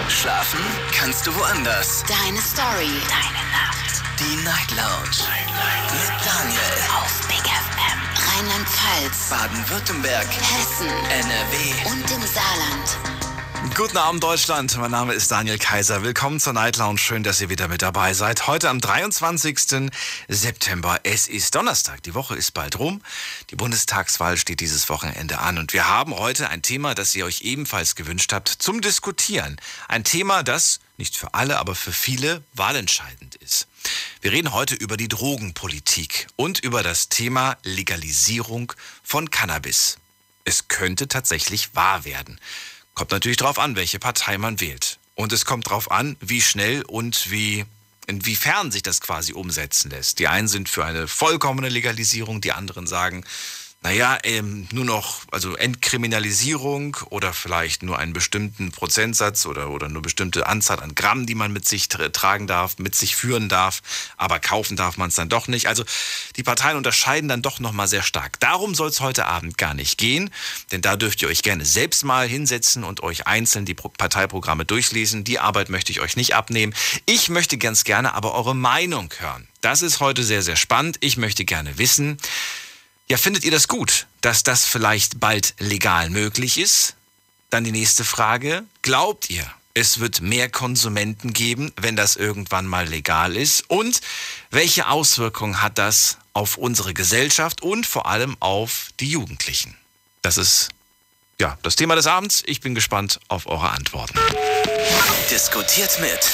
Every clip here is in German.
Schlafen kannst du woanders. Deine Story. Deine Nacht. Die Night Lounge. Mit Daniel. Auf Big FM. Rheinland-Pfalz. Baden-Württemberg. Hessen. NRW. Und im Saarland. Guten Abend, Deutschland. Mein Name ist Daniel Kaiser. Willkommen zur Night Lounge. Schön, dass ihr wieder mit dabei seid. Heute am 23. September. Es ist Donnerstag. Die Woche ist bald rum. Die Bundestagswahl steht dieses Wochenende an. Und wir haben heute ein Thema, das ihr euch ebenfalls gewünscht habt, zum Diskutieren. Ein Thema, das nicht für alle, aber für viele wahlentscheidend ist. Wir reden heute über die Drogenpolitik und über das Thema Legalisierung von Cannabis. Es könnte tatsächlich wahr werden. Kommt natürlich darauf an, welche Partei man wählt. Und es kommt darauf an, wie schnell und inwiefern sich das quasi umsetzen lässt. Die einen sind für eine vollkommene Legalisierung, die anderen sagen, nur noch, also Entkriminalisierung oder vielleicht nur einen bestimmten Prozentsatz oder nur bestimmte Anzahl an Gramm, die man mit sich tragen darf, mit sich führen darf, aber kaufen darf man es dann doch nicht. Also die Parteien unterscheiden dann doch nochmal sehr stark. Darum soll es heute Abend gar nicht gehen, denn da dürft ihr euch gerne selbst mal hinsetzen und euch einzeln die Parteiprogramme durchlesen. Die Arbeit möchte ich euch nicht abnehmen. Ich möchte ganz gerne aber eure Meinung hören. Das ist heute sehr, sehr spannend. Ich möchte gerne wissen, ja, findet ihr das gut, dass das vielleicht bald legal möglich ist? Dann die nächste Frage. Glaubt ihr, es wird mehr Konsumenten geben, wenn das irgendwann mal legal ist? Und welche Auswirkungen hat das auf unsere Gesellschaft und vor allem auf die Jugendlichen? Das ist das Thema des Abends. Ich bin gespannt auf eure Antworten. Diskutiert mit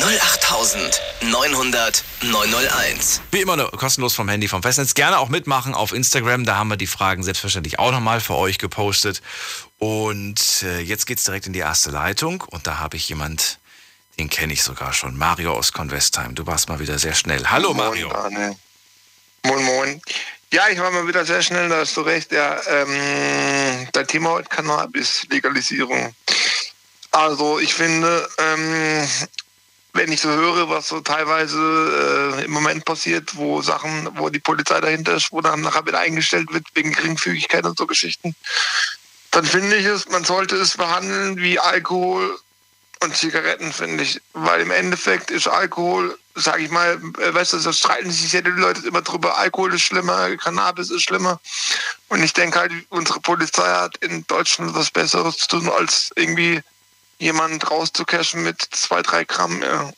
08900 901. Wie immer nur kostenlos vom Handy, vom Festnetz. Gerne auch mitmachen auf Instagram. Da haben wir die Fragen selbstverständlich auch nochmal für euch gepostet. Und jetzt geht's direkt in die erste Leitung. Und da habe ich jemand, den kenne ich sogar schon. Mario aus Convestheim. Du warst mal wieder sehr schnell. Hallo Mario. Moin, moin. Ja, ich war mal wieder sehr schnell, da hast du recht. Ja, das Thema heute Cannabis-Legalisierung. Also ich finde, wenn ich so höre, was so teilweise im Moment passiert, wo die Polizei dahinter ist, wo dann nachher wieder eingestellt wird wegen Geringfügigkeit und so Geschichten, dann finde ich man sollte es behandeln wie Alkohol und Zigaretten, finde ich. Weil im Endeffekt ist Alkohol, sage ich mal, weißt du, da streiten sich ja die Leute immer drüber, Alkohol ist schlimmer, Cannabis ist schlimmer. Und ich denke halt, unsere Polizei hat in Deutschland was Besseres zu tun, als irgendwie jemand rauszucashen mit 2-3 Gramm. Ja.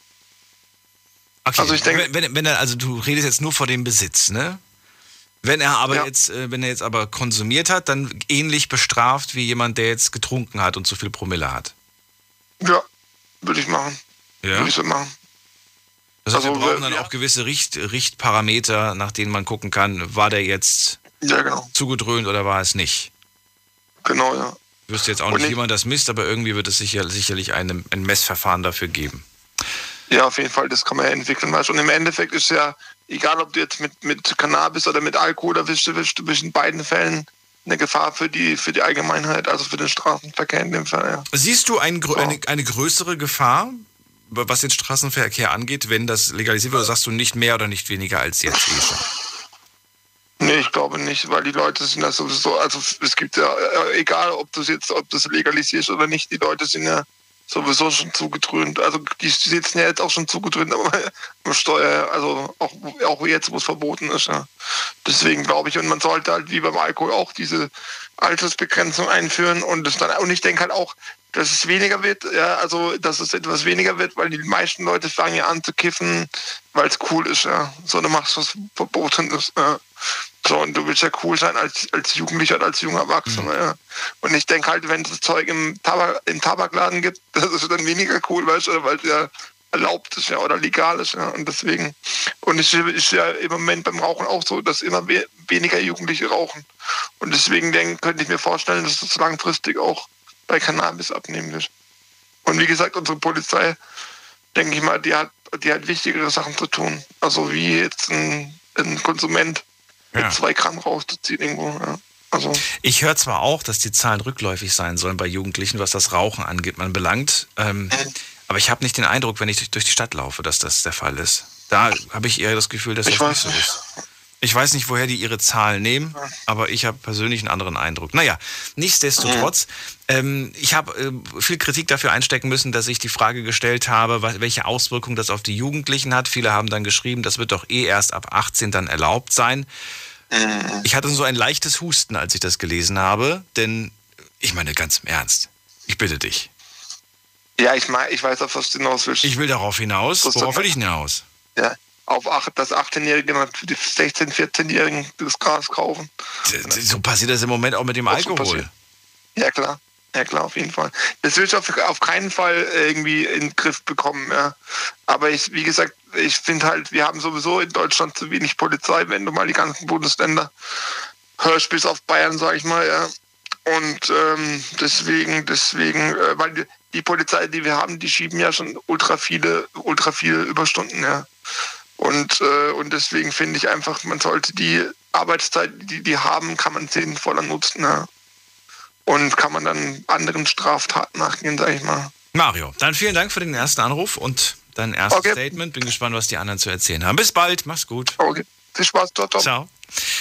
Okay, also ich denke, also du redest jetzt nur vor dem Besitz, ne? Wenn er jetzt aber konsumiert hat, dann ähnlich bestraft wie jemand, der jetzt getrunken hat und zu viel Promille hat. Ja, würde ich machen. Ja? Würde ich so machen. Das heißt, wir brauchen dann auch gewisse Richtparameter, nach denen man gucken kann, war der jetzt zugedröhnt oder war es nicht? Genau, ja. Ich wüsste jetzt auch nicht, wie man das misst, aber irgendwie wird es sicherlich ein Messverfahren dafür geben. Ja, auf jeden Fall, das kann man ja entwickeln. Weißt? Und im Endeffekt ist ja, egal ob du jetzt mit Cannabis oder mit Alkohol erwischst, du bist in beiden Fällen eine Gefahr für die Allgemeinheit, also für den Straßenverkehr in dem Fall. Ja. Siehst du eine größere Gefahr, was den Straßenverkehr angeht, wenn das legalisiert wird, oder sagst du nicht mehr oder nicht weniger als jetzt schon? Nee, ich glaube nicht, weil die Leute sind ja sowieso, also es gibt ja, egal ob das legalisierst oder nicht, die Leute sind ja sowieso schon zugedröhnt. Also die sitzen ja jetzt auch schon zugedröhnt am Steuer, also auch jetzt, wo es verboten ist. Ja. Deswegen glaube ich, und man sollte halt wie beim Alkohol auch diese Altersbegrenzung einführen und ich denke halt auch, dass es weniger wird, ja, also dass es etwas weniger wird, weil die meisten Leute fangen ja an zu kiffen, weil es cool ist, ja. So, du machst was Verbotenes, ja. So, und du willst ja cool sein als Jugendlicher oder als junger Erwachsener, ja. Und ich denke halt, wenn es das Zeug im Tabakladen gibt, das ist dann weniger cool, weißt du, weil es ja erlaubt ist, ja, oder legal ist, ja. Und deswegen, und es ist ja im Moment beim Rauchen auch so, dass immer weniger Jugendliche rauchen. Und deswegen könnte ich mir vorstellen, dass das langfristig auch bei Cannabis abnehmen wird. Und wie gesagt, unsere Polizei, denke ich mal, die hat wichtigere Sachen zu tun. Also wie jetzt ein Konsument mit 2 Gramm rauszuziehen irgendwo. Ja. Also ich höre zwar auch, dass die Zahlen rückläufig sein sollen bei Jugendlichen, was das Rauchen anbelangt. Aber ich habe nicht den Eindruck, wenn ich durch die Stadt laufe, dass das der Fall ist. Da habe ich eher das Gefühl, dass das nicht so ist. Ich weiß nicht, woher die ihre Zahlen nehmen, aber ich habe persönlich einen anderen Eindruck. Naja, nichtsdestotrotz, ich habe viel Kritik dafür einstecken müssen, dass ich die Frage gestellt habe, welche Auswirkungen das auf die Jugendlichen hat. Viele haben dann geschrieben, das wird doch erst ab 18 dann erlaubt sein. Ich hatte so ein leichtes Husten, als ich das gelesen habe, denn ich meine ganz im Ernst, ich bitte dich. Ja, ich weiß, auf was du hinaus willst. Ich will darauf hinaus. Worauf will ich hinaus? Ja, dass 18-Jährige für die 16-, 14-Jährigen das Gras kaufen. So passiert das im Moment auch mit dem Alkohol. Ja, klar. Ja, klar, auf jeden Fall. Das will ich auf keinen Fall irgendwie in den Griff bekommen. Ja. Aber wie gesagt, ich finde halt, wir haben sowieso in Deutschland zu wenig Polizei, wenn du mal die ganzen Bundesländer hörst, bis auf Bayern, sag ich mal, ja. Und deswegen, weil die Polizei, die wir haben, die schieben ja schon ultra viele Überstunden, ja. Und deswegen finde ich einfach, man sollte die Arbeitszeit, die haben, kann man sinnvoller nutzen, ja. Und kann man dann anderen Straftaten nachgehen, sag ich mal. Mario, dann vielen Dank für den ersten Anruf und dein erstes Statement. Bin gespannt, was die anderen zu erzählen haben. Bis bald, mach's gut. Okay, viel Spaß, ciao. Ciao.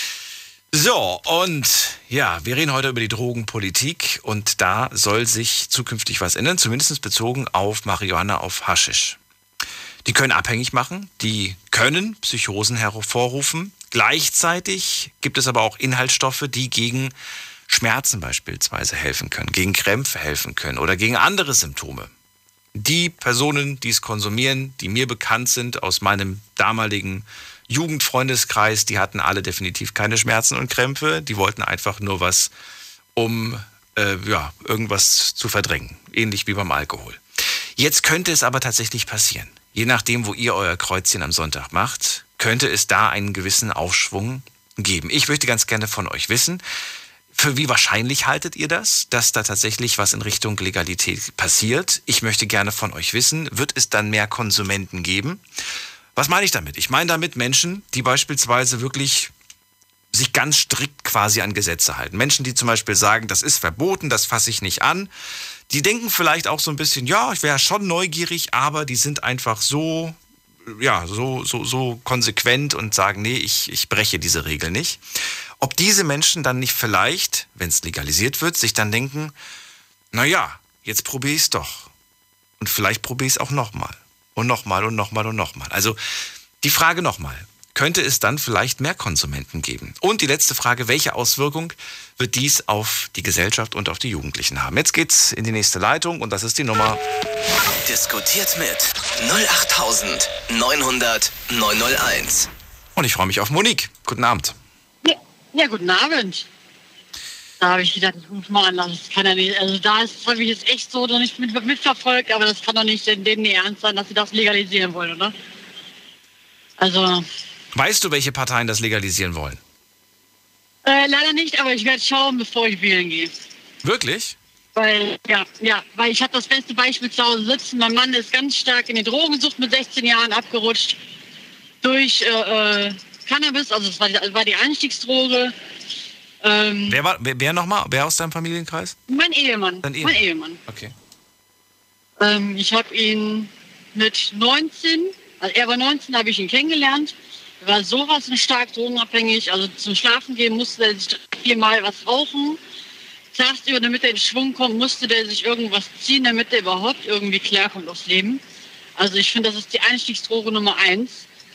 So, und ja, wir reden heute über die Drogenpolitik und da soll sich zukünftig was ändern, zumindest bezogen auf Marihuana, auf Haschisch. Die können abhängig machen, die können Psychosen hervorrufen. Gleichzeitig gibt es aber auch Inhaltsstoffe, die gegen Schmerzen beispielsweise helfen können, gegen Krämpfe helfen können oder gegen andere Symptome. Die Personen, die es konsumieren, die mir bekannt sind aus meinem damaligen Jugendfreundeskreis, die hatten alle definitiv keine Schmerzen und Krämpfe. Die wollten einfach nur was, um irgendwas zu verdrängen. Ähnlich wie beim Alkohol. Jetzt könnte es aber tatsächlich passieren. Je nachdem, wo ihr euer Kreuzchen am Sonntag macht, könnte es da einen gewissen Aufschwung geben. Ich möchte ganz gerne von euch wissen, für wie wahrscheinlich haltet ihr das, dass da tatsächlich was in Richtung Legalität passiert? Ich möchte gerne von euch wissen, wird es dann mehr Konsumenten geben? Was meine ich damit? Ich meine damit Menschen, die beispielsweise wirklich sich ganz strikt quasi an Gesetze halten. Menschen, die zum Beispiel sagen, das ist verboten, das fasse ich nicht an. Die denken vielleicht auch so ein bisschen, ja, ich wäre schon neugierig, aber die sind einfach so konsequent und sagen, nee, ich breche diese Regel nicht. Ob diese Menschen dann nicht vielleicht, wenn es legalisiert wird, sich dann denken, naja, jetzt probiere ich es doch. Und vielleicht probiere ich es auch nochmal. Und nochmal und nochmal und nochmal. Also die Frage nochmal, könnte es dann vielleicht mehr Konsumenten geben? Und die letzte Frage, welche Auswirkung wird dies auf die Gesellschaft und auf die Jugendlichen haben? Jetzt geht's in die nächste Leitung und das ist die Nummer. Diskutiert mit 08900 901. Und ich freue mich auf Monique. Guten Abend. Ja, guten Abend. Da habe ich gedacht, ich rufe mal an, das kann ja nicht. Also da habe ich jetzt echt so noch nicht mitverfolgt, aber das kann doch nicht denen ernst sein, dass sie das legalisieren wollen, oder? Also. Weißt du, welche Parteien das legalisieren wollen? Leider nicht, aber ich werde schauen, bevor ich wählen gehe. Wirklich? Weil ich habe das beste Beispiel zu Hause sitzen. Mein Mann ist ganz stark in die Drogensucht mit 16 Jahren abgerutscht durch Cannabis, also es war die Einstiegsdroge. Wer nochmal? Wer aus deinem Familienkreis? Mein Ehemann. Dein Mein Ehemann. Okay. Ich habe ihn mit 19, also er war 19, da habe ich ihn kennengelernt. Er war sowas von stark drogenabhängig. Also zum Schlafen gehen musste er sich 4-mal was rauchen. Tagsüber, damit er in Schwung kommt, musste der sich irgendwas ziehen, damit er überhaupt irgendwie klarkommt aufs Leben. Also ich finde, das ist die Einstiegsdroge Nummer 1.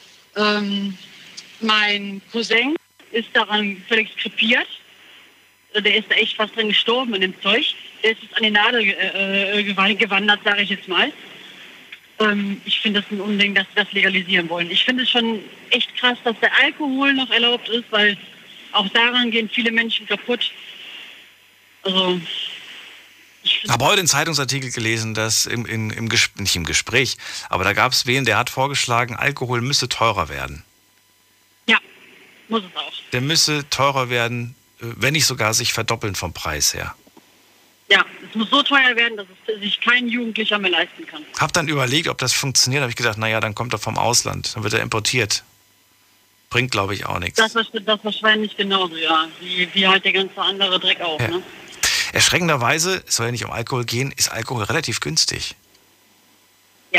Mein Cousin ist daran völlig krepiert. Der ist da echt fast drin gestorben in dem Zeug. Der ist jetzt an die Nadel gewandert, sage ich jetzt mal. Ich finde das ein Unding, dass sie das legalisieren wollen. Ich finde es schon echt krass, dass der Alkohol noch erlaubt ist, weil auch daran gehen viele Menschen kaputt. Also, ich habe heute einen Zeitungsartikel gelesen, dass nicht im Gespräch, aber da gab es wen, der hat vorgeschlagen, Alkohol müsse teurer werden. Ja, muss es auch. Der müsse teurer werden, wenn nicht sogar sich verdoppeln vom Preis her. Ja, es muss so teuer werden, dass es sich kein Jugendlicher mehr leisten kann. Hab dann überlegt, ob das funktioniert. Habe ich gedacht, naja, dann kommt er vom Ausland, dann wird er importiert. Bringt, glaube ich, auch nichts. Das wahrscheinlich genauso, ja. Wie halt der ganze andere Dreck auch, ja. Ne? Erschreckenderweise, es soll ja nicht um Alkohol gehen, ist Alkohol relativ günstig. Ja.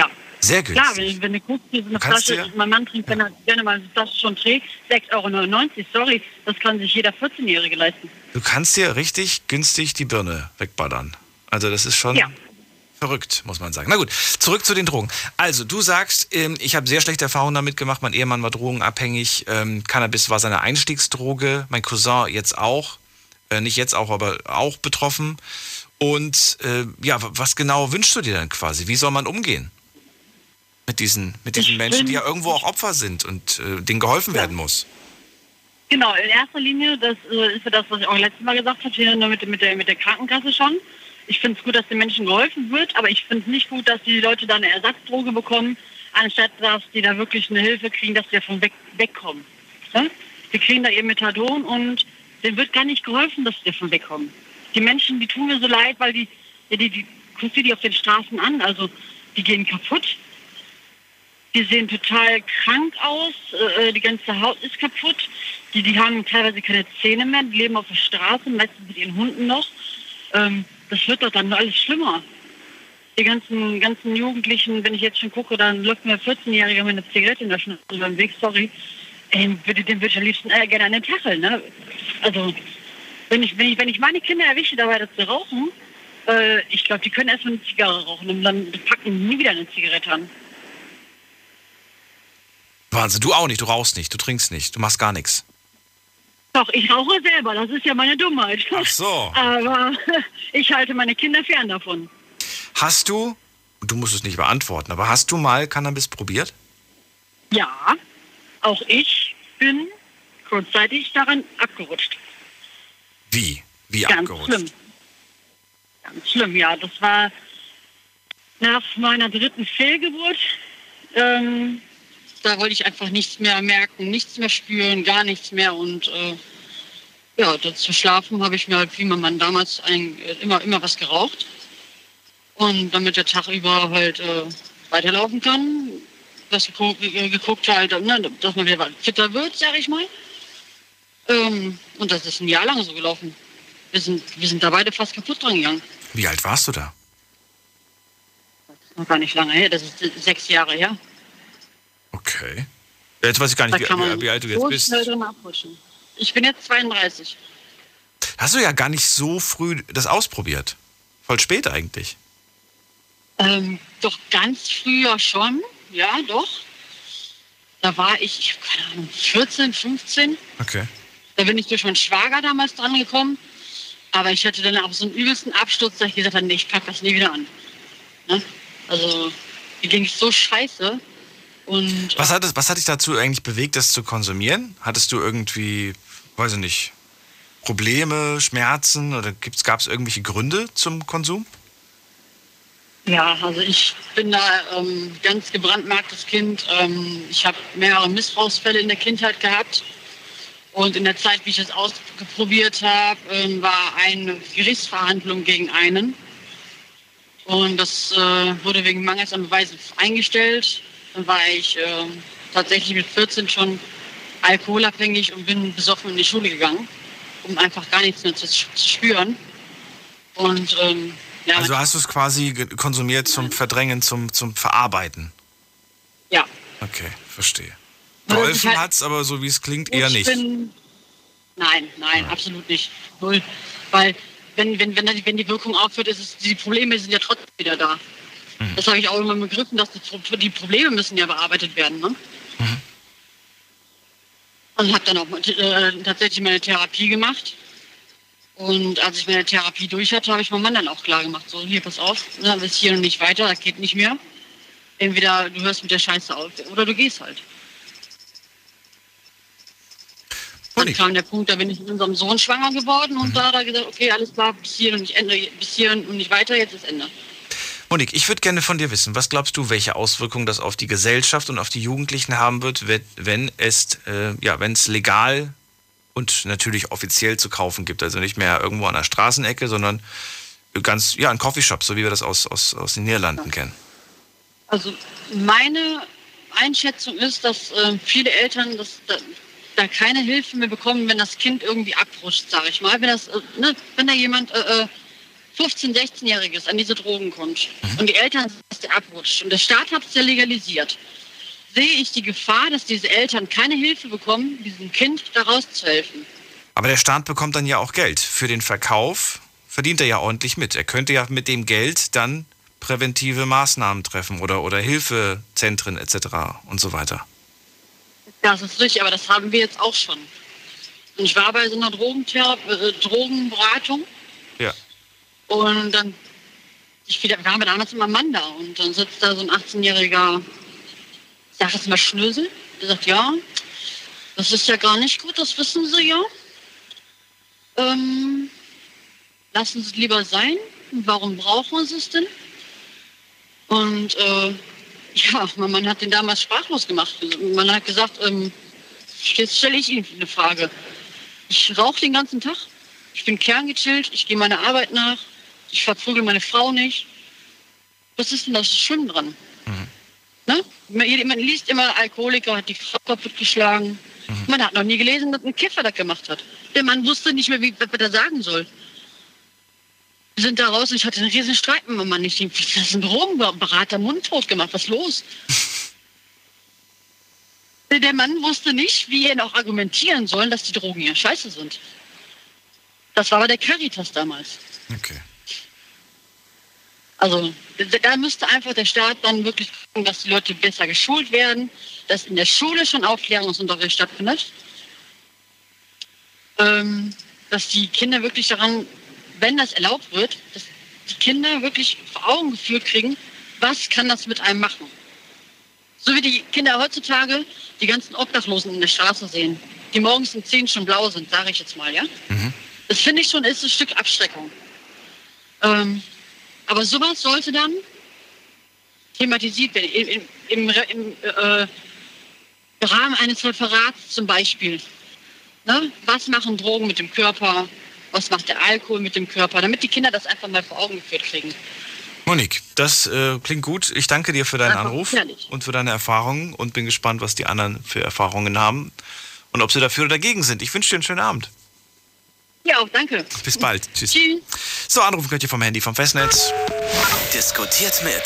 Sehr günstig. Klar, wenn du guckst, so eine kannst Flasche, dir- mein Mann trinkt, wenn er gerne mal eine Flasche schon trägt, 6,99 €, sorry, das kann sich jeder 14-Jährige leisten. Du kannst dir richtig günstig die Birne wegballern. Also das ist schon Ja. verrückt, muss man sagen. Na gut, zurück zu den Drogen. Also du sagst, ich habe sehr schlechte Erfahrungen damit gemacht. Mein Ehemann war drogenabhängig. Cannabis war seine Einstiegsdroge. Mein Cousin jetzt auch. Nicht jetzt auch, aber auch betroffen. Und was genau wünschst du dir dann quasi? Wie soll man umgehen mit diesen Menschen, die ja irgendwo auch Opfer sind und denen geholfen werden muss? Genau, in erster Linie, das ist ja das, was ich auch letztes Mal gesagt habe, hier nur mit der Krankenkasse schon. Ich finde es gut, dass den Menschen geholfen wird, aber ich finde es nicht gut, dass die Leute da eine Ersatzdroge bekommen, anstatt dass die da wirklich eine Hilfe kriegen, dass die davon wegkommen. Ja? Die kriegen da ihr Methadon und denen wird gar nicht geholfen, dass die davon wegkommen. Die Menschen, die tun mir so leid, weil die guckst du die auf den Straßen an, also die gehen kaputt. Die sehen total krank aus, die ganze Haut ist kaputt. Die haben teilweise keine Zähne mehr, die leben auf der Straße, meistens mit ihren Hunden noch. Das wird doch dann nur alles schlimmer. Die ganzen Jugendlichen, wenn ich jetzt schon gucke, dann läuft mir ein 14-Jähriger mit einer Zigarette in der Schnauze über den Weg, sorry. Den würde ich am liebsten gerne an den Tachel, ne? Also, wenn ich meine Kinder erwische, dabei das zu rauchen, ich glaube, die können erstmal eine Zigarre rauchen und dann packen die nie wieder eine Zigarette an. Wahnsinn, du auch nicht, du rauchst nicht, du trinkst nicht, du machst gar nichts. Doch, ich rauche selber, das ist ja meine Dummheit. Ach so. Aber ich halte meine Kinder fern davon. Hast du musst es nicht beantworten, aber hast du mal Cannabis probiert? Ja, auch ich bin kurzzeitig daran abgerutscht. Wie Ganz abgerutscht? schlimm. Ganz schlimm, ja. Das war nach meiner 3. Fehlgeburt. Da wollte ich einfach nichts mehr merken, nichts mehr spüren, gar nichts mehr. Und zu schlafen habe ich mir halt, wie mein Mann damals, immer was geraucht. Und damit der Tag über halt weiterlaufen kann, dass geguckt halt, ne, dass man wieder fitter wird, sag ich mal. Und das ist ein Jahr lang so gelaufen. Wir sind da beide fast kaputt dran gegangen. Wie alt warst du da? Das ist noch gar nicht lange her, das ist 6 Jahre her. Okay. Jetzt weiß ich gar nicht, wie alt du jetzt bist. Drin abrutschen. Ich bin jetzt 32. Hast du ja gar nicht so früh das ausprobiert. Voll spät eigentlich. Doch ganz früher schon, ja, doch. Da war ich keine Ahnung, 14, 15. Okay. Da bin ich durch meinen Schwager damals dran gekommen. Aber ich hatte dann auch so einen übelsten Absturz, dass ich gesagt habe, nee, ich pack das nie wieder an. Ne? Also, mir ging es so scheiße. Und Was hat dich dazu eigentlich bewegt, das zu konsumieren? Hattest du irgendwie, weiß ich nicht, Probleme, Schmerzen oder gab es irgendwelche Gründe zum Konsum? ja, also ich bin da ganz gebrandmarktes Kind. Ich habe mehrere Missbrauchsfälle in der Kindheit gehabt. Und in der Zeit, wie ich es ausprobiert habe, war eine Gerichtsverhandlung gegen einen. Und das wurde wegen Mangels an Beweisen eingestellt. Dann war ich tatsächlich mit 14 schon alkoholabhängig und bin besoffen in die Schule gegangen, um einfach gar nichts mehr zu spüren. Und Also hast du es quasi konsumiert zum Verdrängen, zum Verarbeiten? ja. Okay, verstehe. Also Geholfen ich hat's, aber so wie es klingt, eher nicht. Nein, absolut nicht. Null. Weil wenn die Wirkung aufhört, die Probleme sind ja trotzdem wieder da. Das habe ich auch immer begriffen, dass die Probleme müssen ja bearbeitet werden. Ne? Und habe dann auch tatsächlich meine Therapie gemacht. Und als ich meine Therapie durch hatte, habe ich meinem Mann dann auch klar gemacht, so, hier, pass auf, ne, bis hier und nicht weiter, das geht nicht mehr. Entweder du hörst mit der Scheiße auf oder du gehst halt. Dann kam der Punkt, da bin ich mit unserem Sohn schwanger geworden und da hat er gesagt, okay, alles klar, bis hier und nicht weiter, jetzt ist Ende. Monique, ich würde gerne von dir wissen, was glaubst du, welche Auswirkungen das auf die Gesellschaft und auf die Jugendlichen haben wird, wenn es legal und natürlich offiziell zu kaufen gibt? Also nicht mehr irgendwo an der Straßenecke, sondern ganz, in Coffeeshops, so wie wir das aus den Niederlanden kennen. Also meine Einschätzung ist, dass viele Eltern da keine Hilfe mehr bekommen, wenn das Kind irgendwie abrutscht, sage ich mal. Wenn da jemand 15-, 16-Jähriges an diese Drogen kommt und die Eltern es abrutscht und der Staat hat es ja legalisiert, sehe ich die Gefahr, dass diese Eltern keine Hilfe bekommen, diesem Kind da rauszuhelfen. Aber der Staat bekommt dann ja auch Geld. Für den Verkauf verdient er ja ordentlich mit. Er könnte ja mit dem Geld dann präventive Maßnahmen treffen oder Hilfezentren etc. und so weiter. Das ist richtig, aber das haben wir jetzt auch schon. Und ich war bei so einer Drogenberatung. Ja. Und dann, wir waren damals mit meinem Mann da und dann sitzt da so ein 18-jähriger, ich sag jetzt mal Schnösel, der sagt, ja, das ist ja gar nicht gut, das wissen Sie ja. Lassen Sie es lieber sein. Warum brauchen Sie es denn? Und ja, mein Mann hat den damals sprachlos gemacht. Man hat gesagt, jetzt stelle ich Ihnen eine Frage. Ich rauche den ganzen Tag, ich bin kerngechillt, ich gehe meiner Arbeit nach, ich verprügel meine Frau nicht. Was ist denn das schlimm dran? Ne? Man liest immer, Alkoholiker hat die Frau kaputt geschlagen. Man hat noch nie gelesen, dass ein Kiffer das gemacht hat. Der Mann wusste nicht mehr, was er sagen soll. Wir sind da raus und ich hatte einen riesen Streit mit meinem Mann. Ich denke, das ist ein Drogenberater, mundtot gemacht, was ist los? Der Mann wusste nicht, wie er noch argumentieren soll, dass die Drogen ja scheiße sind. Das war aber der Caritas damals. Okay. Also da müsste einfach der Staat dann wirklich gucken, dass die Leute besser geschult werden, dass in der Schule schon Aufklärungsunterricht stattfindet, dass die Kinder wirklich daran, wenn das erlaubt wird, dass die Kinder wirklich vor Augen geführt kriegen, was kann das mit einem machen. So wie die Kinder heutzutage die ganzen Obdachlosen in der Straße sehen, die morgens um 10 schon blau sind, sage ich jetzt mal, ja. Das finde ich schon, ist ein Stück Abschreckung. Aber sowas sollte dann thematisiert werden. Im Rahmen eines Referats zum Beispiel. Ne? Was machen Drogen mit dem Körper? Was macht der Alkohol mit dem Körper? Damit die Kinder das einfach mal vor Augen geführt kriegen. Monique, das klingt gut. Ich danke dir für deinen Einfach Anruf ehrlich. und für deine Erfahrungen und bin gespannt, was die anderen für Erfahrungen haben und ob sie dafür oder dagegen sind. Ich wünsche dir einen schönen Abend. Ja, auch danke. Bis bald. Tschüss. Tschüss. So, anrufen könnt ihr vom Handy, vom Festnetz. Diskutiert mit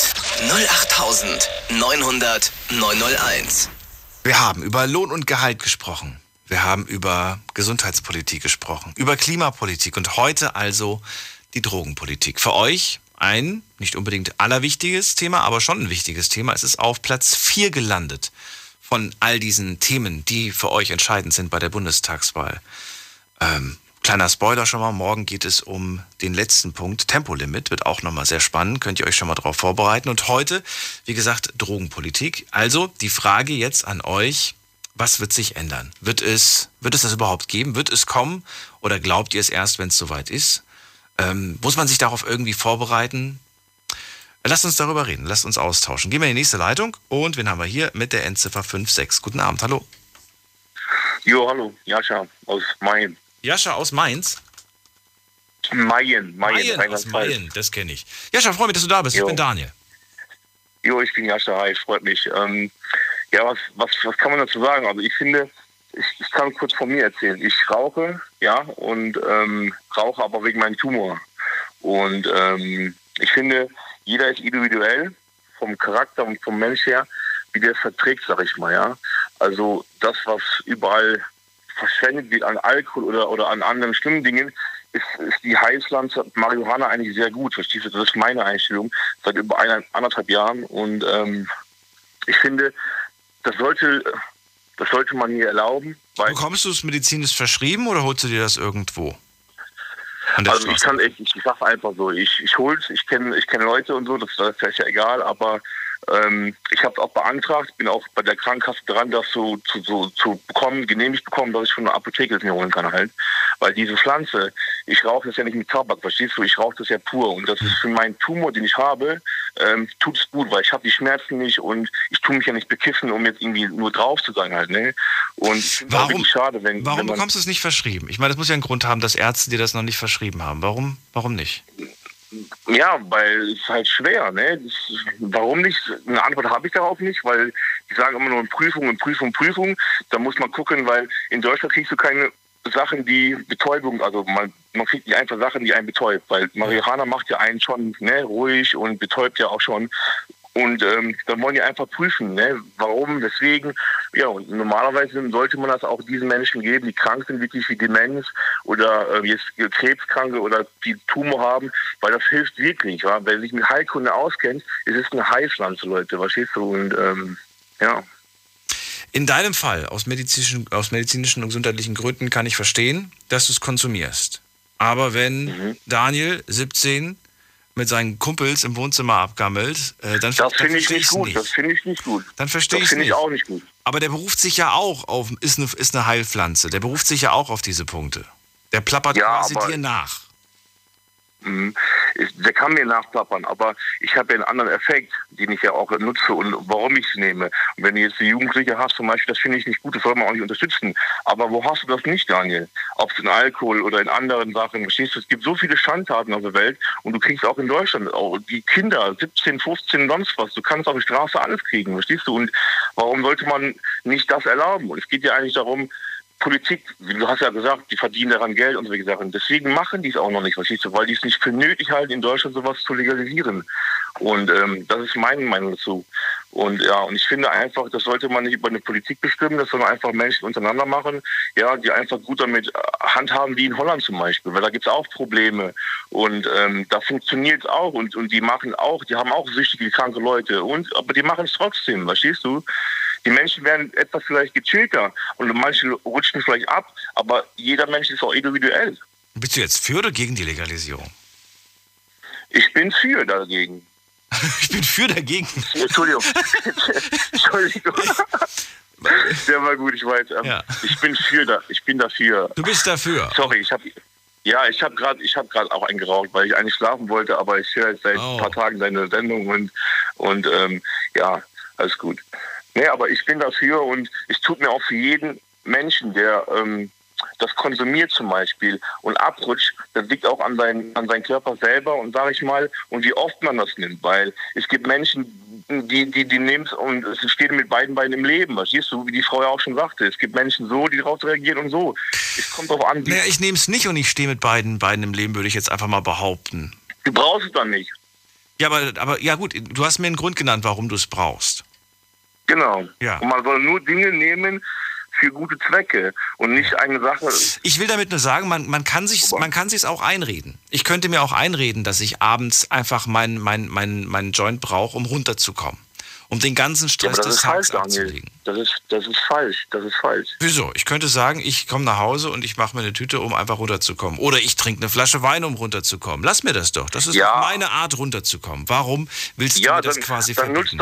08900 901. Wir haben über Lohn und Gehalt gesprochen. Wir haben über Gesundheitspolitik gesprochen, über Klimapolitik und heute also die Drogenpolitik. Für euch ein nicht unbedingt allerwichtiges Thema, aber schon ein wichtiges Thema. Es ist auf Platz 4 gelandet von all diesen Themen, die für euch entscheidend sind bei der Bundestagswahl. Kleiner Spoiler schon mal, morgen geht es um den letzten Punkt. Tempolimit wird auch nochmal sehr spannend, könnt ihr euch schon mal drauf vorbereiten. Und heute, wie gesagt, Drogenpolitik. Also die Frage jetzt an euch, was wird sich ändern? Wird es das überhaupt geben? Wird es kommen? Oder glaubt ihr es erst, wenn es soweit ist? Muss man sich darauf irgendwie vorbereiten? Lasst uns darüber reden, lasst uns austauschen. Gehen wir in die nächste Leitung und wen haben wir hier mit der Endziffer 56? Guten Abend, hallo. Jo, hallo, Jascha aus Mayen. Jascha aus Mainz? Mayen, Aus Mayen, das kenne ich. Jascha, freue mich, dass du da bist. Jo. Ich bin Daniel. Jo, ich bin Jascha, hi, freut mich. Ja, was kann man dazu sagen? Also ich finde, ich kann kurz von mir erzählen. Ich rauche, ja, und rauche aber wegen meinem Tumor. Und ich finde, jeder ist individuell vom Charakter und vom Mensch her, wie der es verträgt, sag ich mal, ja. Also das, was überall verschwendet wird an Alkohol oder an anderen schlimmen Dingen, ist die Heilpflanze Marihuana eigentlich sehr gut. Verstehst du? Das ist meine Einstellung seit über 1,5 Jahren. Und ich finde, das sollte man hier erlauben. Weil Bekommst du es medizinisch verschrieben oder holst du dir das irgendwo? Also ich sag einfach so, ich hol's, ich kenne Leute und so, das ist ja egal, aber ich habe auch beantragt, bin auch bei der Krankenkasse dran, das zu bekommen, genehmigt bekommen, dass ich von der Apotheke es mir holen kann halt. Weil diese Pflanze, ich rauche das ja nicht mit Tabak, verstehst du? Ich rauche das ja pur und das ist für meinen Tumor, den ich habe, tut es gut, weil ich habe die Schmerzen nicht und ich tue mich ja nicht bekiffen, um jetzt irgendwie nur drauf zu sein halt, ne? Und ich finde es wirklich schade, wenn Warum man, bekommst du es nicht verschrieben? Ich meine, das muss ja einen Grund haben, dass Ärzte dir das noch nicht verschrieben haben. Warum nicht? Ja, weil es ist halt schwer, ne? Warum nicht? Eine Antwort habe ich darauf nicht, weil die sagen immer nur in Prüfung. Da muss man gucken, weil in Deutschland kriegst du keine Sachen, die Betäubung, also man kriegt nicht einfach Sachen, die einen betäubt, weil Marihuana macht ja einen schon ruhig und betäubt ja auch schon. Und dann wollen die einfach prüfen, warum, weswegen. Ja, und normalerweise sollte man das auch diesen Menschen geben, die krank sind, wirklich wie Demenz oder jetzt Krebskranke oder die Tumor haben, weil das hilft wirklich. Ja? Wer sich mit Heilkunde auskennt, es ist eine Heilpflanze, Leute, verstehst du? Und ja. In deinem Fall, aus medizinischen und gesundheitlichen Gründen, kann ich verstehen, dass du es konsumierst. Aber wenn Daniel, 17, mit seinen Kumpels im Wohnzimmer abgammelt, dann finde ich nicht gut. Das finde ich nicht gut. Dann verstehe ich es nicht. Das finde ich auch nicht gut. Aber der beruft sich ja auch auf, ist eine Heilpflanze, der beruft sich ja auch auf diese Punkte. Der plappert quasi dir nach. Der kann mir nachplappern, aber ich habe ja einen anderen Effekt, den ich ja auch nutze und warum ich es nehme. Und wenn du jetzt die Jugendliche hast zum Beispiel, das finde ich nicht gut, das soll man auch nicht unterstützen. Aber wo hast du das nicht, Daniel? Ob es in Alkohol oder in anderen Sachen, verstehst du? Es gibt so viele Schandtaten auf der Welt und du kriegst auch in Deutschland, auch die Kinder, 17, 15, sonst was, du kannst auf der Straße alles kriegen, verstehst du? Und warum sollte man nicht das erlauben? Und es geht ja eigentlich darum, Politik, du hast ja gesagt, die verdienen daran Geld und solche Sachen. Deswegen machen die es auch noch nicht, verstehst du, weil die es nicht für nötig halten, in Deutschland sowas zu legalisieren. Und das ist meine Meinung dazu. Und ja, und ich finde einfach, das sollte man nicht über eine Politik bestimmen, das sollen einfach Menschen untereinander machen, ja, die einfach gut damit handhaben, wie in Holland zum Beispiel, weil da gibt es auch Probleme. Und da funktioniert es auch und die machen auch, die haben auch süchtige, kranke Leute. Aber die machen es trotzdem, verstehst du? Die Menschen werden etwas vielleicht gechillter und manche rutschen vielleicht ab, aber jeder Mensch ist auch individuell. Bist du jetzt für oder gegen die Legalisierung? Ich bin für dagegen. Ich bin für dagegen. Entschuldigung. Der war gut, ich weiß. Ja. Ich bin dafür. Du bist dafür? Sorry, ich habe gerade auch einen geraucht, weil ich eigentlich schlafen wollte, aber ich höre jetzt seit ein paar Tagen deine Sendung und ja, alles gut. Nee, aber ich bin dafür und es tut mir auch für jeden Menschen, der das konsumiert zum Beispiel und abrutscht, das liegt auch an seinem Körper selber und sage ich mal, und wie oft man das nimmt, weil es gibt Menschen, die nehmen es und es steht mit beiden Beinen im Leben, verstehst du, wie die Frau ja auch schon sagte, es gibt Menschen so, die darauf reagieren und so. Es kommt darauf an. Naja, ich nehme es nicht und ich stehe mit beiden Beinen im Leben, würde ich jetzt einfach mal behaupten. Du brauchst es dann nicht. Ja, aber ja gut, du hast mir einen Grund genannt, warum du es brauchst. Genau. Ja. Und man soll nur Dinge nehmen für gute Zwecke und nicht eine Sache. Ich will damit nur sagen, man kann sich's auch einreden. Ich könnte mir auch einreden, dass ich abends einfach meinen Joint brauche, um runterzukommen. Um den ganzen Stress des Tages abzulegen. Das ist falsch. Das ist falsch. Wieso? Ich könnte sagen, ich komme nach Hause und ich mache mir eine Tüte, um einfach runterzukommen. Oder ich trinke eine Flasche Wein, um runterzukommen. Lass mir das doch. Das ist doch meine Art, runterzukommen. Warum willst du mir das quasi verbieten?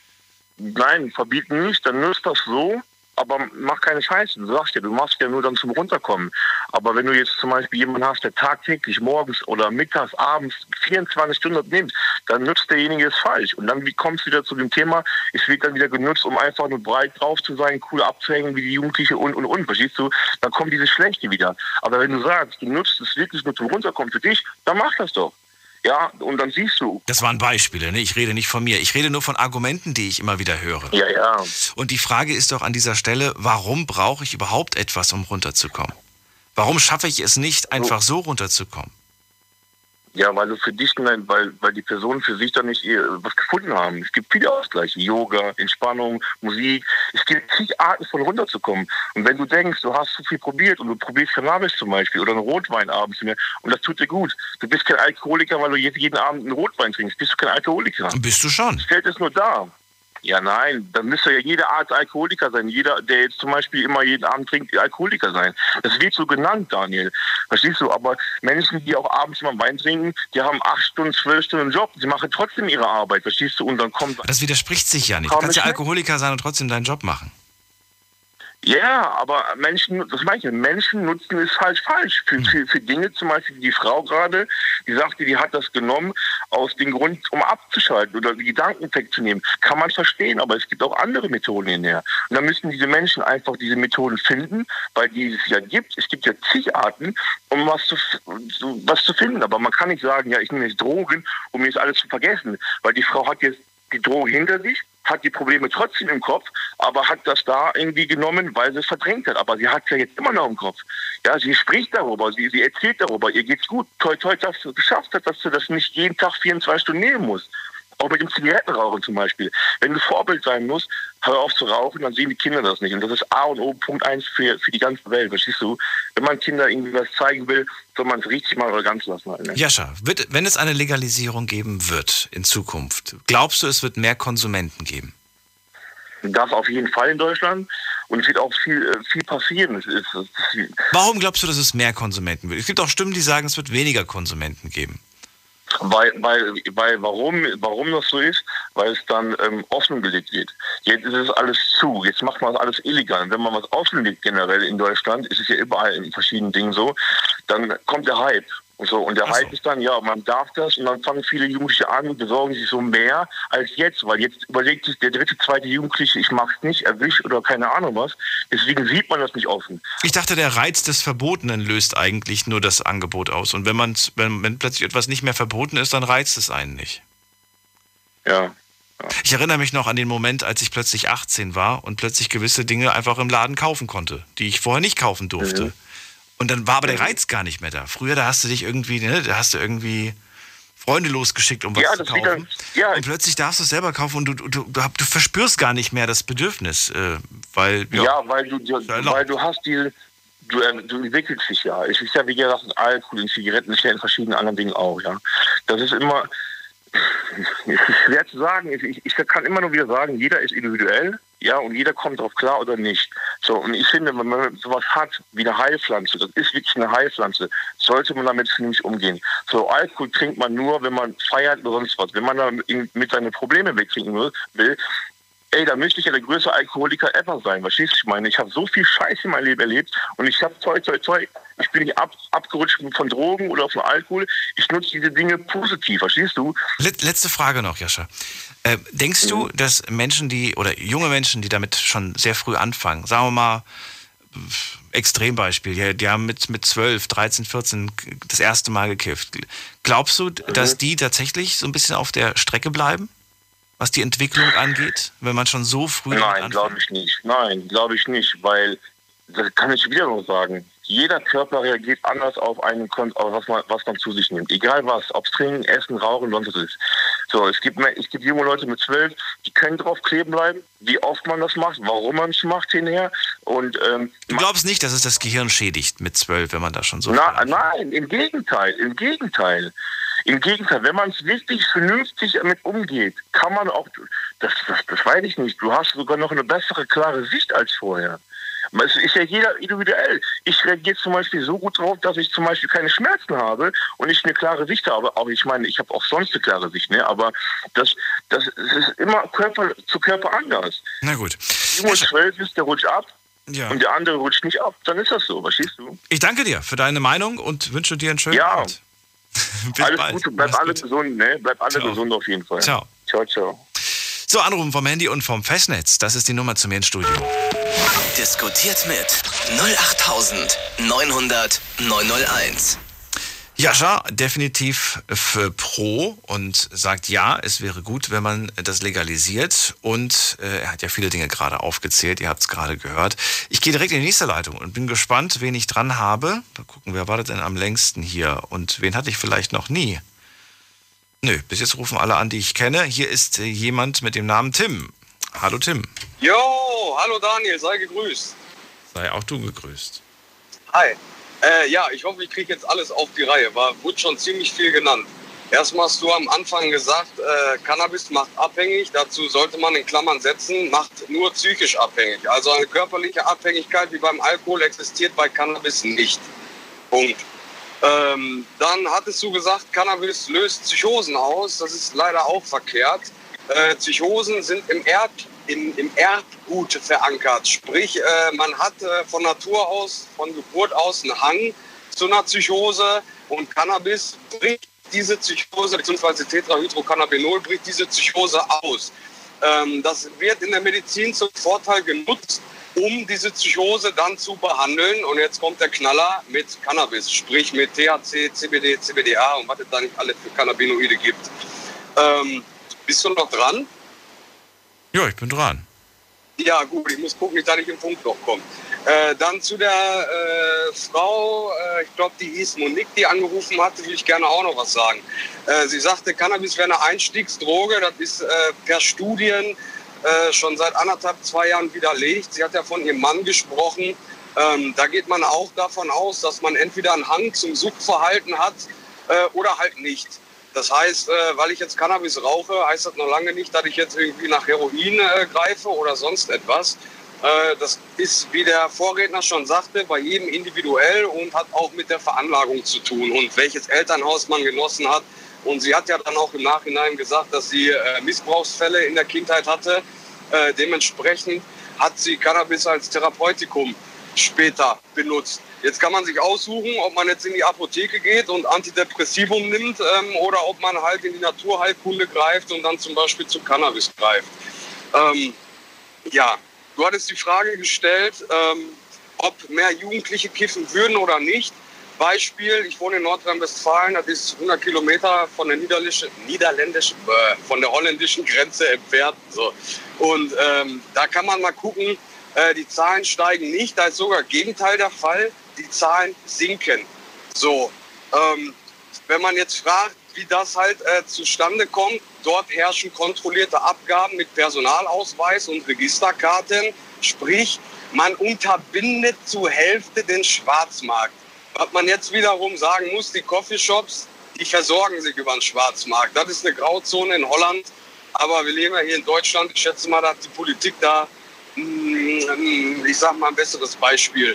Nein, verbieten nicht, dann nutzt das so, aber mach keine Scheiße. Du sagst ja, du machst ja nur dann zum Runterkommen. Aber wenn du jetzt zum Beispiel jemanden hast, der tagtäglich morgens oder mittags, abends 24 Stunden nimmt, dann nutzt derjenige es falsch. Und dann kommst du wieder zu dem Thema, es wird dann wieder genutzt, um einfach nur breit drauf zu sein, cool abzuhängen wie die Jugendliche und, verstehst du? Dann kommt dieses Schlechte wieder. Aber wenn du sagst, du nutzt es wirklich nur zum Runterkommen für dich, dann mach das doch. Ja, und dann siehst du. Das waren Beispiele, ne? Ich rede nicht von mir. Ich rede nur von Argumenten, die ich immer wieder höre. Ja. Und die Frage ist doch an dieser Stelle, warum brauche ich überhaupt etwas, um runterzukommen? Warum schaffe ich es nicht, einfach so runterzukommen? Ja, weil du für dich, weil die Personen für sich dann nicht was gefunden haben. Es gibt viele Ausgleiche, Yoga, Entspannung, Musik. Es gibt zig Arten von runterzukommen. Und wenn du denkst, du hast so viel probiert und du probierst Cannabis zum Beispiel oder einen Rotwein abends mehr und das tut dir gut. Du bist kein Alkoholiker, weil du jeden Abend einen Rotwein trinkst. Bist du kein Alkoholiker? Bist du schon. Das Geld ist nur da. Ja, nein, dann müsste ja jede Art Alkoholiker sein. Jeder, der jetzt zum Beispiel immer jeden Abend trinkt, Alkoholiker sein. Das wird so genannt, Daniel. Verstehst du? Aber Menschen, die auch abends immer Wein trinken, die haben 8 Stunden, 12 Stunden Job. Sie machen trotzdem ihre Arbeit, verstehst du? Und dann kommt... Das widerspricht sich ja nicht. Du kannst ja Alkoholiker sein und trotzdem deinen Job machen. Ja, aber Menschen nutzen es halt falsch. Für Dinge, zum Beispiel wie die Frau gerade, die sagte, die hat das genommen aus dem Grund, um abzuschalten oder die Gedanken wegzunehmen. Kann man verstehen, aber es gibt auch andere Methoden in der. Und dann müssen diese Menschen einfach diese Methoden finden, weil die es ja gibt. Es gibt ja zig Arten, um was zu finden. Aber man kann nicht sagen, ja, ich nehme jetzt Drogen, um jetzt alles zu vergessen. Weil die Frau hat jetzt die Droge hinter sich, hat die Probleme trotzdem im Kopf, aber hat das da irgendwie genommen, weil sie es verdrängt hat. Aber sie hat es ja jetzt immer noch im Kopf. Ja, sie spricht darüber, sie erzählt darüber, ihr geht's gut. Toi, toi, dass du geschafft hast, dass du das nicht jeden Tag 24 Stunden nehmen musst. Auch mit dem Zigarettenrauchen zum Beispiel. Wenn du Vorbild sein musst, hör auf zu rauchen, dann sehen die Kinder das nicht. Und das ist A und O, Punkt 1 für die ganze Welt, verstehst du? Wenn man Kinder irgendwie was zeigen will, soll man es richtig mal oder ganz lassen. Halt, ne? Jascha, wenn es eine Legalisierung geben wird in Zukunft, glaubst du, es wird mehr Konsumenten geben? Das auf jeden Fall in Deutschland. Und es wird auch viel passieren. Warum glaubst du, dass es mehr Konsumenten wird? Es gibt auch Stimmen, die sagen, es wird weniger Konsumenten geben. Warum das so ist? Weil es dann offengelegt wird. Jetzt ist es alles zu. Jetzt macht man alles illegal. Wenn man was offenlegt generell in Deutschland, ist es ja überall in verschiedenen Dingen so, dann kommt der Hype. Und der Hype ist dann, ja, man darf das, und dann fangen viele Jugendliche an, besorgen sich so mehr als jetzt, weil jetzt überlegt sich der dritte, zweite Jugendliche, ich mach's nicht, erwisch oder keine Ahnung was. Deswegen sieht man das nicht offen. Ich dachte, der Reiz des Verbotenen löst eigentlich nur das Angebot aus. Und wenn plötzlich etwas nicht mehr verboten ist, dann reizt es einen nicht. Ja. Ich erinnere mich noch an den Moment, als ich plötzlich 18 war und plötzlich gewisse Dinge einfach im Laden kaufen konnte, die ich vorher nicht kaufen durfte. Mhm. Und dann war aber der Reiz gar nicht mehr da. Früher, da hast du dich irgendwie, irgendwie Freunde losgeschickt, um was zu kaufen. Und plötzlich darfst du es selber kaufen und du verspürst gar nicht mehr das Bedürfnis. Weil du hast du entwickelst dich ja. Es ist ja, wie gesagt, in Alkohol, in Zigaretten, ist ja in verschiedenen anderen Dingen auch, ja. Das ist immer, es ist schwer zu sagen. Ich kann immer nur wieder sagen, jeder ist individuell, ja, und jeder kommt darauf klar oder nicht. So, und ich finde, wenn man sowas hat wie eine Heilpflanze, das ist wirklich eine Heilpflanze, sollte man damit vernünftig umgehen. So, Alkohol trinkt man nur, wenn man feiert oder sonst was. Wenn man da mit seinen Problemen wegtrinken will, da möchte ich ja der größte Alkoholiker ever sein. Verstehst du? Ich meine, ich habe so viel Scheiße in meinem Leben erlebt und ich habe ich bin nicht abgerutscht von Drogen oder von Alkohol. Ich nutze diese Dinge positiv, verstehst du? Letzte Frage noch, Jascha. Denkst du, dass junge Menschen, die damit schon sehr früh anfangen, sagen wir mal, Extrembeispiel, die haben mit 12, 13, 14 das erste Mal gekifft. Glaubst du, dass die tatsächlich so ein bisschen auf der Strecke bleiben? Was die Entwicklung angeht, wenn man schon so früh anfängt? Nein, glaube ich nicht. Nein, glaube ich nicht, weil, das kann ich wieder noch sagen, jeder Körper reagiert anders auf was man zu sich nimmt. Egal was, ob es trinken, essen, rauchen, sonst was ist. So, es gibt junge Leute mit 12, die können drauf kleben bleiben, wie oft man das macht, warum man es macht hinher. Und, du glaubst nicht, dass es das Gehirn schädigt mit 12, wenn man da schon so... Nein, im Gegenteil. Im Gegenteil, wenn man es wirklich vernünftig damit umgeht, kann man auch, das weiß ich nicht, du hast sogar noch eine bessere, klare Sicht als vorher. Es ist ja jeder individuell. Ich reagiere zum Beispiel so gut drauf, dass ich zum Beispiel keine Schmerzen habe und ich eine klare Sicht habe. Aber ich meine, ich habe auch sonst eine klare Sicht, ne? Aber das ist immer Körper zu Körper anders. Na gut. Wenn 12 ist, der rutscht ab. Ja. Und der andere rutscht nicht ab. Dann ist das so, verstehst du? Ich danke dir für deine Meinung und wünsche dir einen schönen Abend. Bis alles bald. Gute, bleibt alle gesund, ne? Bleibt alle gesund auf jeden Fall. Ciao. Ciao, ciao. So, anrufen vom Handy und vom Festnetz. Das ist die Nummer zu mir ins Studio. Diskutiert mit 08900 901. Jascha, definitiv für Pro und sagt, ja, es wäre gut, wenn man das legalisiert. Und er hat ja viele Dinge gerade aufgezählt, ihr habt es gerade gehört. Ich gehe direkt in die nächste Leitung und bin gespannt, wen ich dran habe. Mal gucken, wer wartet denn am längsten hier und wen hatte ich vielleicht noch nie? Nö, bis jetzt rufen alle an, die ich kenne. Hier ist jemand mit dem Namen Tim. Hallo Tim. Jo, hallo Daniel, sei gegrüßt. Sei auch du gegrüßt. Hi. Ich hoffe, ich kriege jetzt alles auf die Reihe. Wurde schon ziemlich viel genannt. Erstmal hast du am Anfang gesagt, Cannabis macht abhängig. Dazu sollte man in Klammern setzen, macht nur psychisch abhängig. Also eine körperliche Abhängigkeit wie beim Alkohol existiert bei Cannabis nicht. Punkt. Dann hattest du gesagt, Cannabis löst Psychosen aus. Das ist leider auch verkehrt. Psychosen sind im Erbgut verankert. Sprich, man hat von Natur aus, von Geburt aus einen Hang zu einer Psychose und Cannabis bricht diese Psychose, beziehungsweise Tetrahydrocannabinol bricht diese Psychose aus. Das wird in der Medizin zum Vorteil genutzt, um diese Psychose dann zu behandeln. Und jetzt kommt der Knaller mit Cannabis, sprich mit THC, CBD, CBDA und was es da nicht alles für Cannabinoide gibt. Bist du noch dran? Ja, ich bin dran. Ja, gut, ich muss gucken, dass ich im Punkt noch komme. Dann zu der Frau, ich glaube, die hieß Monique, die angerufen hatte, will ich gerne auch noch was sagen. Sie sagte, Cannabis wäre eine Einstiegsdroge. Das ist per Studien schon seit 1,5, 2 Jahren widerlegt. Sie hat ja von ihrem Mann gesprochen. Da geht man auch davon aus, dass man entweder einen Hang zum Suchtverhalten hat oder halt nicht. Das heißt, weil ich jetzt Cannabis rauche, heißt das noch lange nicht, dass ich jetzt irgendwie nach Heroin greife oder sonst etwas. Das ist, wie der Vorredner schon sagte, bei jedem individuell und hat auch mit der Veranlagung zu tun und welches Elternhaus man genossen hat. Und sie hat ja dann auch im Nachhinein gesagt, dass sie Missbrauchsfälle in der Kindheit hatte. Dementsprechend hat sie Cannabis als Therapeutikum später benutzt. Jetzt kann man sich aussuchen, ob man jetzt in die Apotheke geht und Antidepressivum nimmt oder ob man halt in die Naturheilkunde greift und dann zum Beispiel zu Cannabis greift. Ja, du hattest die Frage gestellt, ob mehr Jugendliche kiffen würden oder nicht. Beispiel, ich wohne in Nordrhein-Westfalen, das ist 100 Kilometer von der von der holländischen Grenze entfernt. So. Und da kann man mal gucken, die Zahlen steigen nicht, da ist sogar das Gegenteil der Fall, die Zahlen sinken. So, wenn man jetzt fragt, wie das halt zustande kommt, dort herrschen kontrollierte Abgaben mit Personalausweis und Registerkarten, sprich, man unterbindet zur Hälfte den Schwarzmarkt. Was man jetzt wiederum sagen muss, die Coffeeshops, die versorgen sich über den Schwarzmarkt. Das ist eine Grauzone in Holland, aber wir leben ja hier in Deutschland. Ich schätze mal, dass die Politik da, ich sag mal, ein besseres Beispiel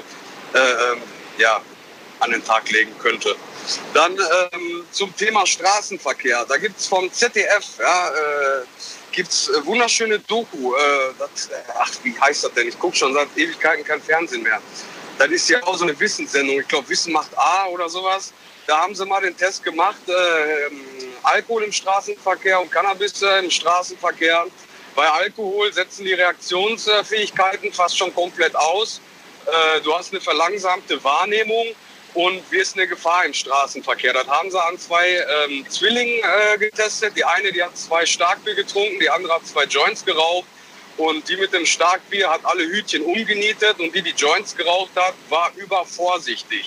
an den Tag legen könnte. Dann zum Thema Straßenverkehr. Da gibt es vom ZDF, gibt's wunderschöne Doku. Wie heißt das denn? Ich gucke schon seit Ewigkeiten kein Fernsehen mehr. Das ist ja auch so eine Wissenssendung. Ich glaube, Wissen macht A oder sowas. Da haben sie mal den Test gemacht. Alkohol im Straßenverkehr und Cannabis im Straßenverkehr. Bei Alkohol setzen die Reaktionsfähigkeiten fast schon komplett aus. Du hast eine verlangsamte Wahrnehmung und wirst eine Gefahr im Straßenverkehr. Das haben sie an 2 Zwillingen getestet. Die eine, die hat 2 Starkbier getrunken, die andere hat 2 Joints geraucht. Und die mit dem Starkbier hat alle Hütchen umgenietet und die Joints geraucht hat, war übervorsichtig.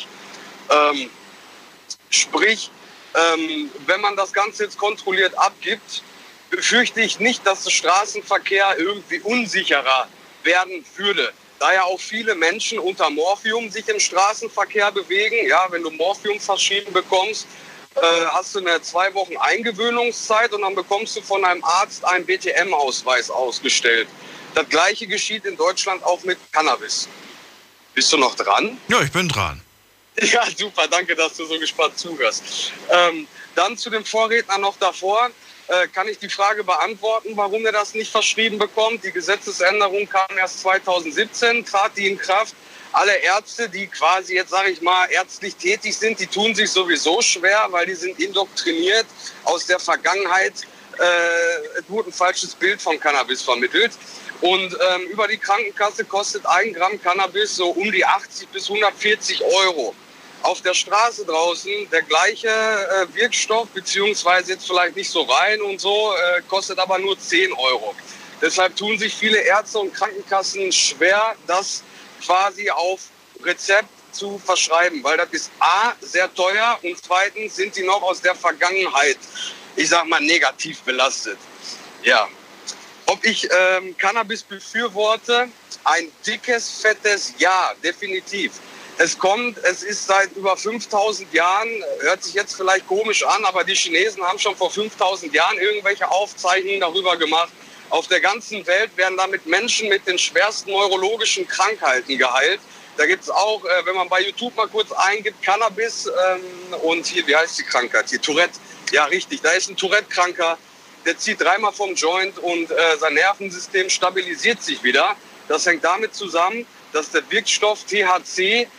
Sprich, wenn man das Ganze jetzt kontrolliert abgibt, befürchte ich nicht, dass der Straßenverkehr irgendwie unsicherer werden würde. Da ja auch viele Menschen unter Morphium sich im Straßenverkehr bewegen. Ja, wenn du Morphium verschrieben bekommst, hast du eine 2 Wochen Eingewöhnungszeit und dann bekommst du von einem Arzt einen BTM-Ausweis ausgestellt. Das Gleiche geschieht in Deutschland auch mit Cannabis. Bist du noch dran? Ja, ich bin dran. Ja, super, danke, dass du so gespannt zuhörst. Dann zu dem Vorredner noch davor. Kann ich die Frage beantworten, warum er das nicht verschrieben bekommt. Die Gesetzesänderung kam erst 2017, trat die in Kraft. Alle Ärzte, die quasi jetzt, sage ich mal, ärztlich tätig sind, die tun sich sowieso schwer, weil die sind indoktriniert aus der Vergangenheit. Es wurde ein falsches Bild von Cannabis vermittelt. Und über die Krankenkasse kostet 1 Gramm Cannabis so um die 80 bis 140 Euro. Auf der Straße draußen der gleiche Wirkstoff, beziehungsweise jetzt vielleicht nicht so rein und so, kostet aber nur 10 Euro. Deshalb tun sich viele Ärzte und Krankenkassen schwer, das quasi auf Rezept zu verschreiben, weil das ist A, sehr teuer und zweitens sind die noch aus der Vergangenheit, ich sag mal, negativ belastet. Ja. Ob ich Cannabis befürworte? Ein dickes, fettes Ja, definitiv. Es ist seit über 5000 Jahren, hört sich jetzt vielleicht komisch an, aber die Chinesen haben schon vor 5000 Jahren irgendwelche Aufzeichnungen darüber gemacht. Auf der ganzen Welt werden damit Menschen mit den schwersten neurologischen Krankheiten geheilt. Da gibt es auch, wenn man bei YouTube mal kurz eingibt, Cannabis und hier, wie heißt die Krankheit? Hier, Tourette. Ja, richtig, da ist ein Tourette-Kranker, der zieht 3-mal vom Joint und sein Nervensystem stabilisiert sich wieder. Das hängt damit zusammen, dass der Wirkstoff THC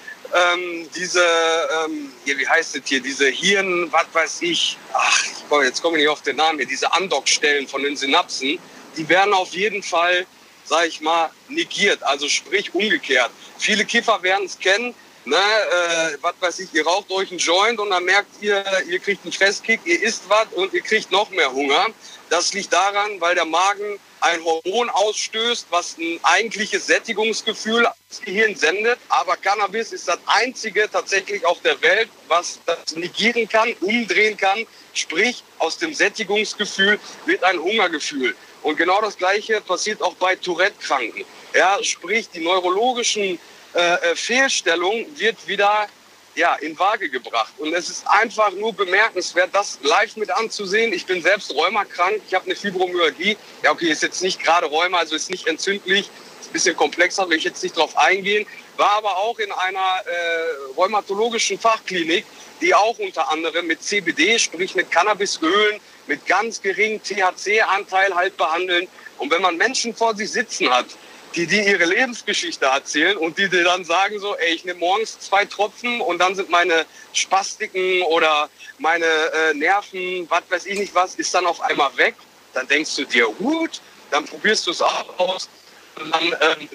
wie heißt das hier, diese Hirn, was weiß ich, jetzt komme ich nicht auf den Namen hier, diese Andockstellen von den Synapsen, die werden auf jeden Fall, sag ich mal, negiert, also sprich umgekehrt. Viele Kiffer werden es kennen, was weiß ich, ihr raucht euch einen Joint und dann merkt ihr kriegt einen Fresskick, ihr isst was und ihr kriegt noch mehr Hunger. Das liegt daran, weil der Magen ein Hormon ausstößt, was ein eigentliches Sättigungsgefühl ans Gehirn sendet. Aber Cannabis ist das einzige tatsächlich auf der Welt, was das negieren kann, umdrehen kann. Sprich, aus dem Sättigungsgefühl wird ein Hungergefühl. Und genau das Gleiche passiert auch bei Tourette-Kranken. Ja, sprich, die neurologischen Fehlstellungen wird wieder in Waage gebracht. Und es ist einfach nur bemerkenswert, das live mit anzusehen. Ich bin selbst rheumakrank, ich habe eine Fibromyalgie. Ja, okay, ist jetzt nicht gerade Rheuma, also ist nicht entzündlich, ist ein bisschen komplexer, will ich jetzt nicht drauf eingehen. War aber auch in einer rheumatologischen Fachklinik, die auch unter anderem mit CBD, sprich mit Cannabisölen, mit ganz geringem THC-Anteil halt behandeln. Und wenn man Menschen vor sich sitzen hat, die ihre Lebensgeschichte erzählen und die dir dann sagen so, ey, ich nehme morgens 2 Tropfen und dann sind meine Spastiken oder meine Nerven, was weiß ich nicht was, ist dann auf einmal weg. Dann denkst du dir, gut, dann probierst du es auch aus und dann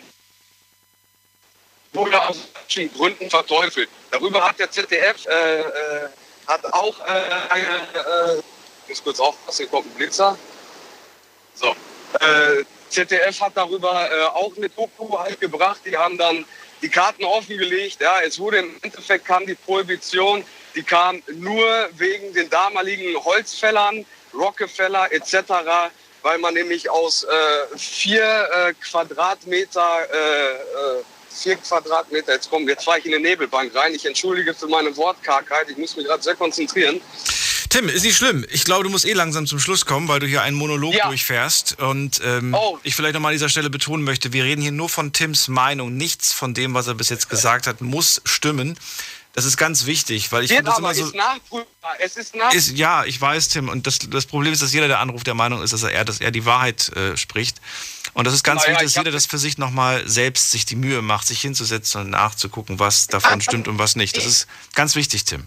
wurde aus verschiedenen Gründen verteufelt. Darüber hat der ZDF hat auch ich muss kurz aufpassen, hier kommt ein Blitzer. So, ZDF hat darüber auch eine Doku halt gebracht. Die haben dann die Karten offengelegt. Ja, es wurde im Endeffekt kam die Prohibition, die kam nur wegen den damaligen Holzfällern, Rockefeller etc., weil man nämlich aus 4 Quadratmeter, jetzt fahre ich in den Nebelbank rein. Ich entschuldige für meine Wortkargheit, ich muss mich gerade sehr konzentrieren. Tim, ist nicht schlimm. Ich glaube, du musst langsam zum Schluss kommen, weil du hier einen Monolog durchfährst. Und ich vielleicht nochmal an dieser Stelle betonen möchte, wir reden hier nur von Tims Meinung. Nichts von dem, was er bis jetzt gesagt hat, muss stimmen. Das ist ganz wichtig, weil ich finde das immer so... Ist nachprüfbar. Es ist nachprüfbar. Ja, ich weiß, Tim. Und das Problem ist, dass jeder, der anruft, der Meinung ist, dass er die Wahrheit spricht. Und das ist ganz wichtig, dass jeder das für sich nochmal selbst sich die Mühe macht, sich hinzusetzen und nachzugucken, was davon stimmt und was nicht. Das ist ganz wichtig, Tim.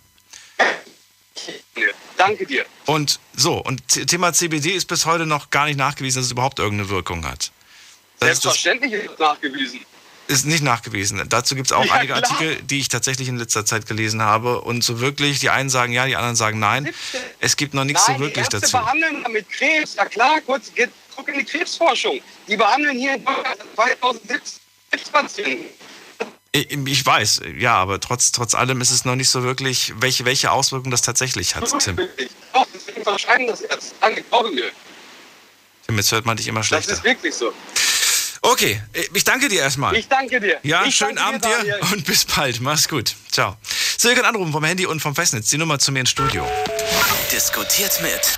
Danke dir. Und Thema CBD ist bis heute noch gar nicht nachgewiesen, dass es überhaupt irgendeine Wirkung hat. Selbstverständlich ist es nachgewiesen. Ist nicht nachgewiesen. Dazu gibt es auch einige Artikel, die ich tatsächlich in letzter Zeit gelesen habe. Und so wirklich, die einen sagen ja, die anderen sagen nein. Es gibt noch nichts so wirklich dazu. Die behandeln mit Krebs. Ja klar, guck in die Krebsforschung. Die behandeln hier in Deutschland 2017 Krebspatienten. Ich weiß, ja, aber trotz allem ist es noch nicht so wirklich, welche Auswirkungen das tatsächlich hat, Tim. Doch, deswegen verschreiben das Ärzte. Danke, glaube mir. Tim, jetzt hört man dich immer schlechter. Das ist wirklich so. Okay, ich danke dir erstmal. Ich danke dir. Ja, schönen Abend dir und bis bald. Mach's gut. Ciao. So, ihr könnt anrufen vom Handy und vom Festnetz. Die Nummer zu mir ins Studio. Diskutiert mit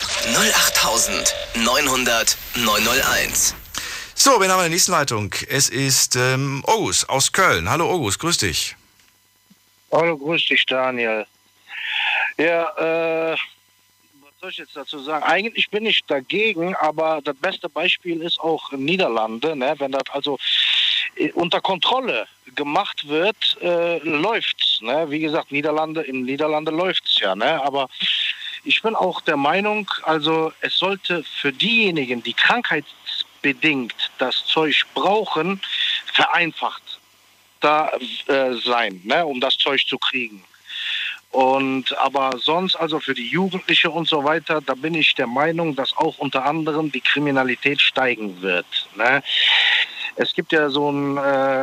08900 901. So, wir haben eine nächste Leitung. Es ist August aus Köln. Hallo August, grüß dich. Hallo, grüß dich Daniel. Ja, was soll ich jetzt dazu sagen? Eigentlich bin ich dagegen, aber das beste Beispiel ist auch Niederlande. Ne? Wenn das also unter Kontrolle gemacht wird, läuft's. Ne? Wie gesagt, in Niederlande läuft's ja. Ne? Aber ich bin auch der Meinung, also es sollte für diejenigen, die krankheitsbedingt das Zeug brauchen, vereinfacht da sein, ne? Um das Zeug zu kriegen. Aber sonst, also für die Jugendliche und so weiter, da bin ich der Meinung, dass auch unter anderem die Kriminalität steigen wird. Ne? Es gibt ja so ein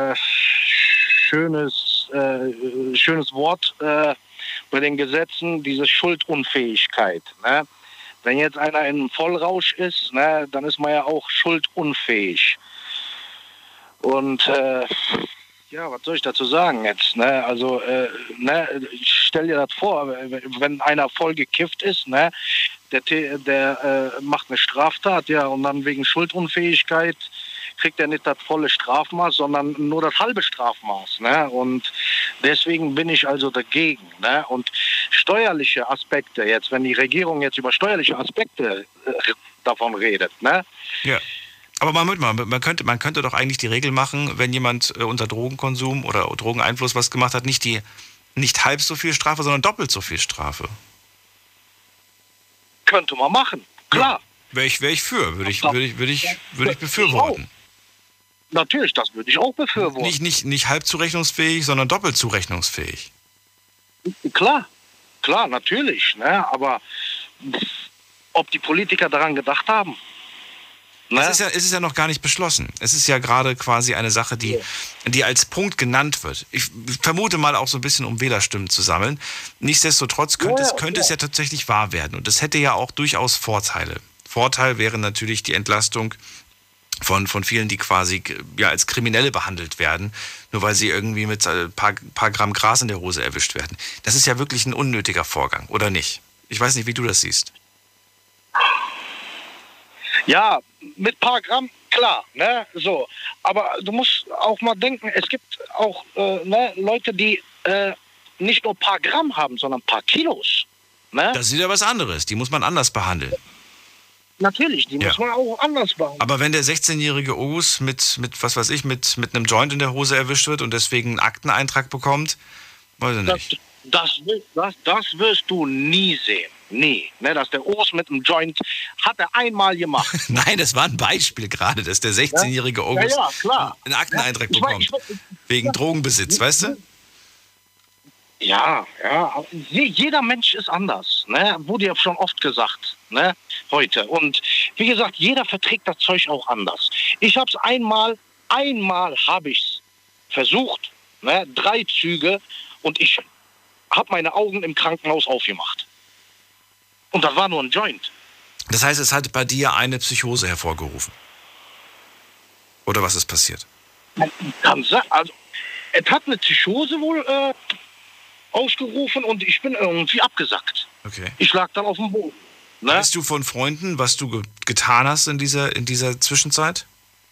schönes Wort bei den Gesetzen, diese Schuldunfähigkeit. Ne? Wenn jetzt einer in einem Vollrausch ist, ne, dann ist man ja auch schuldunfähig. Und ja, was soll ich dazu sagen jetzt? Ne? Also, ich stell dir das vor, wenn einer voll gekifft ist, ne, der macht eine Straftat, ja, und dann wegen Schuldunfähigkeit kriegt er nicht das volle Strafmaß, sondern nur das halbe Strafmaß. Ne? Und deswegen bin ich also dagegen. Ne? Und steuerliche Aspekte, jetzt, wenn die Regierung jetzt über steuerliche Aspekte davon redet, ne? Ja. Aber man könnte doch eigentlich die Regel machen, wenn jemand unter Drogenkonsum oder Drogeneinfluss was gemacht hat, nicht halb so viel Strafe, sondern doppelt so viel Strafe. Könnte man machen, klar. Ja, wäre ich für, würde ich befürworten. Natürlich, das würde ich auch befürworten. Nicht halb zurechnungsfähig, sondern doppelt zurechnungsfähig. Klar, natürlich, ne? Aber ob die Politiker daran gedacht haben. Ne? Es ist ja noch gar nicht beschlossen. Es ist ja gerade quasi eine Sache, die als Punkt genannt wird. Ich vermute mal auch so ein bisschen, um Wählerstimmen zu sammeln. Nichtsdestotrotz könnte es ja tatsächlich wahr werden. Und das hätte ja auch durchaus Vorteile. Vorteil wäre natürlich die Entlastung von vielen, die quasi als Kriminelle behandelt werden, nur weil sie irgendwie mit ein paar Gramm Gras in der Hose erwischt werden. Das ist ja wirklich ein unnötiger Vorgang, oder nicht? Ich weiß nicht, wie du das siehst. Ja, mit paar Gramm, klar, ne, so. Aber du musst auch mal denken, es gibt auch Leute, die nicht nur ein paar Gramm haben, sondern ein paar Kilos. Ne? Das ist ja was anderes, die muss man anders behandeln. Natürlich, die muss man auch anders behandeln. Aber wenn der 16-jährige Ogus mit was weiß ich, mit einem Joint in der Hose erwischt wird und deswegen einen Akteneintrag bekommt, weiß ich nicht. Das wirst du nie sehen. Nie. Ne, dass der Ogus mit dem Joint hat er einmal gemacht. Nein, das war ein Beispiel gerade, dass der 16-jährige Ogus einen Akteneintrag bekommt. Wegen Drogenbesitz, weißt du? Ja. Jeder Mensch ist anders. Ne? Wurde ja schon oft gesagt, ne? Heute. Und wie gesagt, jeder verträgt das Zeug auch anders. Ich habe es einmal habe ich es versucht, ne? 3 Züge, und ich habe meine Augen im Krankenhaus aufgemacht. Und das war nur ein Joint. Das heißt, es hat bei dir eine Psychose hervorgerufen. Oder was ist passiert? Also, es hat eine Psychose wohl ausgerufen und ich bin irgendwie abgesackt. Okay. Ich lag dann auf dem Boden. Ne? Weißt du von Freunden, was du getan hast in dieser Zwischenzeit?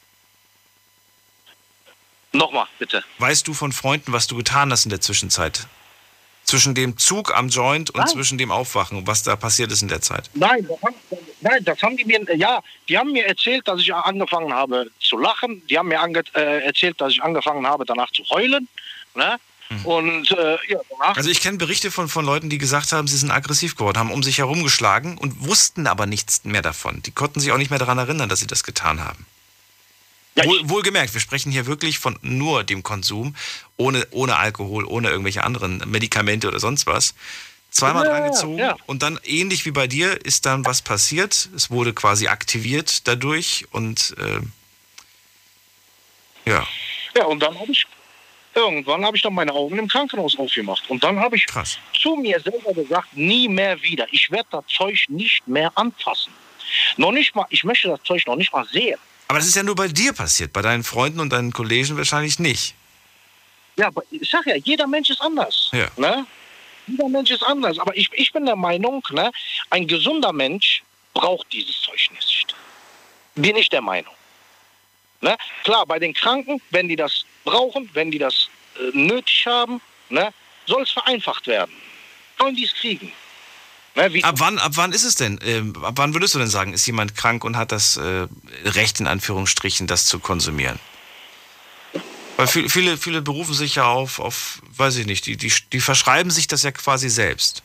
Nochmal, bitte. Weißt du von Freunden, was du getan hast in der Zwischenzeit? Zwischen dem Zug am Joint und zwischen dem Aufwachen, was da passiert ist in der Zeit? Nein, das haben die mir, die haben mir erzählt, dass ich angefangen habe zu lachen. Die haben mir erzählt, dass ich angefangen habe, danach zu heulen. Ne? Und danach. Also ich kenne Berichte von Leuten, die gesagt haben, sie sind aggressiv geworden, haben um sich herum geschlagen und wussten aber nichts mehr davon. Die konnten sich auch nicht mehr daran erinnern, dass sie das getan haben. Ja, wohlgemerkt, wir sprechen hier wirklich von nur dem Konsum, ohne Alkohol, ohne irgendwelche anderen Medikamente oder sonst was. Zweimal dran gezogen und dann ähnlich wie bei dir ist dann was passiert. Es wurde quasi aktiviert dadurch und Ja, und dann irgendwann habe ich dann meine Augen im Krankenhaus aufgemacht. Und dann habe ich zu mir selber gesagt, nie mehr wieder. Ich werde das Zeug nicht mehr anfassen. Noch nicht mal, ich möchte das Zeug noch nicht mal sehen. Aber das ist ja nur bei dir passiert, bei deinen Freunden und deinen Kollegen wahrscheinlich nicht. Ja, aber ich sag ja, jeder Mensch ist anders. Ja. Ne? Jeder Mensch ist anders. Aber ich bin der Meinung, ne, ein gesunder Mensch braucht dieses Zeug nicht. Bin ich der Meinung. Ne? Klar, bei den Kranken, wenn die das brauchen, wenn die das nötig haben, ne, soll es vereinfacht werden. Sollen die es kriegen. Ne, ab wann ist es denn? Ab wann würdest du denn sagen, ist jemand krank und hat das Recht, in Anführungsstrichen, das zu konsumieren? Weil viele berufen sich ja auf weiß ich nicht, die verschreiben sich das ja quasi selbst.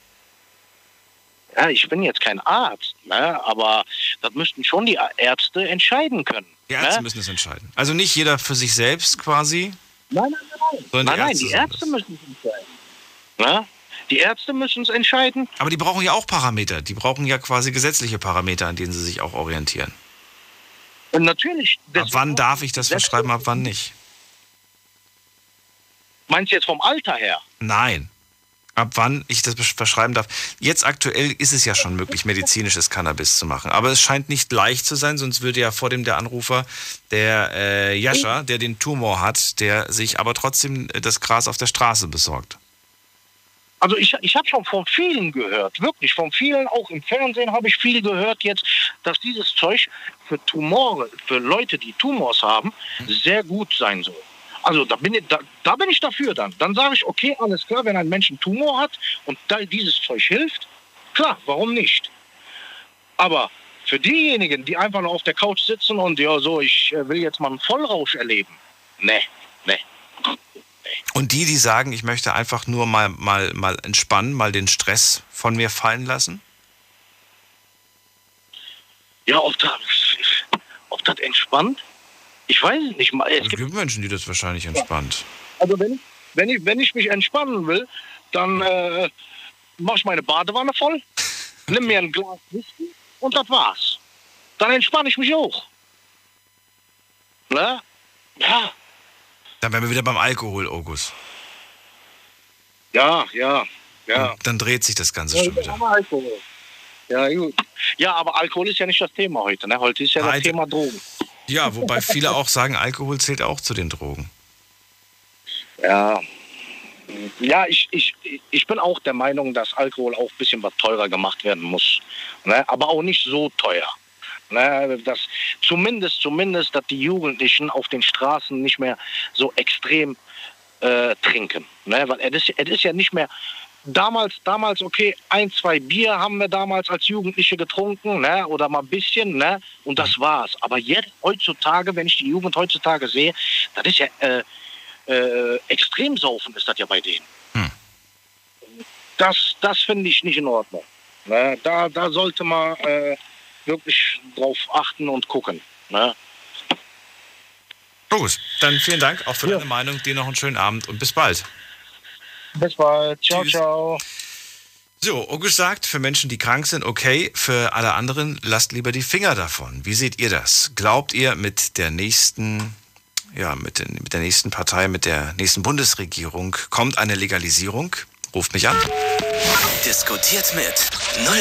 Ja, ich bin jetzt kein Arzt, ne, aber das müssten schon die Ärzte entscheiden können. Die Ärzte müssen es entscheiden. Also nicht jeder für sich selbst quasi? Nein. Die Ärzte müssen es entscheiden. Ne? Die Ärzte müssen es entscheiden. Aber die brauchen ja auch Parameter. Die brauchen ja quasi gesetzliche Parameter, an denen sie sich auch orientieren. Und natürlich. Ab wann darf ich das verschreiben, ab wann nicht? Meinst du jetzt vom Alter her? Nein. Ab wann ich das verschreiben darf. Jetzt aktuell ist es ja schon möglich, medizinisches Cannabis zu machen. Aber es scheint nicht leicht zu sein, sonst würde ja vor dem der Anrufer, der Jascha, der den Tumor hat, der sich aber trotzdem das Gras auf der Straße besorgt. Also ich habe schon von vielen gehört, wirklich von vielen, auch im Fernsehen habe ich viel gehört jetzt, dass dieses Zeug für Tumore, für Leute, die Tumors haben, sehr gut sein soll. Also da bin ich dafür dann. Dann sage ich, okay, alles klar, wenn ein Mensch einen Tumor hat und dieses Zeug hilft, klar, warum nicht? Aber für diejenigen, die einfach nur auf der Couch sitzen und ich will jetzt mal einen Vollrausch erleben, nee. Und die sagen, ich möchte einfach nur mal entspannen, mal den Stress von mir fallen lassen? Ja, ob das entspannt? Ich weiß es nicht mal. Es gibt Menschen, die das wahrscheinlich entspannt. Also wenn ich mich entspannen will, dann mache ich meine Badewanne voll, nimm mir ein Glas Whisky, und das war's. Dann entspanne ich mich auch. Ne? Ja. Dann wären wir wieder beim Alkohol, August. Ja. Und dann dreht sich das Ganze schon wieder. Alkohol. Ja, gut. Ja, aber Alkohol ist ja nicht das Thema heute. Ne? Heute ist ja das Thema Drogen. Ja, wobei viele auch sagen, Alkohol zählt auch zu den Drogen. Ja. Ja, ich bin auch der Meinung, dass Alkohol auch ein bisschen was teurer gemacht werden muss. Ne? Aber auch nicht so teuer. Ne? Dass zumindest, dass die Jugendlichen auf den Straßen nicht mehr so extrem trinken. Ne? Weil es ist ja nicht mehr... Damals, okay, 1, 2 Bier haben wir damals als Jugendliche getrunken, ne? Oder mal ein bisschen, ne? Und das war's. Aber jetzt, heutzutage, wenn ich die Jugend heutzutage sehe, das ist ja Extremsaufen ist das ja bei denen. Das finde ich nicht in Ordnung. Ne? Da sollte man wirklich drauf achten und gucken. Ne? Gut, dann vielen Dank auch für deine Meinung. Dir noch einen schönen Abend und bis bald. Bis bald. Ciao, Tschüss. ciao. So, August sagt, für Menschen, die krank sind, okay, für alle anderen, lasst lieber die Finger davon. Wie seht ihr das? Glaubt ihr mit der nächsten, mit der nächsten Partei, mit der nächsten Bundesregierung, kommt eine Legalisierung? Ruft mich an. Diskutiert mit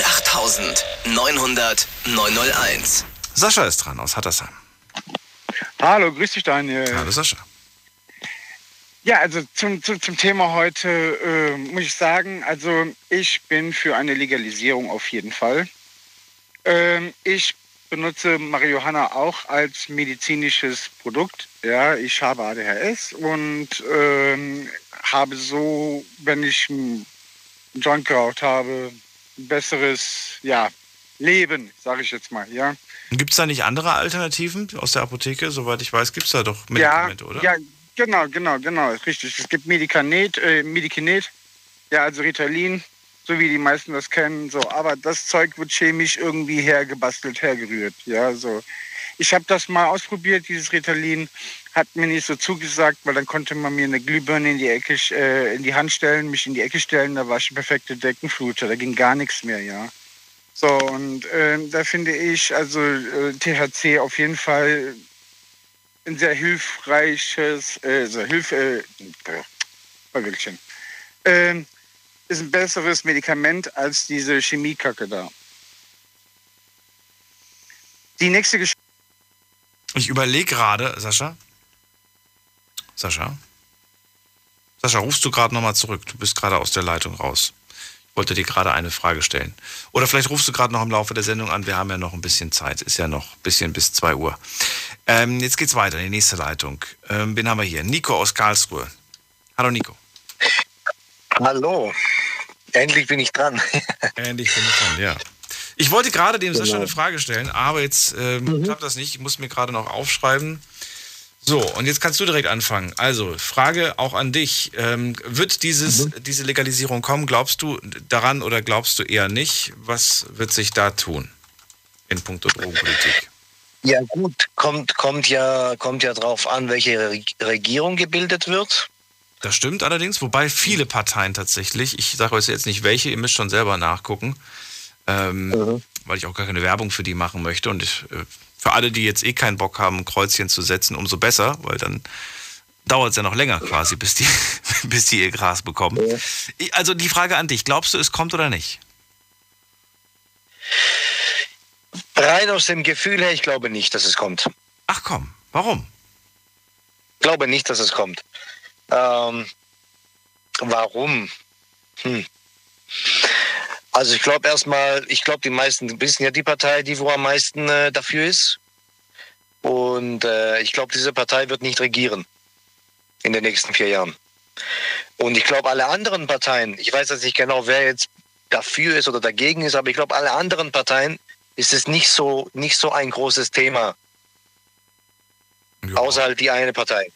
08900 901. Sascha ist dran aus Hattersheim. Hallo, grüß dich, Daniel. Hallo, Sascha. Ja, also zum Thema heute muss ich sagen, also ich bin für eine Legalisierung auf jeden Fall. Ich benutze Marihuana auch als medizinisches Produkt. Ja, ich habe ADHS und habe so, wenn ich einen Joint geraucht habe, ein besseres Leben, sage ich jetzt mal. Ja. Gibt es da nicht andere Alternativen aus der Apotheke? Soweit ich weiß, gibt es da doch Medikamente, oder? Ja, genau, richtig. Es gibt Medikinet, ja, also Ritalin, so wie die meisten das kennen. So, aber das Zeug wird chemisch irgendwie hergerührt. Ja, so. Ich habe das mal ausprobiert, dieses Ritalin, hat mir nicht so zugesagt, weil dann konnte man mir eine Glühbirne in die Hand stellen, mich in die Ecke stellen, da war ich ein perfekter Deckenfluter, da ging gar nichts mehr, ja. So, und da finde ich, also THC auf jeden Fall ein sehr hilfreiches, ist ein besseres Medikament als diese Chemiekacke da. Die nächste Geschichte. Ich überlege gerade, Sascha, rufst du gerade nochmal zurück? Du bist gerade aus der Leitung raus. Ich wollte dir gerade eine Frage stellen. Oder vielleicht rufst du gerade noch im Laufe der Sendung an. Wir haben ja noch ein bisschen Zeit. Ist ja noch ein bisschen bis 2 Uhr. Jetzt geht's weiter in die nächste Leitung. Wen haben wir hier? Nico aus Karlsruhe. Hallo, Nico. Hallo. Endlich bin ich dran. Endlich bin ich dran, ja. Ich wollte gerade dem Sascha eine Frage stellen, aber jetzt klappt das nicht. Ich muss mir gerade noch aufschreiben. So, und jetzt kannst du direkt anfangen. Also, Frage auch an dich. Wird diese Legalisierung kommen? Glaubst du daran oder glaubst du eher nicht? Was wird sich da tun in puncto Drogenpolitik? Ja gut, kommt ja drauf an, welche Regierung gebildet wird. Das stimmt allerdings, wobei viele Parteien tatsächlich, ich sage euch jetzt nicht welche, ihr müsst schon selber nachgucken, weil ich auch gar keine Werbung für die machen möchte. Und für alle, die jetzt keinen Bock haben, ein Kreuzchen zu setzen, umso besser, weil dann dauert es ja noch länger quasi, bis die ihr Gras bekommen. Ja. Also die Frage an dich, glaubst du, es kommt oder nicht? Rein aus dem Gefühl her, ich glaube nicht, dass es kommt. Ach komm, warum? Ich glaube nicht, dass es kommt. Warum? Also ich glaube die meisten wissen ja die Partei, die wo am meisten dafür ist. Und ich glaube, diese Partei wird nicht regieren in den nächsten 4 Jahren. Und ich glaube, alle anderen Parteien, ich weiß jetzt nicht genau, wer jetzt dafür ist oder dagegen ist, aber ich glaube, alle anderen Parteien ist es nicht so ein großes Thema. Ja. Außer halt die eine Partei.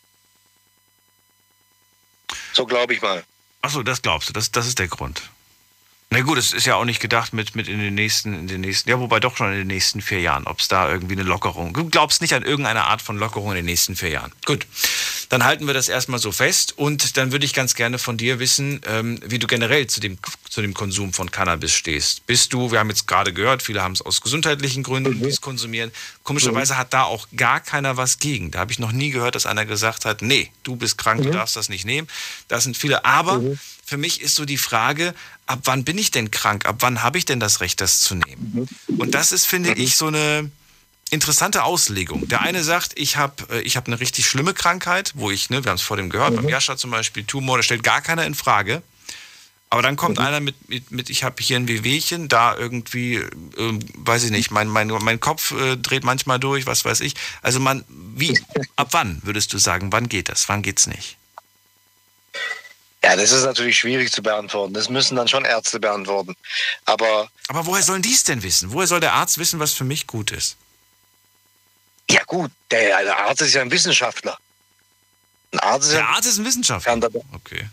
So glaube ich mal. Achso, das glaubst du, das ist der Grund. Na gut, es ist ja auch nicht gedacht mit in den nächsten, ja, wobei doch schon in den nächsten 4 Jahren, ob es da irgendwie eine Lockerung, du glaubst nicht an irgendeine Art von Lockerung in den nächsten 4 Jahren. Gut, Dann halten wir das erstmal so fest und dann würde ich ganz gerne von dir wissen, wie du generell zu dem Konsum von Cannabis stehst. Bist du, wir haben jetzt gerade gehört, viele haben es aus gesundheitlichen Gründen, die es konsumieren. Komischerweise hat da auch gar keiner was gegen. Da habe ich noch nie gehört, dass einer gesagt hat, nee, du bist krank, du darfst das nicht nehmen. Das sind viele. Aber für mich ist so die Frage, ab wann bin ich denn krank? Ab wann habe ich denn das Recht, das zu nehmen? Und das ist, finde ich, so eine interessante Auslegung. Der eine sagt, ich hab eine richtig schlimme Krankheit, wo ich, wir haben es vor dem gehört, beim Jascha zum Beispiel, Tumor, da stellt gar keiner in Frage. Aber dann kommt einer mit ich habe hier ein Wehwehchen, da irgendwie, weiß ich nicht, mein Kopf dreht manchmal durch, was weiß ich. Also ab wann würdest du sagen, wann geht das, wann geht's nicht? Ja, das ist natürlich schwierig zu beantworten. Das müssen dann schon Ärzte beantworten. Aber woher sollen die es denn wissen? Woher soll der Arzt wissen, was für mich gut ist? Ja gut, der Arzt ist ja ein Wissenschaftler. Der Arzt ist ein Wissenschaftler? Okay.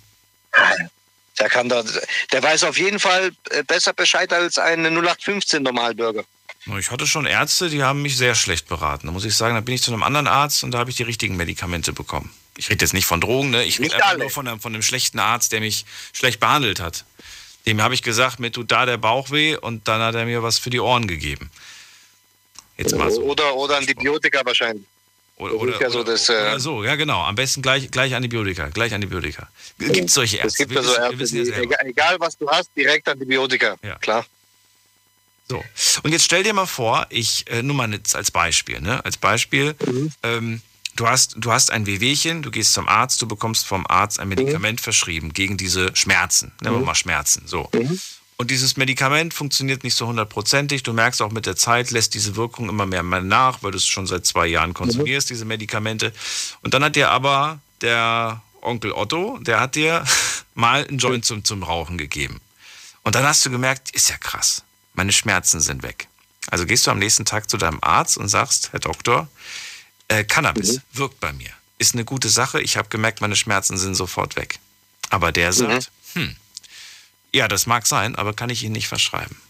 Der weiß auf jeden Fall besser Bescheid als ein 0815 Normalbürger. Ich hatte schon Ärzte, die haben mich sehr schlecht beraten. Da muss ich sagen, da bin ich zu einem anderen Arzt und da habe ich die richtigen Medikamente bekommen. Ich rede jetzt nicht von Drogen, ne? Ich rede einfach nur von einem schlechten Arzt, der mich schlecht behandelt hat. Dem habe ich gesagt, mir tut da der Bauch weh und dann hat er mir was für die Ohren gegeben. Jetzt mal so. Oder Antibiotika wahrscheinlich. Oder so, ja genau. Am besten gleich Antibiotika. Gibt es solche Ärzte? Es gibt egal was du hast, direkt Antibiotika. Ja. Klar. So. Und jetzt stell dir mal vor, nur mal jetzt als Beispiel, ne? Als Beispiel, du hast ein Wehwehchen, du gehst zum Arzt, du bekommst vom Arzt ein Medikament verschrieben gegen diese Schmerzen. Nehmen wir mal Schmerzen. So. Und dieses Medikament funktioniert nicht so 100%. Du merkst auch mit der Zeit, lässt diese Wirkung immer mehr nach, weil du es schon seit 2 Jahren konsumierst, diese Medikamente. Und dann hat dir aber der Onkel Otto, der hat dir mal einen Joint zum Rauchen gegeben. Und dann hast du gemerkt, ist ja krass, meine Schmerzen sind weg. Also gehst du am nächsten Tag zu deinem Arzt und sagst, Herr Doktor, Cannabis wirkt bei mir. Ist eine gute Sache, ich habe gemerkt, meine Schmerzen sind sofort weg. Aber der sagt, ja, das mag sein, aber kann ich Ihnen nicht verschreiben.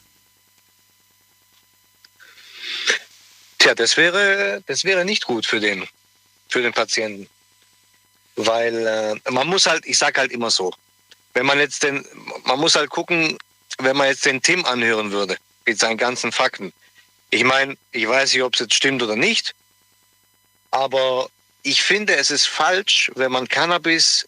Tja, das wäre nicht gut für den Patienten. Weil man muss halt, ich sag halt immer so, man muss halt gucken, wenn man jetzt den Tim anhören würde, mit seinen ganzen Fakten. Ich meine, ich weiß nicht, ob es jetzt stimmt oder nicht, aber ich finde, es ist falsch, wenn man Cannabis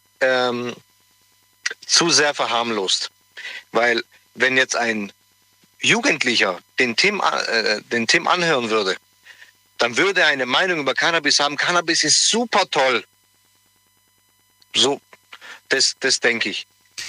zu sehr verharmlost. Weil wenn jetzt ein Jugendlicher den Tim anhören würde, dann würde er eine Meinung über Cannabis haben, Cannabis ist super toll. So, das denke ich.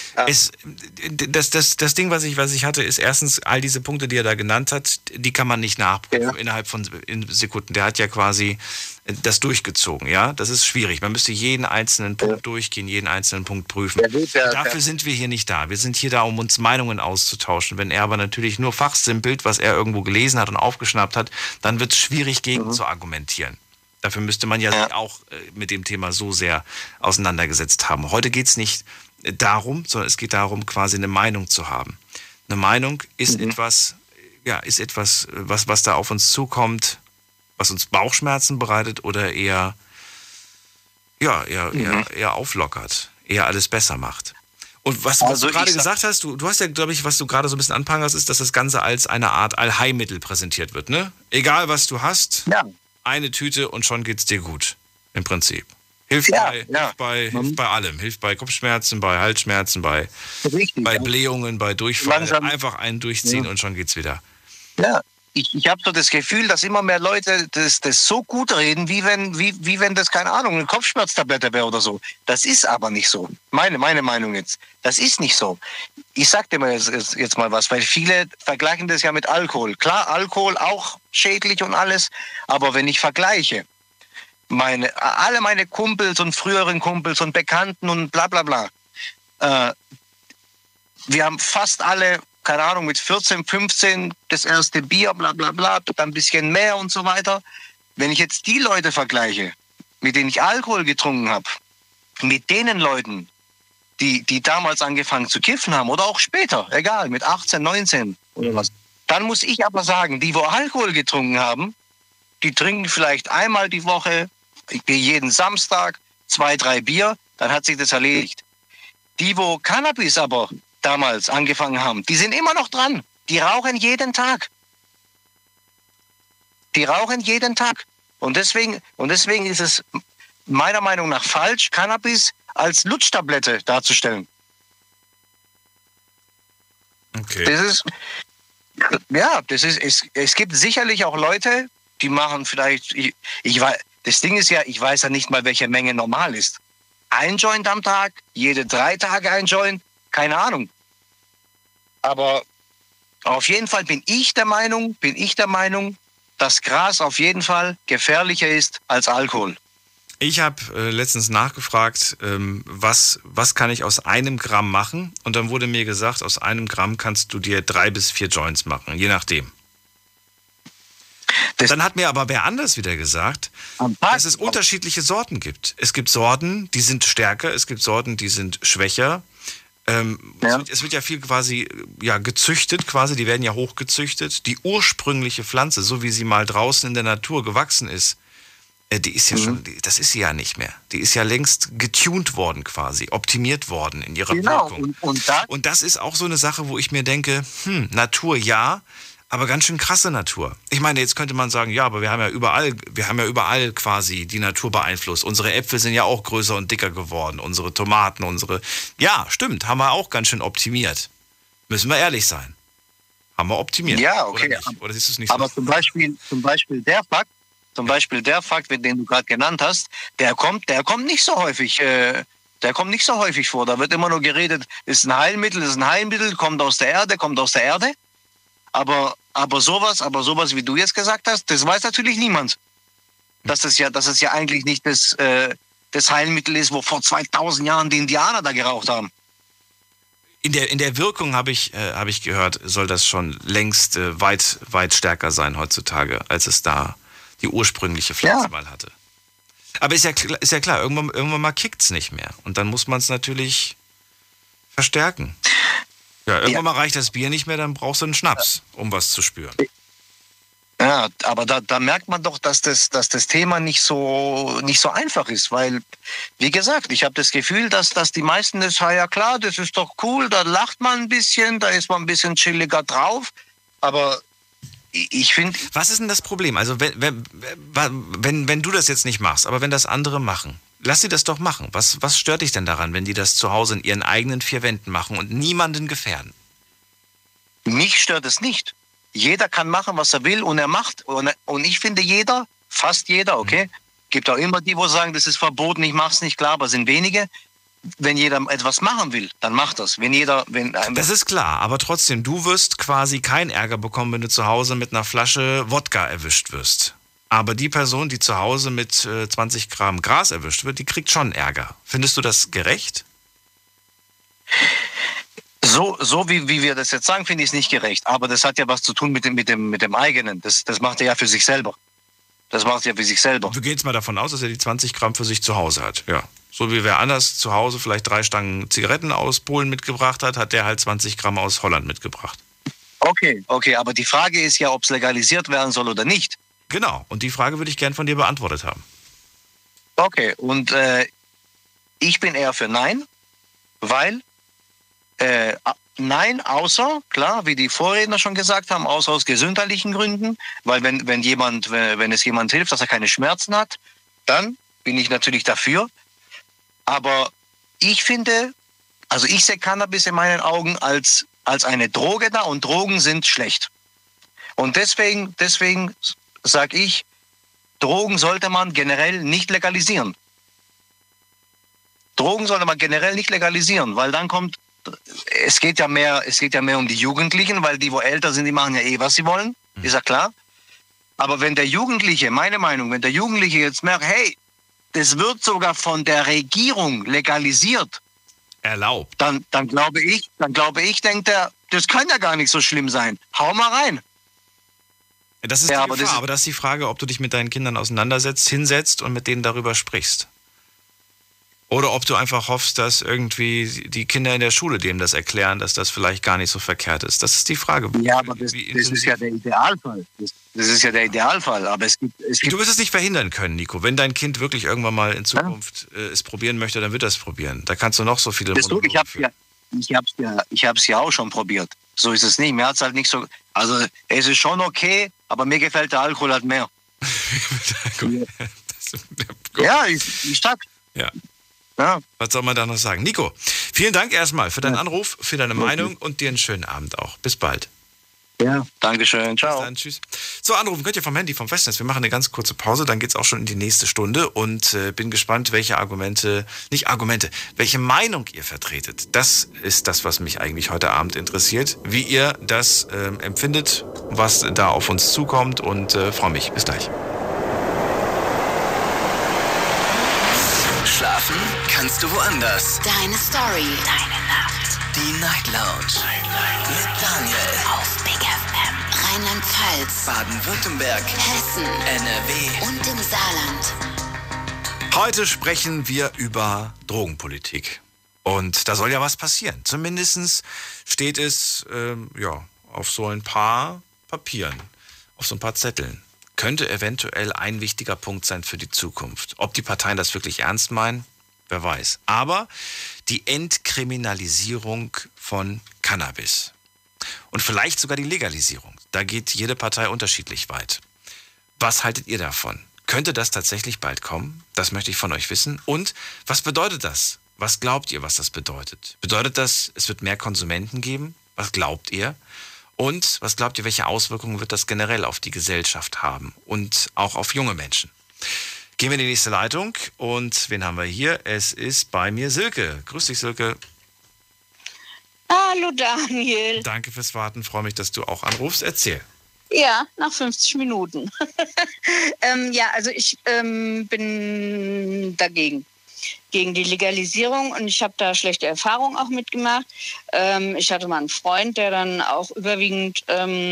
Das Ding, was ich hatte, ist erstens, all diese Punkte, die er da genannt hat, die kann man nicht nachprüfen innerhalb von Sekunden. Der hat ja quasi das durchgezogen, ja. Das ist schwierig. Man müsste jeden einzelnen Punkt durchgehen, jeden einzelnen Punkt prüfen. Dafür sind wir hier nicht da. Wir sind hier da, um uns Meinungen auszutauschen. Wenn er aber natürlich nur fachsimpelt, was er irgendwo gelesen hat und aufgeschnappt hat, dann wird es schwierig, gegen zu argumentieren. Dafür müsste man ja sich auch mit dem Thema so sehr auseinandergesetzt haben. Heute geht es nicht darum, sondern es geht darum, quasi eine Meinung zu haben. Eine Meinung ist etwas, was da auf uns zukommt, was uns Bauchschmerzen bereitet oder eher auflockert, eher alles besser macht. Und was du gerade gesagt hast, du hast ja, glaube ich, was du gerade so ein bisschen anprangerst, ist, dass das Ganze als eine Art Allheilmittel präsentiert wird, ne? Egal, was du hast, eine Tüte und schon geht's dir gut, im Prinzip. Hilft bei allem. Hilft bei Kopfschmerzen, bei Halsschmerzen, bei Blähungen, bei Durchfall. Einfach einen durchziehen und schon geht's wieder. Ja, ich habe so das Gefühl, dass immer mehr Leute das so gut reden, wie wenn das, keine Ahnung, eine Kopfschmerztablette wäre oder so. Das ist aber nicht so. Meine Meinung jetzt. Das ist nicht so. Ich sag dir mal jetzt mal was, weil viele vergleichen das ja mit Alkohol. Klar, Alkohol auch schädlich und alles, aber wenn ich vergleiche, alle meine Kumpels und früheren Kumpels und Bekannten und bla bla bla. Wir haben fast alle, keine Ahnung, mit 14, 15 das erste Bier, bla bla bla, dann ein bisschen mehr und so weiter. Wenn ich jetzt die Leute vergleiche, mit denen ich Alkohol getrunken habe, mit denen Leuten, die damals angefangen zu kiffen haben oder auch später, egal, mit 18, 19 oder was, dann muss ich aber sagen, die, wo Alkohol getrunken haben, die trinken vielleicht einmal die Woche, jeden Samstag, 2, 3 Bier, dann hat sich das erledigt. Die, wo Cannabis aber damals angefangen haben, die sind immer noch dran. Die rauchen jeden Tag. Die rauchen jeden Tag. Und deswegen ist es meiner Meinung nach falsch, Cannabis als Lutschtablette darzustellen. Okay. Es gibt sicherlich auch Leute, die machen vielleicht, das Ding ist ja, ich weiß ja nicht mal, welche Menge normal ist. Ein Joint am Tag, jede 3 Tage ein Joint, keine Ahnung. Aber auf jeden Fall bin ich der Meinung, dass Gras auf jeden Fall gefährlicher ist als Alkohol. Ich habe letztens nachgefragt, was kann ich aus 1 Gramm machen? Und dann wurde mir gesagt, aus 1 Gramm kannst du dir 3 bis 4 Joints machen, je nachdem. Dann hat mir aber wer anders wieder gesagt, dass es unterschiedliche Sorten gibt. Es gibt Sorten, die sind stärker, es gibt Sorten, die sind schwächer. Es wird ja viel quasi gezüchtet, quasi, die werden ja hochgezüchtet. Die ursprüngliche Pflanze, so wie sie mal draußen in der Natur gewachsen ist, die ist ja schon, das ist sie ja nicht mehr. Die ist ja längst getuned worden quasi, optimiert worden in ihrer Wirkung. Und das ist auch so eine Sache, wo ich mir denke, Natur ja, aber ganz schön krasse Natur. Ich meine, jetzt könnte man sagen, ja, aber wir haben ja überall quasi die Natur beeinflusst. Unsere Äpfel sind ja auch größer und dicker geworden. Unsere Tomaten, ja, stimmt, haben wir auch ganz schön optimiert. Müssen wir ehrlich sein. Haben wir optimiert. Ja, okay. Oder siehst du es nicht aber so? zum Beispiel der Fakt, den du gerade genannt hast, der kommt nicht so häufig. Der kommt nicht so häufig vor. Da wird immer nur geredet, ist ein Heilmittel, kommt aus der Erde. Aber sowas, wie du jetzt gesagt hast, das weiß natürlich niemand. Dass es ja eigentlich nicht das Heilmittel ist, wo vor 2000 Jahren die Indianer da geraucht haben. In der Wirkung habe ich gehört, soll das schon längst weit stärker sein heutzutage, als es da die ursprüngliche Pflanze mal hatte. Aber ist ja klar, irgendwann mal kickt's nicht mehr. Und dann muss man es natürlich verstärken. Ja, irgendwann mal reicht das Bier nicht mehr, dann brauchst du einen Schnaps, um was zu spüren. Ja, aber da merkt man doch, dass das Thema nicht so einfach ist, weil, wie gesagt, ich habe das Gefühl, dass die meisten das, ja klar, das ist doch cool, da lacht man ein bisschen, da ist man ein bisschen chilliger drauf, aber ich finde... Was ist denn das Problem? Also wenn du das jetzt nicht machst, aber wenn das andere machen, lass sie das doch machen. Was stört dich denn daran, wenn die das zu Hause in ihren eigenen 4 Wänden machen und niemanden gefährden? Mich stört es nicht. Jeder kann machen, was er will und er macht. Und ich finde fast jeder, okay? Gibt auch immer die, wo sagen, das ist verboten, ich mach's nicht, klar, aber sind wenige. Wenn jeder etwas machen will, dann macht das. Das ist klar, aber trotzdem, du wirst quasi keinen Ärger bekommen, wenn du zu Hause mit einer Flasche Wodka erwischt wirst. Aber die Person, die zu Hause mit 20 Gramm Gras erwischt wird, die kriegt schon Ärger. Findest du das gerecht? So wie wir das jetzt sagen, finde ich es nicht gerecht. Aber das hat ja was zu tun mit dem eigenen. Das macht er ja für sich selber. Wir gehen jetzt mal davon aus, dass er die 20 Gramm für sich zu Hause hat. Ja. So wie wer anders zu Hause vielleicht 3 Stangen Zigaretten aus Polen mitgebracht hat der halt 20 Gramm aus Holland mitgebracht. Okay, aber die Frage ist ja, ob es legalisiert werden soll oder nicht. Genau, und die Frage würde ich gern von dir beantwortet haben. Okay, und ich bin eher für Nein, weil Nein, außer, klar, wie die Vorredner schon gesagt haben, außer aus gesundheitlichen Gründen, weil wenn es jemand hilft, dass er keine Schmerzen hat, dann bin ich natürlich dafür. Aber ich finde, also ich sehe Cannabis in meinen Augen als eine Droge da und Drogen sind schlecht. Und deswegen sage ich, Drogen sollte man generell nicht legalisieren. Weil dann kommt, es geht ja mehr um die Jugendlichen, weil die, wo älter sind, die machen ja was sie wollen, ist ja klar. Aber wenn der Jugendliche jetzt merkt, hey, das wird sogar von der Regierung legalisiert, erlaubt, dann glaube ich, denkt er, das kann ja gar nicht so schlimm sein. Hau mal rein. Das ist die Gefahr, aber das ist die Frage, ob du dich mit deinen Kindern auseinandersetzt, hinsetzt und mit denen darüber sprichst. Oder ob du einfach hoffst, dass irgendwie die Kinder in der Schule dem das erklären, dass das vielleicht gar nicht so verkehrt ist. Das ist die Frage. Ja, aber das ist ja der Idealfall. Das ist ja der Idealfall. Aber es gibt Du wirst es nicht verhindern können, Nico. Wenn dein Kind wirklich irgendwann mal in Zukunft es probieren möchte, dann wird er es probieren. Da kannst du noch so viele Monologe führen. Ich hab's ja auch schon probiert. So ist es nicht. Mir hat's halt nicht so. Also es ist schon okay, aber mir gefällt der Alkohol halt mehr. Ja, ich sag. Ja. Was soll man da noch sagen? Nico, vielen Dank erstmal für deinen Anruf, für deine Meinung und dir einen schönen Abend auch. Bis bald. Ja, dankeschön. Ciao. Bis dann, tschüss. So, anrufen könnt ihr vom Handy, vom Festnetz. Wir machen eine ganz kurze Pause, dann geht's auch schon in die nächste Stunde und bin gespannt, welche Meinung ihr vertretet. Das ist das, was mich eigentlich heute Abend interessiert. Wie ihr das empfindet, was da auf uns zukommt und freue mich. Bis gleich. Schlafen kannst du woanders. Deine Story. Deine Nacht. Die Night Lounge. Mit Daniel. Auf Big FM. Rheinland-Pfalz. Baden-Württemberg. Hessen. NRW. Und im Saarland. Heute sprechen wir über Drogenpolitik. Und da soll ja was passieren. Zumindest steht es auf so ein paar Papieren, auf so ein paar Zetteln. Könnte eventuell ein wichtiger Punkt sein für die Zukunft. Ob die Parteien das wirklich ernst meinen, wer weiß. Aber die Entkriminalisierung von Cannabis. Und vielleicht sogar die Legalisierung. Da geht jede Partei unterschiedlich weit. Was haltet ihr davon? Könnte das tatsächlich bald kommen? Das möchte ich von euch wissen. Und was bedeutet das? Was glaubt ihr, was das bedeutet? Bedeutet das, es wird mehr Konsumenten geben? Was glaubt ihr? Und was glaubt ihr, welche Auswirkungen wird das generell auf die Gesellschaft haben und auch auf junge Menschen? Gehen wir in die nächste Leitung und wen haben wir hier? Es ist bei mir Silke. Grüß dich, Silke. Hallo Daniel. Danke fürs Warten, freue mich, dass du auch anrufst. Erzähl. Ja, nach 50 Minuten. Also ich bin dagegen. Gegen die Legalisierung und ich habe da schlechte Erfahrungen auch mitgemacht. Ich hatte mal einen Freund, der dann auch überwiegend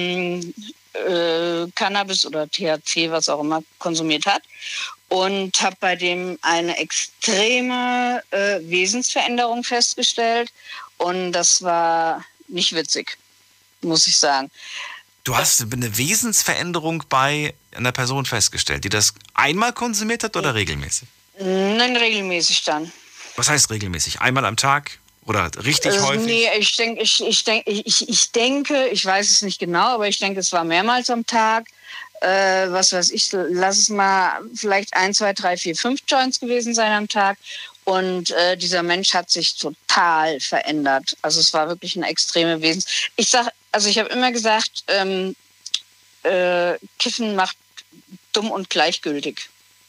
Cannabis oder THC, was auch immer, konsumiert hat und habe bei dem eine extreme Wesensveränderung festgestellt und das war nicht witzig, muss ich sagen. Du hast eine Wesensveränderung bei einer Person festgestellt, die das einmal konsumiert hat oder regelmäßig? Nein, regelmäßig dann. Was heißt regelmäßig? Einmal am Tag oder richtig häufig? Nee, ich denke, ich weiß es nicht genau, aber ich denke, es war mehrmals am Tag. Was weiß ich, lass es mal vielleicht 1, 2, 3, 4, 5 Joints gewesen sein am Tag. Und dieser Mensch hat sich total verändert. Also es war wirklich eine extreme Wesen. Ich habe immer gesagt, Kiffen macht dumm und gleichgültig.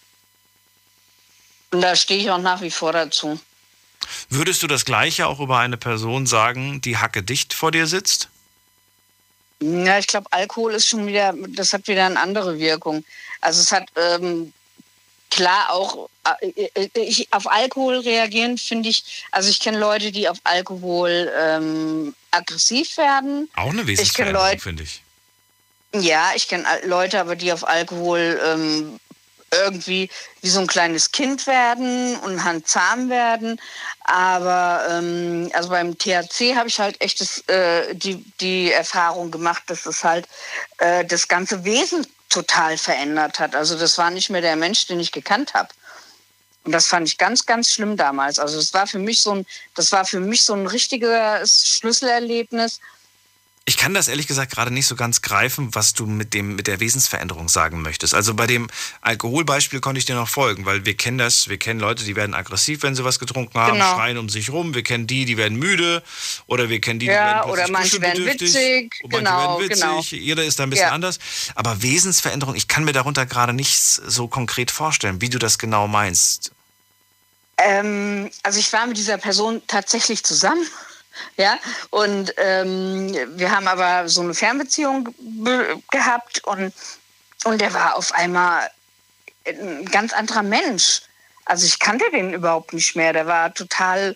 Und da stehe ich auch nach wie vor dazu. Würdest du das Gleiche auch über eine Person sagen, die hackedicht vor dir sitzt? Ja, ich glaube, Alkohol ist schon wieder, das hat wieder eine andere Wirkung. Also es hat klar auch, auf Alkohol reagieren finde ich, also ich kenne Leute, die auf Alkohol aggressiv werden. Auch eine Wesensveränderung, finde ich. Ja, ich kenne Leute, aber die auf Alkohol irgendwie wie so ein kleines Kind werden und handzahm werden. Aber also beim THC habe ich halt echt die Erfahrung gemacht, dass es halt das ganze Wesen total verändert hat. Also das war nicht mehr der Mensch, den ich gekannt habe. Und das fand ich ganz, ganz schlimm damals. Also das war für mich so ein richtiges Schlüsselerlebnis. Ich kann das ehrlich gesagt gerade nicht so ganz greifen, was du mit der Wesensveränderung sagen möchtest. Also bei dem Alkoholbeispiel konnte ich dir noch folgen, weil wir kennen Leute, die werden aggressiv, wenn sie was getrunken haben, genau, schreien um sich rum. Wir kennen die werden müde oder wir kennen die werden oder manche werden witzig. Genau. Jeder ist da ein bisschen anders. Aber Wesensveränderung, ich kann mir darunter gerade nichts so konkret vorstellen, wie du das genau meinst. Also ich war mit dieser Person tatsächlich zusammen. Ja, und wir haben aber so eine Fernbeziehung gehabt und der war auf einmal ein ganz anderer Mensch. Also ich kannte den überhaupt nicht mehr. Der war total,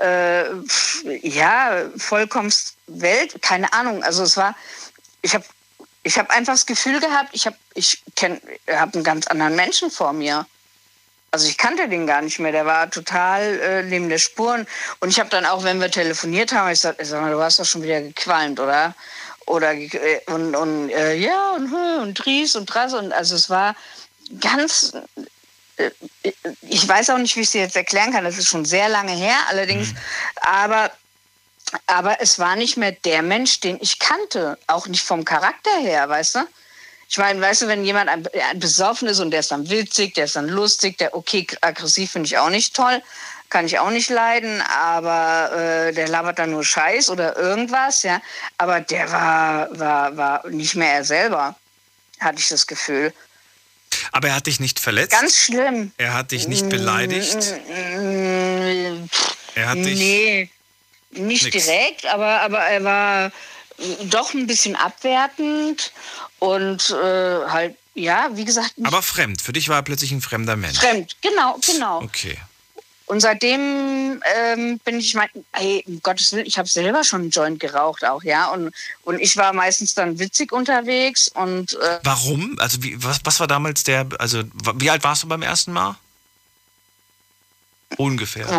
vollkommen Welt, keine Ahnung. Also es war, ich habe einfach das Gefühl gehabt, ich habe einen ganz anderen Menschen vor mir. Also ich kannte den gar nicht mehr, der war total neben der Spuren. Und ich habe dann auch, wenn wir telefoniert haben, ich sag mal, du hast doch schon wieder gequalmt, oder? Und Dries und Dras. Und also es war ganz, ich weiß auch nicht, wie ich es dir jetzt erklären kann, das ist schon sehr lange her, allerdings, aber es war nicht mehr der Mensch, den ich kannte, auch nicht vom Charakter her, weißt du? Ich meine, weißt du, wenn jemand ein besoffen ist und der ist dann witzig, der ist dann lustig, aggressiv finde ich auch nicht toll, kann ich auch nicht leiden, aber der labert dann nur Scheiß oder irgendwas, ja. Aber der war nicht mehr er selber, hatte ich das Gefühl. Aber er hat dich nicht verletzt? Ganz schlimm. Er hat dich nicht beleidigt? Er hat dich... Nee, nicht direkt, aber er war doch ein bisschen abwertend und halt, ja, wie gesagt... Aber fremd, für dich war er plötzlich ein fremder Mensch. Fremd, genau. Okay. Und seitdem bin ich, um Gottes Willen, ich habe selber schon einen Joint geraucht auch, ja. Und ich war meistens dann witzig unterwegs und... Warum? Also was war damals wie alt warst du beim ersten Mal? Ungefähr.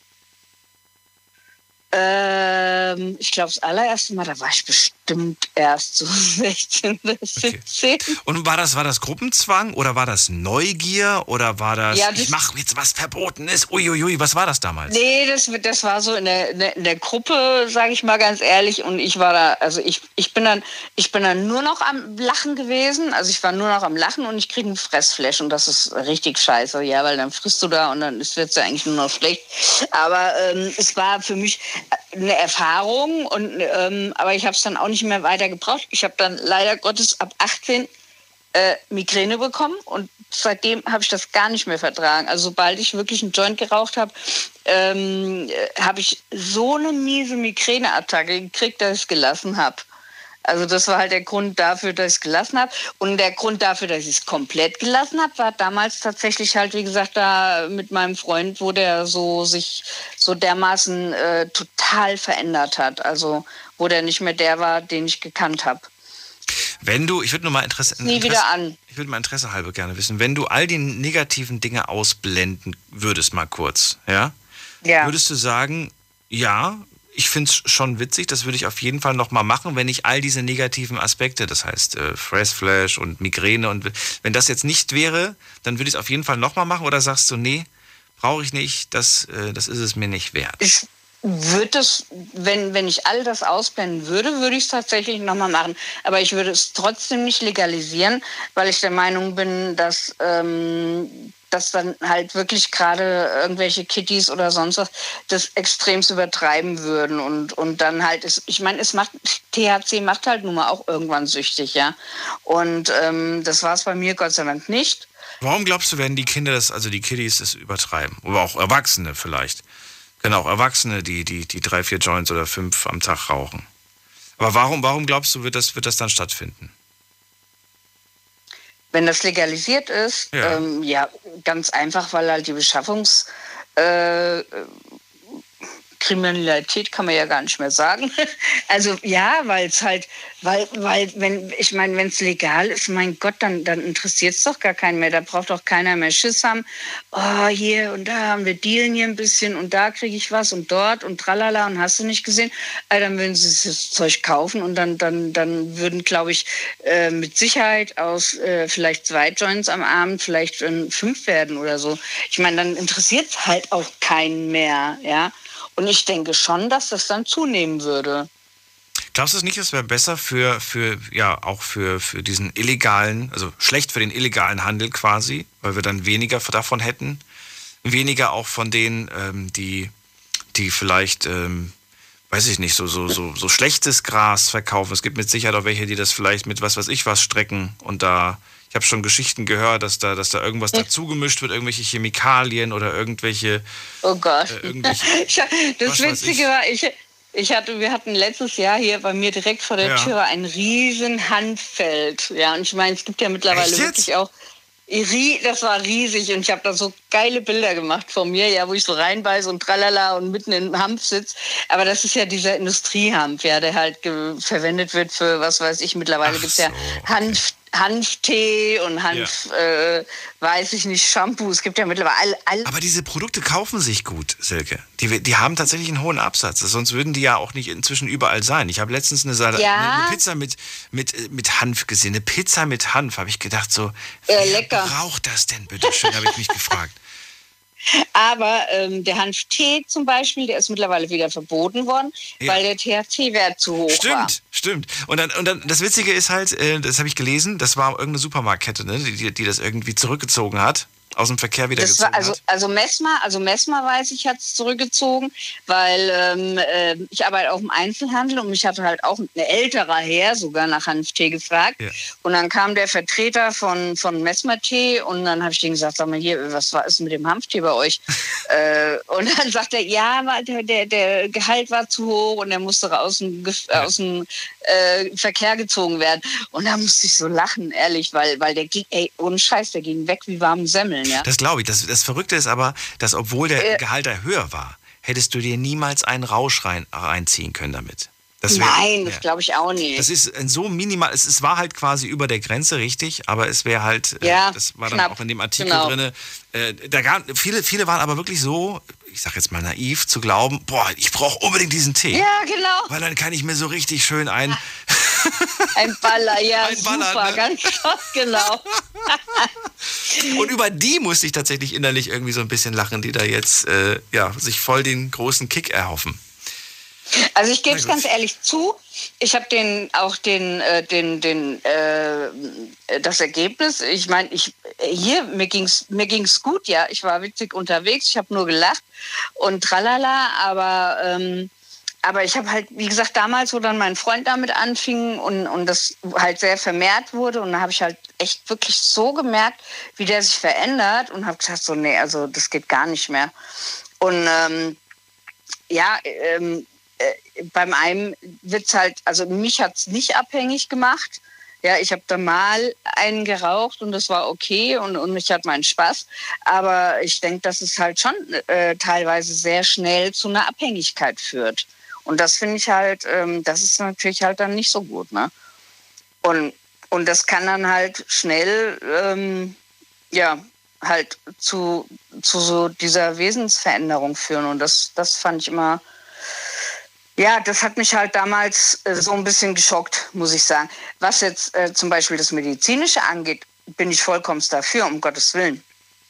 Ich glaube, das allererste Mal, da war ich bestimmt erst so 16 oder 17. Okay. Und war das Gruppenzwang oder war das Neugier oder war das, ich mache jetzt was Verbotenes? Uiuiui, was war das damals? Nee, das war so in der Gruppe, sage ich mal ganz ehrlich. Und ich war da, also ich bin dann nur noch am Lachen gewesen. Also ich war nur noch am Lachen und ich kriege ein Fressflash. Und das ist richtig scheiße, ja, weil dann frisst du da und dann wird es ja eigentlich nur noch schlecht. Aber es war für mich eine Erfahrung, aber ich habe es dann auch nicht mehr weiter gebraucht. Ich habe dann leider Gottes ab 18 Migräne bekommen und seitdem habe ich das gar nicht mehr vertragen. Also sobald ich wirklich einen Joint geraucht habe, habe ich so eine miese Migräneattacke gekriegt, dass ich es gelassen habe. Also das war halt der Grund dafür, dass ich es gelassen habe. Und der Grund dafür, dass ich es komplett gelassen habe, war damals tatsächlich halt, wie gesagt, da mit meinem Freund, wo der sich so dermaßen total verändert hat. Also wo der nicht mehr der war, den ich gekannt habe. Ich würde nur mal Ich würde mal Interesse halber gerne wissen, wenn du all die negativen Dinge ausblenden würdest, mal kurz, ja? Würdest du sagen, ja, ich finde es schon witzig, das würde ich auf jeden Fall nochmal machen, wenn ich all diese negativen Aspekte, das heißt Fressflash und Migräne, und wenn das jetzt nicht wäre, dann würde ich es auf jeden Fall nochmal machen, oder sagst du, nee, brauche ich nicht, das ist es mir nicht wert? Ich würde es, wenn ich all das ausblenden würde ich es tatsächlich nochmal machen. Aber ich würde es trotzdem nicht legalisieren, weil ich der Meinung bin, dass dann halt wirklich gerade irgendwelche Kitties oder sonst was das extremst übertreiben würden und dann halt THC macht halt nun mal auch irgendwann süchtig, ja. Und das war es bei mir Gott sei Dank nicht. Warum glaubst du, werden die Kinder die Kiddies das übertreiben? Oder auch Erwachsene vielleicht. Genau, Erwachsene, die 3, 4 Joints oder 5 am Tag rauchen. Aber warum glaubst du, wird das dann stattfinden? Wenn das legalisiert ist, ja, ganz einfach, weil halt die Kriminalität kann man ja gar nicht mehr sagen. Also ja, weil wenn es legal ist, mein Gott, dann interessiert es doch gar keinen mehr. Da braucht doch keiner mehr Schiss haben. Oh, hier und da haben wir dealen hier ein bisschen und da kriege ich was und dort und tralala und hast du nicht gesehen. Dann würden sie das Zeug kaufen und dann würden, glaube ich, mit Sicherheit aus vielleicht 2 Joints am Abend vielleicht 5 werden oder so. Ich meine, dann interessiert es halt auch keinen mehr, ja. Und ich denke schon, dass das dann zunehmen würde. Glaubst du nicht, es wäre besser für diesen illegalen, also schlecht für den illegalen Handel quasi, weil wir dann weniger davon hätten? Weniger auch von denen, die vielleicht, weiß ich nicht, so schlechtes Gras verkaufen. Es gibt mit Sicherheit auch welche, die das vielleicht mit was strecken und da... Ich habe schon Geschichten gehört, dass da irgendwas dazugemischt wird, irgendwelche Chemikalien oder irgendwelche... Oh Gott. Das Witzige war, wir hatten letztes Jahr hier bei mir direkt vor der Tür ein riesen Hanffeld. Ja, und ich meine, es gibt ja mittlerweile wirklich auch... Das war riesig und ich habe da so geile Bilder gemacht von mir, ja, wo ich so reinbeiße und tralala und mitten im Hanf sitze. Aber das ist ja dieser Industriehanf, ja, der halt verwendet wird für, was weiß ich, mittlerweile gibt es ja Hanftee und weiß ich nicht, Shampoo. Es gibt ja mittlerweile alle. Aber diese Produkte kaufen sich gut, Silke. Die haben tatsächlich einen hohen Absatz. Sonst würden die ja auch nicht inzwischen überall sein. Ich habe letztens eine Pizza mit Hanf gesehen. Eine Pizza mit Hanf. Habe ich gedacht so, wer braucht das denn bitte schön, habe ich mich gefragt. Aber der Hanftee zum Beispiel, der ist mittlerweile wieder verboten worden, weil der THC-Wert zu hoch war. Stimmt. Und dann das Witzige ist halt, das habe ich gelesen, das war irgendeine Supermarktkette, ne, die das irgendwie zurückgezogen hat. Aus dem Verkehr wieder gezogen hat. Also Messmer, weiß ich, hat es zurückgezogen, weil ich arbeite auch im Einzelhandel und mich hatte halt auch ein älterer Herr sogar nach Hanftee gefragt. Ja. Und dann kam der Vertreter von Messmer-Tee und dann habe ich denen gesagt, sag mal hier, was ist mit dem Hanftee bei euch? Und dann sagt er, ja, der Gehalt war zu hoch und er musste aus dem Verkehr gezogen werden. Und da musste ich so lachen, ehrlich, weil der ging, ohne Scheiß, der ging weg wie warme Semmeln. Ja? Das glaube ich. Das Verrückte ist aber, dass obwohl der Gehalt da höher war, hättest du dir niemals einen Rausch reinziehen können damit. Das glaube ich auch nicht. Das ist so minimal, es war halt quasi über der Grenze, richtig, aber es wäre halt, das war dann auch in dem Artikel drin, viele waren aber wirklich so, ich sag jetzt mal naiv, zu glauben, ich brauche unbedingt diesen Tee. Ja, genau. Weil dann kann ich mir so richtig schön ein Baller, ja, ein super, Baller, ne? Ganz genau. Und über die musste ich tatsächlich innerlich irgendwie so ein bisschen lachen, die da jetzt sich voll den großen Kick erhoffen. Also ich gebe es ganz ehrlich zu, ich habe das Ergebnis, ich meine, mir ging's gut, ja, ich war witzig unterwegs, ich habe nur gelacht und tralala, aber ich habe halt, wie gesagt, damals, wo dann mein Freund damit anfing und das halt sehr vermehrt wurde und da habe ich halt echt wirklich so gemerkt, wie der sich verändert und habe gesagt, so nee, also das geht gar nicht mehr. Und beim einen wird's halt, also mich hat's nicht abhängig gemacht. Ja, ich habe da mal einen geraucht und das war okay und ich hatte meinen Spaß. Aber ich denke, dass es halt schon teilweise sehr schnell zu einer Abhängigkeit führt. Und das finde ich halt, das ist natürlich halt dann nicht so gut, ne? Und das kann dann halt schnell, halt zu so dieser Wesensveränderung führen. Und das fand ich immer, das hat mich halt damals so ein bisschen geschockt, muss ich sagen. Was jetzt zum Beispiel das Medizinische angeht, bin ich vollkommen dafür, um Gottes Willen.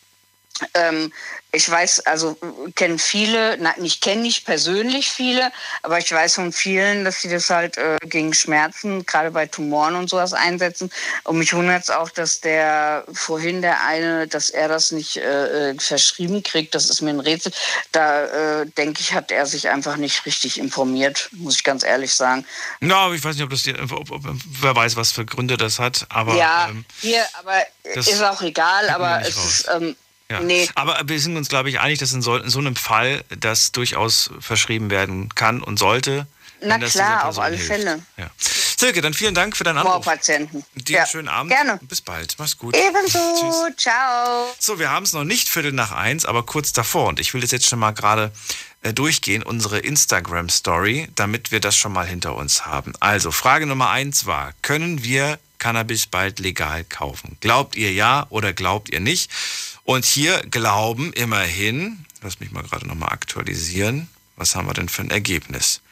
Ich weiß, also kenne viele, ich kenne nicht persönlich viele, aber ich weiß von vielen, dass sie das halt gegen Schmerzen, gerade bei Tumoren und sowas einsetzen. Und mich wundert es auch, dass der dass er das nicht verschrieben kriegt. Das ist mir ein Rätsel. Da denke ich, hat er sich einfach nicht richtig informiert, muss ich ganz ehrlich sagen. Na, ich weiß nicht, wer weiß, was für Gründe das hat. Aber, aber ist auch egal, aber es ist... Ja. Nee. Aber wir sind uns, glaube ich, einig, dass in so einem Fall das durchaus verschrieben werden kann und sollte. Na klar, auf alle Fälle. Ja. Silke, dann vielen Dank für deinen Anruf. Patienten. Dir einen schönen Abend. Gerne. Bis bald. Mach's gut. Ebenso. Tschüss. Ciao. So, wir haben es noch nicht 1:15, aber kurz davor. Und ich will das jetzt schon mal gerade durchgehen, unsere Instagram-Story, damit wir das schon mal hinter uns haben. Also, Frage Nummer 1 war, können wir Cannabis bald legal kaufen? Glaubt ihr ja oder glaubt ihr nicht? Und hier glauben immerhin, lass mich mal gerade nochmal aktualisieren, was haben wir denn für ein Ergebnis?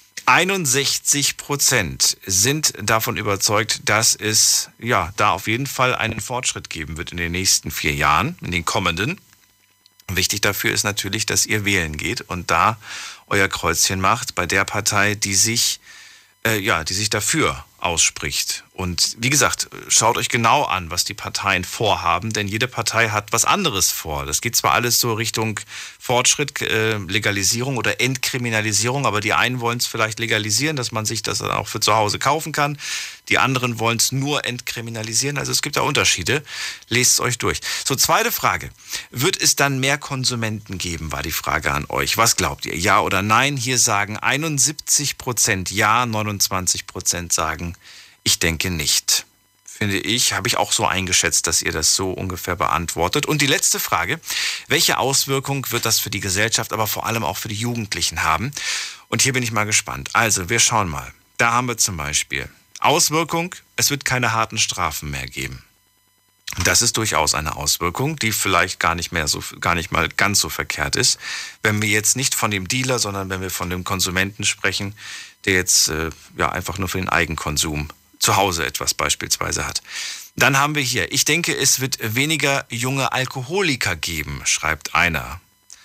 61% sind davon überzeugt, dass es da auf jeden Fall einen Fortschritt geben wird in den nächsten 4 Jahren, in den kommenden. Wichtig dafür ist natürlich, dass ihr wählen geht und da euer Kreuzchen macht bei der Partei, die sich dafür ausspricht. Und wie gesagt, schaut euch genau an, was die Parteien vorhaben, denn jede Partei hat was anderes vor. Das geht zwar alles so Richtung Fortschritt, Legalisierung oder Entkriminalisierung, aber die einen wollen es vielleicht legalisieren, dass man sich das dann auch für zu Hause kaufen kann. Die anderen wollen es nur entkriminalisieren. Also es gibt da Unterschiede. Lest es euch durch. So, zweite Frage. Wird es dann mehr Konsumenten geben, war die Frage an euch. Was glaubt ihr? Ja oder nein? Hier sagen 71% ja, 29% sagen, ich denke nicht. finde ich, habe ich auch so eingeschätzt, dass ihr das so ungefähr beantwortet. Und die letzte Frage, welche Auswirkung wird das für die Gesellschaft, aber vor allem auch für die Jugendlichen haben? Und hier bin ich mal gespannt. Also, wir schauen mal. Da haben wir zum Beispiel Auswirkung, es wird keine harten Strafen mehr geben. Das ist durchaus eine Auswirkung, die vielleicht gar nicht mal ganz so verkehrt ist. Wenn wir jetzt nicht von dem Dealer, sondern wenn wir von dem Konsumenten sprechen, der jetzt einfach nur für den Eigenkonsum zu Hause etwas beispielsweise hat. Dann haben wir hier, ich denke, es wird weniger junge Alkoholiker geben, schreibt einer.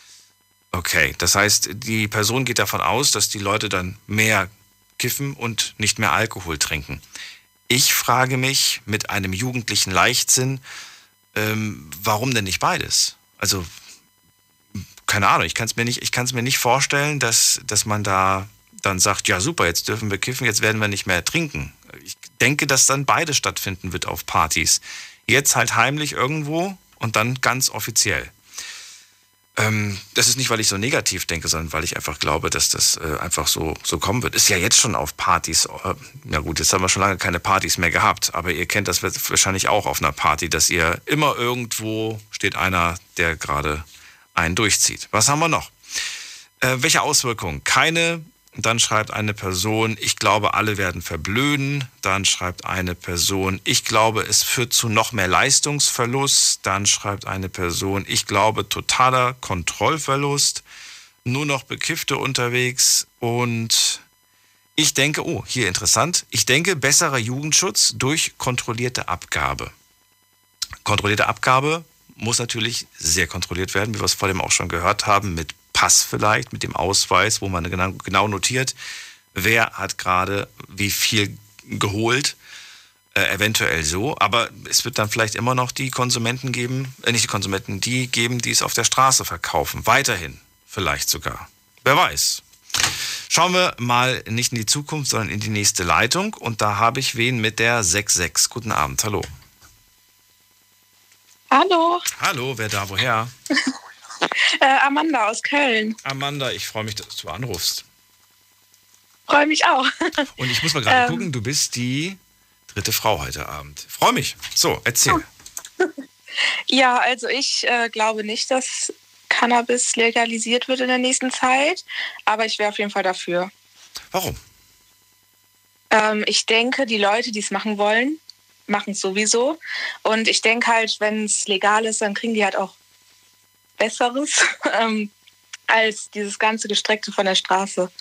Okay, das heißt, die Person geht davon aus, dass die Leute dann mehr kiffen und nicht mehr Alkohol trinken. Ich frage mich mit einem jugendlichen Leichtsinn, warum denn nicht beides? Also, keine Ahnung, ich kann es mir nicht vorstellen, dass man da dann sagt, ja super, jetzt dürfen wir kiffen, jetzt werden wir nicht mehr trinken. Ich denke, dass dann beides stattfinden wird auf Partys. Jetzt halt heimlich irgendwo und dann ganz offiziell. Das ist nicht, weil ich so negativ denke, sondern weil ich einfach glaube, dass das einfach so kommen wird. Ist ja jetzt schon auf Partys. Ja gut, jetzt haben wir schon lange keine Partys mehr gehabt, aber ihr kennt das wahrscheinlich auch auf einer Party, dass ihr immer irgendwo steht einer, der gerade einen durchzieht. Was haben wir noch? Welche Auswirkungen? Keine. Dann schreibt eine Person, ich glaube, alle werden verblöden. Dann schreibt eine Person, ich glaube, es führt zu noch mehr Leistungsverlust. Dann schreibt eine Person, ich glaube, totaler Kontrollverlust. Nur noch Bekiffte unterwegs. Und ich denke, oh, hier interessant, ich denke, besserer Jugendschutz durch kontrollierte Abgabe. Kontrollierte Abgabe muss natürlich sehr kontrolliert werden, wie wir es vor dem auch schon gehört haben, mit Pass vielleicht, mit dem Ausweis, wo man genau notiert, wer hat gerade wie viel geholt, eventuell so. Aber es wird dann vielleicht immer noch die Konsumenten geben, nicht die Konsumenten, die geben, die es auf der Straße verkaufen. Weiterhin vielleicht sogar. Wer weiß. Schauen wir mal nicht in die Zukunft, sondern in die nächste Leitung. Und da habe ich wen mit der 66. Guten Abend, hallo. Hallo. Hallo, wer da, woher? Amanda aus Köln. Amanda, ich freue mich, dass du anrufst. Freue mich auch. Und ich muss mal gerade gucken, du bist die dritte Frau heute Abend. Freue mich. So, erzähl. Ja, also ich glaube nicht, dass Cannabis legalisiert wird in der nächsten Zeit, aber ich wäre auf jeden Fall dafür. Warum? Ich denke, die Leute, die es machen wollen, machen es sowieso. Und ich denke halt, wenn es legal ist, dann kriegen die halt auch Besseres als dieses ganze Gestreckte von der Straße.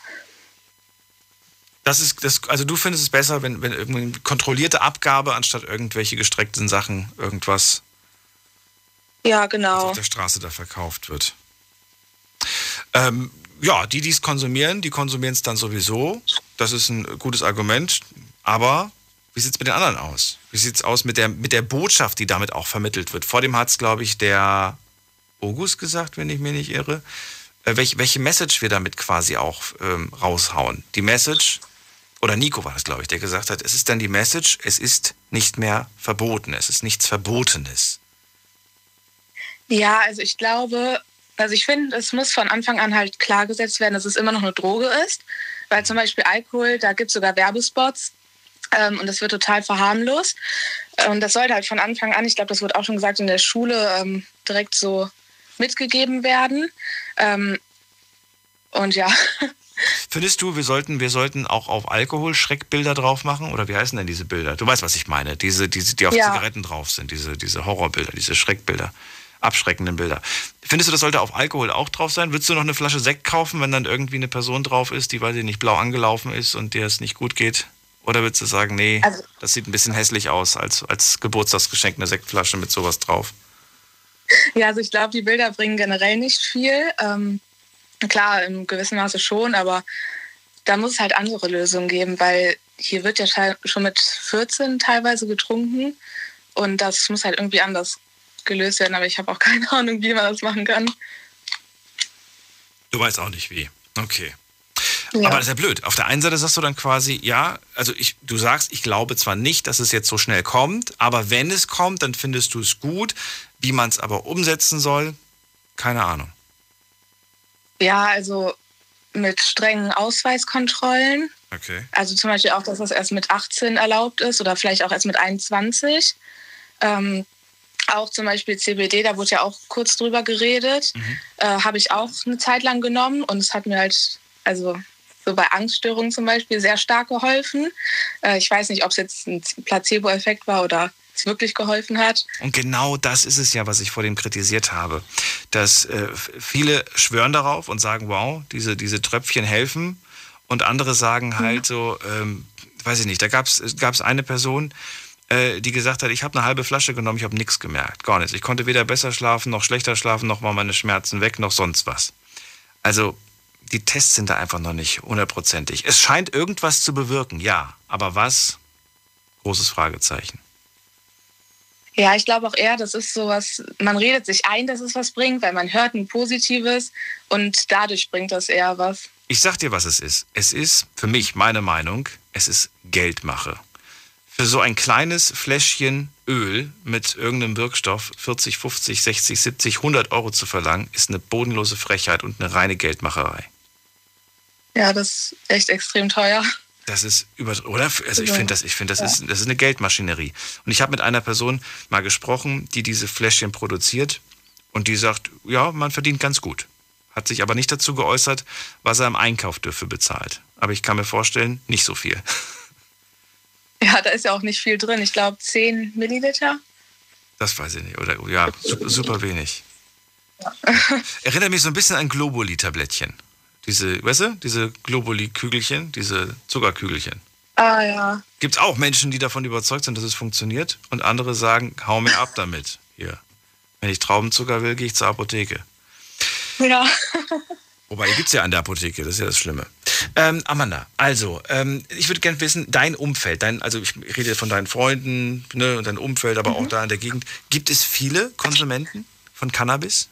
Also du findest es besser, wenn irgendwie eine kontrollierte Abgabe anstatt irgendwelche gestreckten Sachen irgendwas ja, genau. auf der Straße da verkauft wird. Die es konsumieren, die konsumieren es dann sowieso. Das ist ein gutes Argument. Aber wie sieht es mit den anderen aus? Wie sieht es aus mit der Botschaft, die damit auch vermittelt wird? Vor dem hat es, glaube ich, der August gesagt, wenn ich mich nicht irre, welche Message wir damit quasi auch raushauen. Die Message, oder Nico war das, glaube ich, der gesagt hat, es ist dann die Message, es ist nicht mehr verboten, es ist nichts Verbotenes. Ja, also ich finde, es muss von Anfang an halt klargesetzt werden, dass es immer noch eine Droge ist, weil zum Beispiel Alkohol, da gibt es sogar Werbespots und das wird total verharmlost. Und das sollte halt von Anfang an, ich glaube, das wird auch schon gesagt, in der Schule direkt so mitgegeben werden. Und ja. Findest du, wir sollten auch auf Alkohol Schreckbilder drauf machen? Oder wie heißen denn diese Bilder? Du weißt, was ich meine. Die auf Zigaretten drauf sind. Diese Horrorbilder, diese Schreckbilder. Abschreckenden Bilder. Findest du, das sollte auf Alkohol auch drauf sein? Würdest du noch eine Flasche Sekt kaufen, wenn dann irgendwie eine Person drauf ist, die, weiß ich nicht, blau angelaufen ist und der es nicht gut geht? Oder würdest du sagen, nee, das sieht ein bisschen hässlich aus, als Geburtstagsgeschenk eine Sektflasche mit sowas drauf? Ja, also ich glaube, die Bilder bringen generell nicht viel. Klar, im gewissen Maße schon, aber da muss es halt andere Lösungen geben, weil hier wird ja schon mit 14 teilweise getrunken und das muss halt irgendwie anders gelöst werden, aber ich habe auch keine Ahnung, wie man das machen kann. Du weißt auch nicht wie. Okay. Ja. Aber das ist ja blöd. Auf der einen Seite sagst du dann quasi, ja, also du sagst, ich glaube zwar nicht, dass es jetzt so schnell kommt, aber wenn es kommt, dann findest du es gut. Wie man es aber umsetzen soll, keine Ahnung. Ja, also mit strengen Ausweiskontrollen Okay. Also zum Beispiel auch, dass das erst mit 18 erlaubt ist oder vielleicht auch erst mit 21. Auch zum Beispiel CBD, da wurde ja auch kurz drüber geredet. Habe ich auch eine Zeit lang genommen und es hat mir halt, also so bei Angststörungen zum Beispiel, sehr stark geholfen. Ich weiß nicht, ob es jetzt ein Placebo-Effekt war oder es wirklich geholfen hat. Und genau das ist es ja, was ich vor dem kritisiert habe. Dass viele schwören darauf und sagen, wow, diese Tröpfchen helfen. Und andere sagen halt so, weiß ich nicht, da gab's eine Person, die gesagt hat, ich habe eine halbe Flasche genommen, ich habe nichts gemerkt, gar nichts. Ich konnte weder besser schlafen, noch schlechter schlafen, noch mal meine Schmerzen weg, noch sonst was. Also die Tests sind da einfach noch nicht hundertprozentig. Es scheint irgendwas zu bewirken, ja. Aber was? Großes Fragezeichen. Ja, ich glaube auch eher, das ist sowas, man redet sich ein, dass es was bringt, weil man hört ein Positives und dadurch bringt das eher was. Ich sag dir, was es ist. Es ist, für mich, meine Meinung, es ist Geldmache. Für so ein kleines Fläschchen Öl mit irgendeinem Wirkstoff 40, 50, 60, 70, 100 Euro zu verlangen, ist eine bodenlose Frechheit und eine reine Geldmacherei. Ja, das ist echt extrem teuer. Das ist oder? Also ich finde, das ist eine Geldmaschinerie. Und ich habe mit einer Person mal gesprochen, die diese Fläschchen produziert und die sagt, ja, man verdient ganz gut. Hat sich aber nicht dazu geäußert, was er im Einkauf dafür bezahlt. Aber ich kann mir vorstellen, nicht so viel. Ja, da ist ja auch nicht viel drin. Ich glaube 10 Milliliter. Das weiß ich nicht. Oder ja, super wenig. Ja. Erinnert mich so ein bisschen an Globuli-Tablettchen. Weißt du, diese Globuli-Kügelchen, diese Zuckerkügelchen. Ah ja. Gibt es auch Menschen, die davon überzeugt sind, dass es funktioniert und andere sagen, hau mir ab damit. Hier. Wenn ich Traubenzucker will, gehe ich zur Apotheke. Ja. Wobei, die gibt es ja an der Apotheke, das ist ja das Schlimme. Amanda, also, ich würde gerne wissen, dein Umfeld, also ich rede von deinen Freunden, ne, und dein Umfeld, aber auch da in der Gegend. Gibt es viele Konsumenten von Cannabis?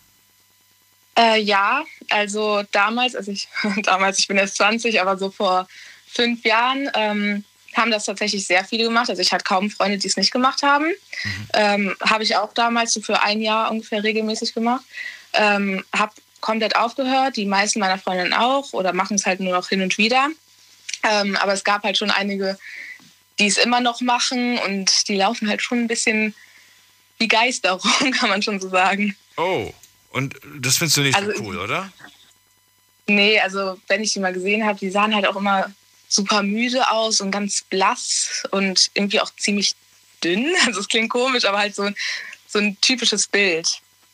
Ja, also damals, ich bin erst 20, aber so vor 5 Jahren haben das tatsächlich sehr viele gemacht. Also ich hatte kaum Freunde, die es nicht gemacht haben. Habe ich auch damals so für 1 Jahr ungefähr regelmäßig gemacht. Habe komplett aufgehört, die meisten meiner Freundinnen auch oder machen es halt nur noch hin und wieder. Aber es gab halt schon einige, die es immer noch machen und die laufen halt schon ein bisschen wie Geister rum, kann man schon so sagen. Oh, und das findest du nicht so cool, oder? Nee, also wenn ich die mal gesehen habe, die sahen halt auch immer super müde aus und ganz blass und irgendwie auch ziemlich dünn. Also es klingt komisch, aber halt so ein typisches Bild.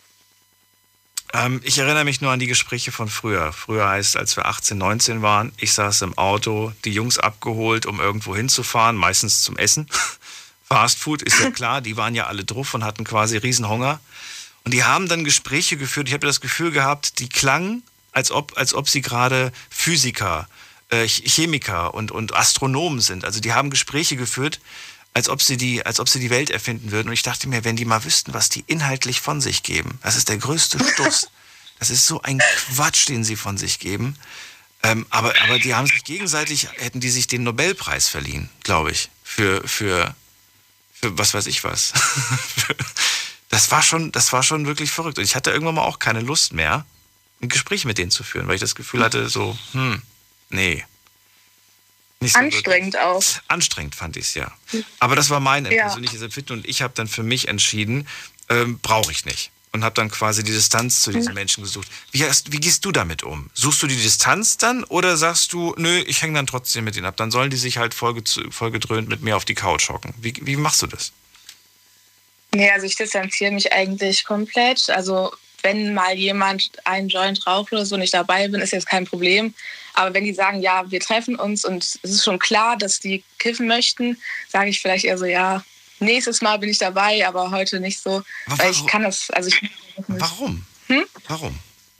Ich erinnere mich nur an die Gespräche von früher. Früher heißt, als wir 18, 19 waren, ich saß im Auto, die Jungs abgeholt, um irgendwo hinzufahren, meistens zum Essen. Fastfood, ist ja klar, die waren ja alle drauf und hatten quasi Riesenhunger. Und die haben dann Gespräche geführt, ich habe das Gefühl gehabt, die klangen, als ob sie gerade Physiker, Chemiker und Astronomen sind. Also die haben Gespräche geführt, als ob sie die Welt erfinden würden. Und ich dachte mir, wenn die mal wüssten, was die inhaltlich von sich geben, das ist der größte Stuss. Das ist so ein Quatsch, den sie von sich geben. Aber die haben sich gegenseitig, hätten die sich den Nobelpreis verliehen, glaube ich, für was weiß ich was. Das war schon wirklich verrückt. Und ich hatte irgendwann mal auch keine Lust mehr, ein Gespräch mit denen zu führen, weil ich das Gefühl hatte, so, nee. Nicht so anstrengend wirklich. Auch. Anstrengend fand ich es, ja. Aber das war mein persönliches Empfinden und ich habe dann für mich entschieden, brauche ich nicht. Und habe dann quasi die Distanz zu diesen Menschen gesucht. Wie gehst du damit um? Suchst du die Distanz dann oder sagst du, nö, ich hänge dann trotzdem mit ihnen ab? Dann sollen die sich halt vollgedröhnt mit mir auf die Couch hocken. Wie machst du das? Nee, also ich distanziere mich eigentlich komplett. Also wenn mal jemand einen Joint raucht oder so und ich dabei bin, ist jetzt kein Problem. Aber wenn die sagen, ja, wir treffen uns und es ist schon klar, dass die kiffen möchten, sage ich vielleicht eher so, ja, nächstes Mal bin ich dabei, aber heute nicht so. Aber weil ich kann das, Warum? Warum?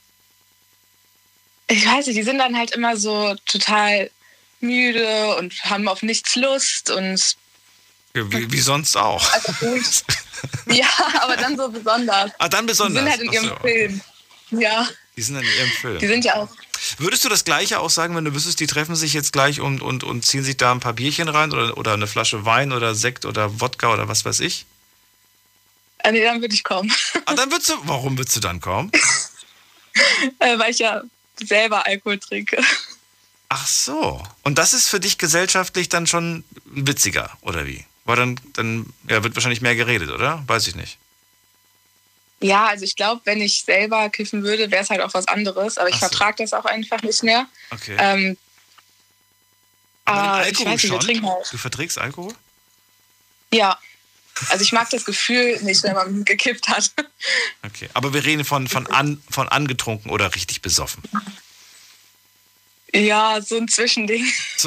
Ich weiß nicht, die sind dann halt immer so total müde und haben auf nichts Lust und wie sonst auch. Also, ja, aber dann so besonders. Ah, dann besonders. Die sind halt in ihrem Film. Ja. Die sind in ihrem Film. Die sind ja auch. Würdest du das Gleiche auch sagen, wenn du wüsstest, die treffen sich jetzt gleich und ziehen sich da ein paar Bierchen rein oder eine Flasche Wein oder Sekt oder Wodka oder was weiß ich? Nee, dann würde ich kommen. Ah, warum würdest du dann kommen? Weil ich ja selber Alkohol trinke. Ach so. Und das ist für dich gesellschaftlich dann schon witziger, oder wie? Weil dann wird wahrscheinlich mehr geredet, oder? Weiß ich nicht. Ja, also ich glaube, wenn ich selber kiffen würde, wäre es halt auch was anderes. Aber ich vertrage das auch einfach nicht mehr. Okay. Aber den Alkohol ich weiß nicht, wir trinken halt. Du verträgst Alkohol? Ja. Also ich mag das Gefühl nicht, wenn man gekippt hat. Okay. Aber wir reden von angetrunken oder richtig besoffen. Ja, so ein Zwischending.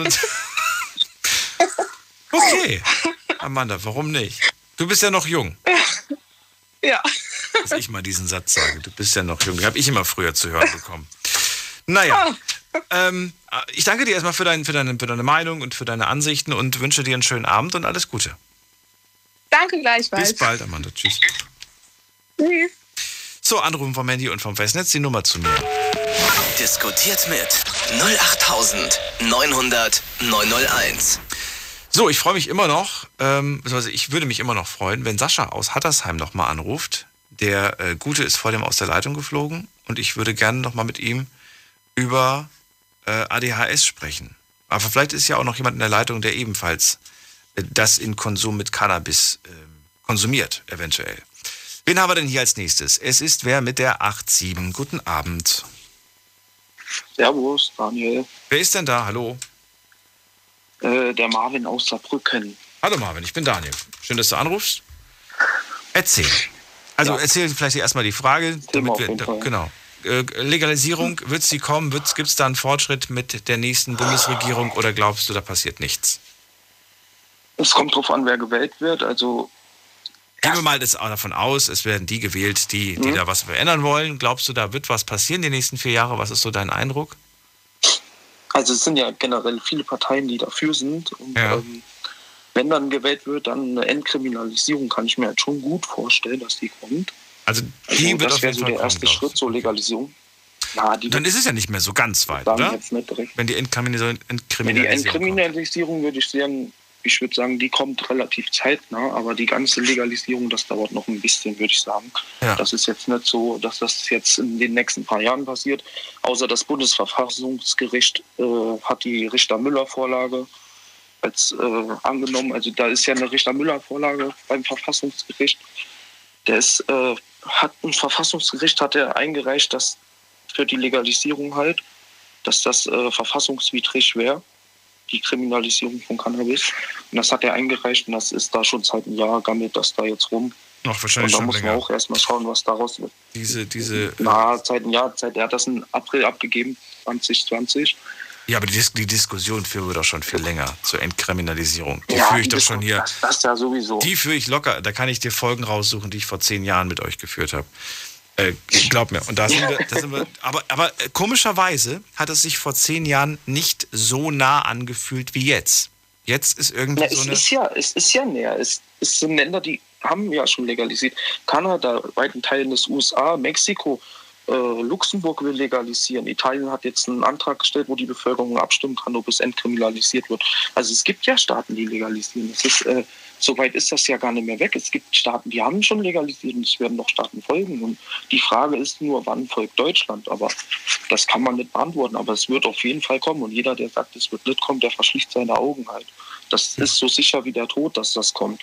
Okay. Amanda, warum nicht? Du bist ja noch jung. Ja. Dass ich mal diesen Satz sage. Du bist ja noch jung. Den habe ich immer früher zu hören bekommen. Naja. Ich danke dir erstmal für deine Meinung und für deine Ansichten und wünsche dir einen schönen Abend und alles Gute. Danke gleichfalls. Bis bald, Amanda. Tschüss. Tschüss. So, Anrufen vom Handy und vom Festnetz, die Nummer zu mir. Diskutiert mit 08900 901. So, ich freue mich immer noch, also ich würde mich immer noch freuen, wenn Sascha aus Hattersheim nochmal anruft. Der Gute ist vor dem aus der Leitung geflogen und ich würde gerne nochmal mit ihm über ADHS sprechen. Aber vielleicht ist ja auch noch jemand in der Leitung, der ebenfalls das in Konsum mit Cannabis konsumiert, eventuell. Wen haben wir denn hier als nächstes? Es ist wer mit der 87. Guten Abend. Servus, Daniel. Wer ist denn da? Hallo. Der Marvin aus Saarbrücken. Hallo Marvin, ich bin Daniel. Schön, dass du anrufst. Erzähl. Also ja. Erzähl vielleicht erstmal die Frage. Damit genau. Legalisierung, wird sie kommen? Gibt es da einen Fortschritt mit der nächsten Bundesregierung oder glaubst du, da passiert nichts? Es kommt drauf an, wer gewählt wird. Also gehen wir mal davon aus, es werden die gewählt, die da was verändern wollen. Glaubst du, da wird was passieren die nächsten 4 Jahre? Was ist so dein Eindruck? Also es sind ja generell viele Parteien, die dafür sind. Und wenn dann gewählt wird, dann eine Entkriminalisierung kann ich mir halt schon gut vorstellen, dass die kommt. Also die wird das auf wäre jeden so Fall der erste Schritt zur Legalisierung. Ja, dann ist es ja nicht mehr so ganz weit, oder? Jetzt nicht direkt. Wenn die Entkriminalisierung Die Entkriminalisierung würde ich sagen, die kommt relativ zeitnah, aber die ganze Legalisierung, das dauert noch ein bisschen, würde ich sagen. Ja. Das ist jetzt nicht so, dass das jetzt in den nächsten paar Jahren passiert. Außer das Bundesverfassungsgericht hat die Richter-Müller-Vorlage als angenommen. Also da ist ja eine Richter-Müller-Vorlage beim Verfassungsgericht. Ein Verfassungsgericht hat er eingereicht, dass für die Legalisierung halt, dass das verfassungswidrig wäre. Die Kriminalisierung von Cannabis. Und das hat er eingereicht und das ist da schon seit einem Jahr, gammelt das da jetzt rum. Noch wahrscheinlich und da schon muss man auch erstmal schauen, was daraus wird. Seit einem Jahr, er hat das im April abgegeben, 2020. Ja, aber die Diskussion führen wir doch schon viel länger zur Entkriminalisierung. Die führe ich doch schon hier. Das ja sowieso. Die führe ich locker. Da kann ich dir Folgen raussuchen, die ich vor 10 Jahren mit euch geführt habe. Glaub mir. Und da sind wir aber komischerweise hat es sich vor 10 Jahren nicht so nah angefühlt wie jetzt. Jetzt ist irgendwie es ist ja näher. Es sind Länder, die haben ja schon legalisiert. Kanada, weiten Teilen des USA, Mexiko, Luxemburg will legalisieren. Italien hat jetzt einen Antrag gestellt, wo die Bevölkerung abstimmen kann, ob es entkriminalisiert wird. Also es gibt ja Staaten, die legalisieren. So weit ist das ja gar nicht mehr weg. Es gibt Staaten, die haben schon legalisiert und es werden noch Staaten folgen. Und die Frage ist nur, wann folgt Deutschland? Aber das kann man nicht beantworten. Aber es wird auf jeden Fall kommen. Und jeder, der sagt, es wird nicht kommen, der verschließt seine Augen halt. Das ist so sicher wie der Tod, dass das kommt.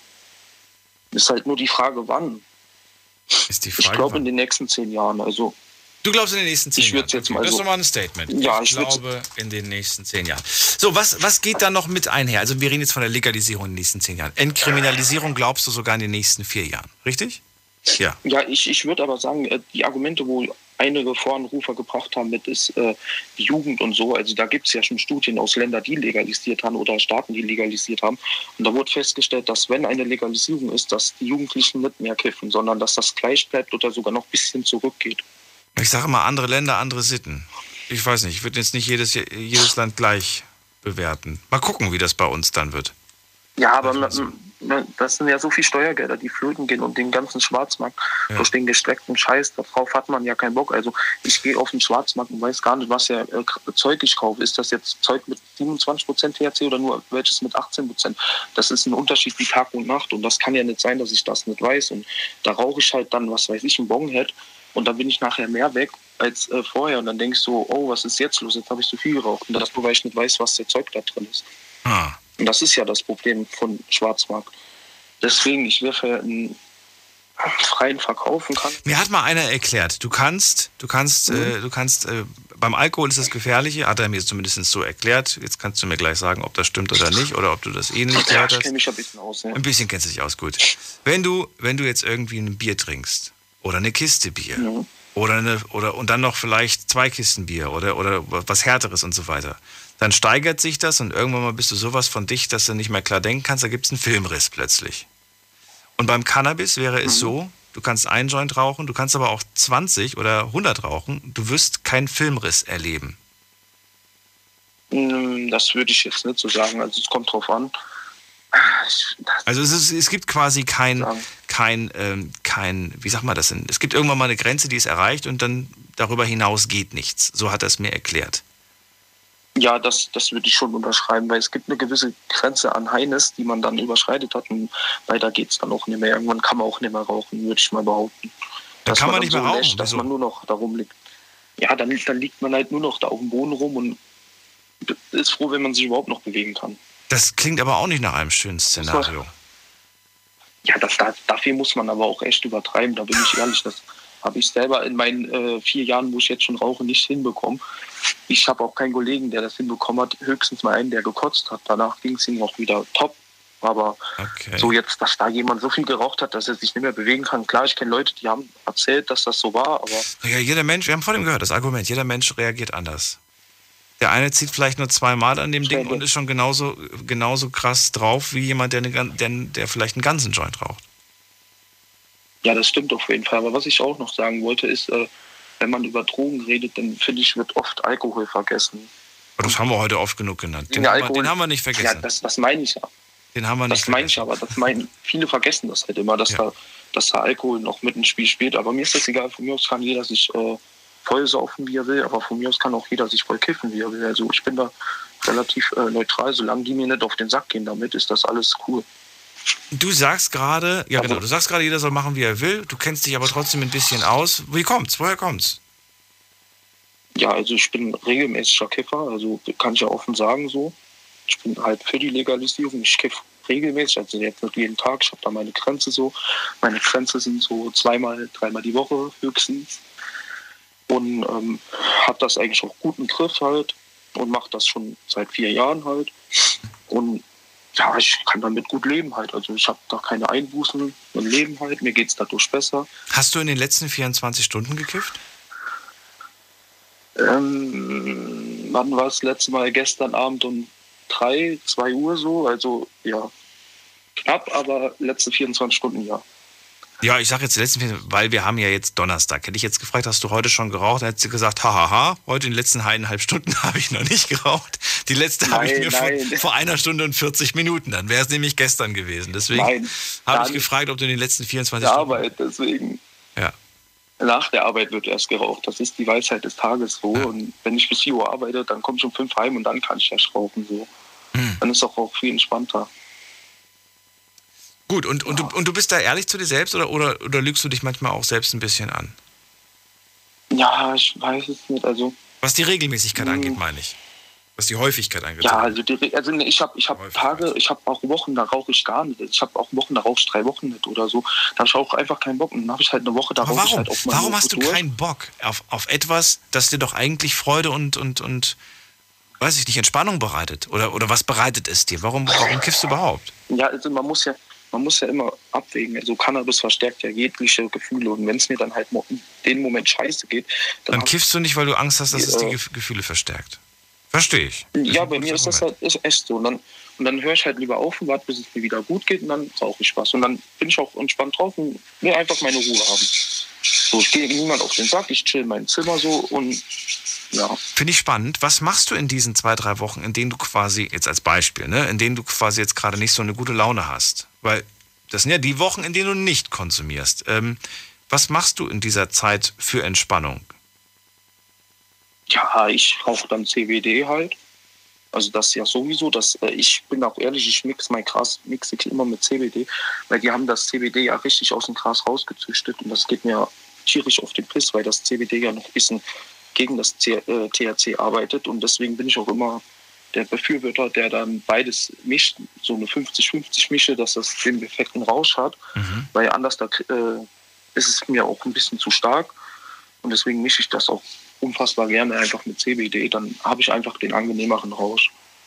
Ist halt nur die Frage, wann. Ist die Frage, ich glaube in den nächsten 10 Jahren. Also du glaubst in den nächsten 10 Jahren? Jetzt das ist doch mal ein Statement. Ja, ich glaube in den nächsten 10 Jahren. So, was geht da noch mit einher? Also wir reden jetzt von der Legalisierung in den nächsten 10 Jahren. Entkriminalisierung glaubst du sogar in den nächsten 4 Jahren, richtig? Ja. Ja, ich würde aber sagen, die Argumente, wo einige Voranrufer gebracht haben, mit ist die Jugend und so. Also da gibt es ja schon Studien aus Ländern, die legalisiert haben oder Staaten, die legalisiert haben. Und da wurde festgestellt, dass wenn eine Legalisierung ist, dass die Jugendlichen nicht mehr kiffen, sondern dass das gleich bleibt oder sogar noch ein bisschen zurückgeht. Ich sage mal, andere Länder, andere Sitten. Ich weiß nicht, ich würde jetzt nicht jedes Land gleich bewerten. Mal gucken, wie das bei uns dann wird. Ja, aber das sind ja so viele Steuergelder, die flöten gehen und den ganzen Schwarzmarkt durch den gestreckten Scheiß. Darauf hat man ja keinen Bock. Also ich gehe auf den Schwarzmarkt und weiß gar nicht, was ja Zeug ich kaufe. Ist das jetzt Zeug mit 27% THC oder nur welches mit 18%? Das ist ein Unterschied wie Tag und Nacht und das kann ja nicht sein, dass ich das nicht weiß. Und da rauche ich halt dann, was weiß ich, einen Bonghead. Und dann bin ich nachher mehr weg, als vorher. Und dann denkst du, oh, was ist jetzt los? Jetzt habe ich zu viel geraucht. Und das nur, weil ich nicht weiß, was der Zeug da drin ist. Und das ist ja das Problem von Schwarzmarkt. Deswegen, ich wäre für einen freien Verkaufen kann. Mir hat mal einer erklärt, du kannst beim Alkohol ist das Gefährliche, hat er mir zumindest so erklärt. Jetzt kannst du mir gleich sagen, ob das stimmt oder nicht, oder ob du das ähnlich gehört hast. Ich kenne mich ein bisschen aus. Ja. Ein bisschen kennst du dich aus, gut. Wenn du jetzt irgendwie ein Bier trinkst oder eine Kiste Bier und dann noch vielleicht 2 Kisten Bier oder was Härteres und so weiter, dann steigert sich das und irgendwann mal bist du sowas von dicht, dass du nicht mehr klar denken kannst, da gibt es einen Filmriss plötzlich. Und beim Cannabis wäre es so, du kannst einen Joint rauchen, du kannst aber auch 20 oder 100 rauchen, du wirst keinen Filmriss erleben. Das würde ich jetzt nicht so sagen, also es kommt drauf an. Also es gibt quasi kein, wie sagt man das denn? Es gibt irgendwann mal eine Grenze, die ist erreicht und dann darüber hinaus geht nichts. So hat er es mir erklärt. Ja, das würde ich schon unterschreiben, weil es gibt eine gewisse Grenze an Highness, die man dann überschreitet hat und weiter geht es dann auch nicht mehr. Irgendwann kann man auch nicht mehr rauchen, würde ich mal behaupten. Dann kann man nicht mehr rauchen? Lässt, dass man nur noch da rumliegt. Ja, dann liegt man halt nur noch da auf dem Boden rum und ist froh, wenn man sich überhaupt noch bewegen kann. Das klingt aber auch nicht nach einem schönen Szenario. Ja, dafür muss man aber auch echt übertreiben, da bin ich ehrlich. Das habe ich selber in meinen 4 Jahren, wo ich jetzt schon rauche, nicht hinbekommen. Ich habe auch keinen Kollegen, der das hinbekommen hat. Höchstens mal einen, der gekotzt hat. Danach ging es ihm auch wieder top. Aber so jetzt, dass da jemand so viel geraucht hat, dass er sich nicht mehr bewegen kann. Klar, ich kenne Leute, die haben erzählt, dass das so war. Aber ja, jeder Mensch, wir haben vor dem gehört, das Argument, jeder Mensch reagiert anders. Der eine zieht vielleicht nur 2-mal an dem Ding und ist schon genauso krass drauf wie jemand, der vielleicht einen ganzen Joint raucht. Ja, das stimmt auf jeden Fall. Aber was ich auch noch sagen wollte, ist, wenn man über Drogen redet, dann finde ich, wird oft Alkohol vergessen. Aber das haben wir heute oft genug genannt. Den haben wir nicht vergessen. Ja, das meine ich ja. Den haben wir nicht vergessen. Das meine ich aber. Viele vergessen das halt immer, dass da Alkohol noch mit ins Spiel spielt. Aber mir ist das egal. Von mir aus kann jeder sich voll saufen, wie er will. Aber von mir aus kann auch jeder sich voll kiffen, wie er will. Also ich bin da relativ neutral. Solange die mir nicht auf den Sack gehen damit, ist das alles cool. Du sagst gerade, jeder soll machen, wie er will. Du kennst dich aber trotzdem ein bisschen aus. Woher kommt's? Ja, also ich bin regelmäßiger Kiffer, also kann ich ja offen sagen so. Ich bin halt für die Legalisierung. Ich kiffe regelmäßig, also jetzt nicht jeden Tag. Ich habe da meine Grenze so. Meine Grenze sind so 2-mal, 3-mal die Woche höchstens. Und habe das eigentlich auch gut im Griff halt und mache das schon seit 4 Jahren halt. Und ja, ich kann damit gut leben halt. Also ich habe da keine Einbußen im Leben halt. Mir geht es dadurch besser. Hast du in den letzten 24 Stunden gekifft? Wann war es das letzte Mal? Gestern Abend um 2 Uhr so. Also ja, knapp, aber letzte 24 Stunden ja. Ja, ich sage jetzt die letzten, weil wir haben ja jetzt Donnerstag. Hätte ich jetzt gefragt, hast du heute schon geraucht? Dann hätte sie gesagt, hahaha, heute in den letzten 1,5 Stunden habe ich noch nicht geraucht. Die letzte habe ich mir vor 1 Stunde und 40 Minuten. Dann wäre es nämlich gestern gewesen. Deswegen habe ich gefragt, ob du in den letzten 24 Stunden... Arbeit, deswegen. Ja. Nach der Arbeit wird erst geraucht. Das ist die Weisheit des Tages so. Ja. Und wenn ich bis 4 Uhr arbeite, dann komme ich um 5 heim und dann kann ich erst rauchen. So. Dann ist auch viel entspannter. Gut, und du bist da ehrlich zu dir selbst oder lügst du dich manchmal auch selbst ein bisschen an? Ja, ich weiß es nicht. Also, was die Regelmäßigkeit angeht, meine ich. Was die Häufigkeit angeht. Ja, also ich habe Tage, ich habe auch Wochen, da rauche ich gar nicht. Ich habe auch Wochen, da rauche ich 3 Wochen nicht oder so. Da habe ich auch einfach keinen Bock. Und dann habe ich halt eine Woche, da rauche ich halt auf meine Warum hast du keinen Bock auf etwas, das dir doch eigentlich Freude und weiß ich nicht, Entspannung bereitet? Oder was bereitet es dir? Warum kiffst du überhaupt? Ja, also man muss ja immer abwägen. Also Cannabis verstärkt ja jegliche Gefühle. Und wenn es mir dann halt in dem Moment scheiße geht... Dann kiffst du nicht, weil du Angst hast, dass es die Gefühle verstärkt. Verstehe ich. Ja, bei mir ist das halt echt so. Und dann höre ich halt lieber auf und warte, bis es mir wieder gut geht und dann rauche ich was. Und dann bin ich auch entspannt drauf und will einfach meine Ruhe haben. So, ich gehe niemand auf den Sack, ich chill in meinem Zimmer so und ja. Finde ich spannend. Was machst du in diesen 2-3 Wochen, in denen du quasi, jetzt als Beispiel, ne, in denen du quasi jetzt gerade nicht so eine gute Laune hast? Weil das sind ja die Wochen, in denen du nicht konsumierst. Was machst du in dieser Zeit für Entspannung? Ja, ich rauche dann CBD halt. Also das ja sowieso. Ich bin auch ehrlich, ich mixe mein Gras immer mit CBD, weil die haben das CBD ja richtig aus dem Gras rausgezüchtet und das geht mir tierisch auf den Piss, weil das CBD ja noch ein bisschen gegen das THC arbeitet. Und deswegen bin ich auch immer der Befürworter, der dann beides mischt, so eine 50-50 Mische, dass das den perfekten Rausch hat. Weil anders ist es mir auch ein bisschen zu stark. Und deswegen mische ich das auch unfassbar gerne einfach mit CBD. Dann habe ich einfach den angenehmeren Rausch.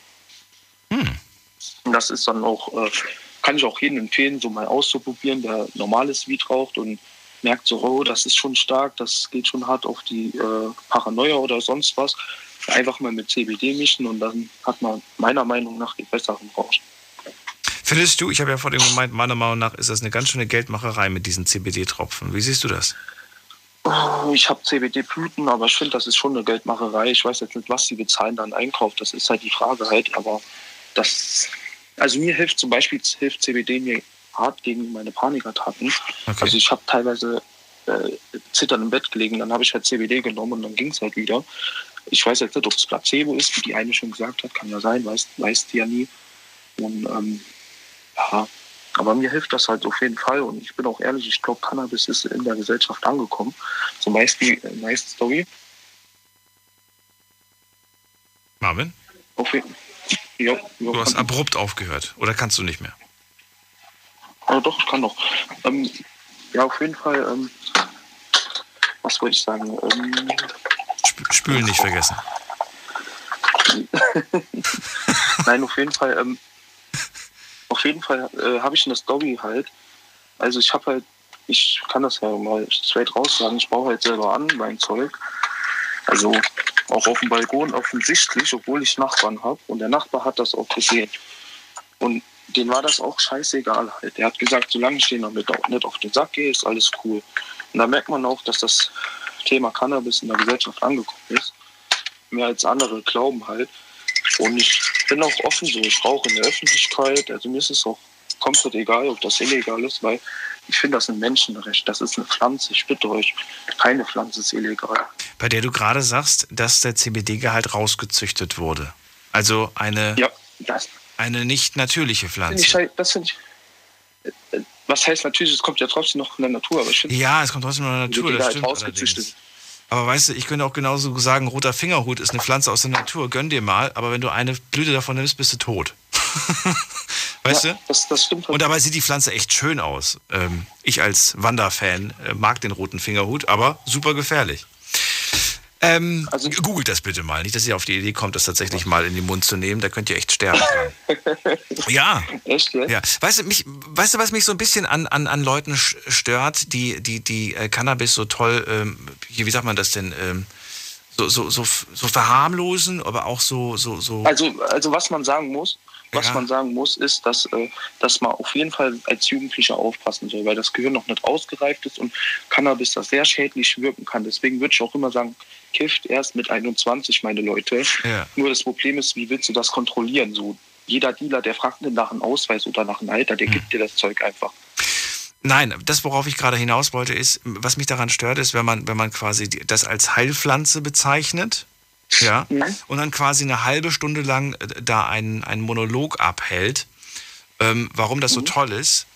Und das ist dann auch, kann ich auch jedem empfehlen, so mal auszuprobieren, der normales Weed raucht und merkt so, oh, das ist schon stark, das geht schon hart auf die Paranoia oder sonst was. Einfach mal mit CBD mischen und dann hat man meiner Meinung nach den besseren Rausch. Findest du, ich habe ja vor dem gemeint, meiner Meinung nach ist das eine ganz schöne Geldmacherei mit diesen CBD-Tropfen. Wie siehst du das? Ich habe CBD-Blüten, aber ich finde, das ist schon eine Geldmacherei. Ich weiß jetzt nicht, was sie bezahlen dann Einkauf. Das ist halt die Frage halt. Aber das, also mir hilft zum Beispiel CBD mir hart gegen meine Panikattacken. Okay. Also ich habe teilweise zitternd im Bett gelegen, dann habe ich halt CBD genommen und dann ging es halt wieder. Ich weiß jetzt nicht, ob es Placebo ist, wie die eine schon gesagt hat, kann ja sein, weiß die ja nie. Und ja, aber mir hilft das halt auf jeden Fall und ich bin auch ehrlich, ich glaube, Cannabis ist in der Gesellschaft angekommen. So nice Story. Marvin? Ja, du hast abrupt aufgehört, oder kannst du nicht mehr? Doch, ich kann noch. Ja, auf jeden Fall, was wollte ich sagen? Spülen nicht vergessen. Nein, auf jeden Fall habe ich eine Story halt. Also ich habe halt, ich kann das ja mal straight raus sagen, ich baue halt selber an mein Zeug. Also auch auf dem Balkon offensichtlich, obwohl ich Nachbarn habe. Und der Nachbar hat das auch gesehen. Und dem war das auch scheißegal halt. Der hat gesagt, solange ich den damit auch nicht auf den Sack gehe, ist alles cool. Und da merkt man auch, dass das Thema Cannabis in der Gesellschaft angekommen ist. Mehr als andere glauben halt. Und ich bin auch offen so. Ich rauche in der Öffentlichkeit. Also mir ist es auch komplett egal, ob das illegal ist, weil ich finde, das ist ein Menschenrecht. Das ist eine Pflanze. Ich bitte euch, keine Pflanze ist illegal. Bei der du gerade sagst, dass der CBD-Gehalt rausgezüchtet wurde. Also eine nicht natürliche Pflanze. Das finde ich. Was heißt natürlich, es kommt ja trotzdem noch von der Natur. Aber ich finde, ja, es kommt trotzdem noch von der Natur, das stimmt allerdings. Aber weißt du, ich könnte auch genauso sagen, roter Fingerhut ist eine Pflanze aus der Natur, gönn dir mal, aber wenn du eine Blüte davon nimmst, bist du tot. Weißt du? Das stimmt. Und dabei sieht die Pflanze echt schön aus. Ich als Wanderfan mag den roten Fingerhut, aber super gefährlich. Googelt das bitte mal. Nicht, dass ihr auf die Idee kommt, das tatsächlich mal in den Mund zu nehmen. Da könnt ihr echt sterben dran. Ja. Echt, ja? Weißt du, was mich so ein bisschen an Leuten stört, die Cannabis so toll, wie sagt man das denn, so verharmlosen, aber auch so. Also was man sagen muss, ist, dass man auf jeden Fall als Jugendlicher aufpassen soll, weil das Gehirn noch nicht ausgereift ist und Cannabis da sehr schädlich wirken kann. Deswegen würde ich auch immer sagen, kifft erst mit 21, meine Leute. Ja. Nur das Problem ist, wie willst du das kontrollieren? So, jeder Dealer, der fragt nicht nach einem Ausweis oder nach einem Alter, der gibt dir das Zeug einfach. Nein, das, worauf ich gerade hinaus wollte, ist, was mich daran stört, ist, wenn man quasi das als Heilpflanze bezeichnet. Ja, und dann quasi eine halbe Stunde lang da einen Monolog abhält, warum das so toll ist,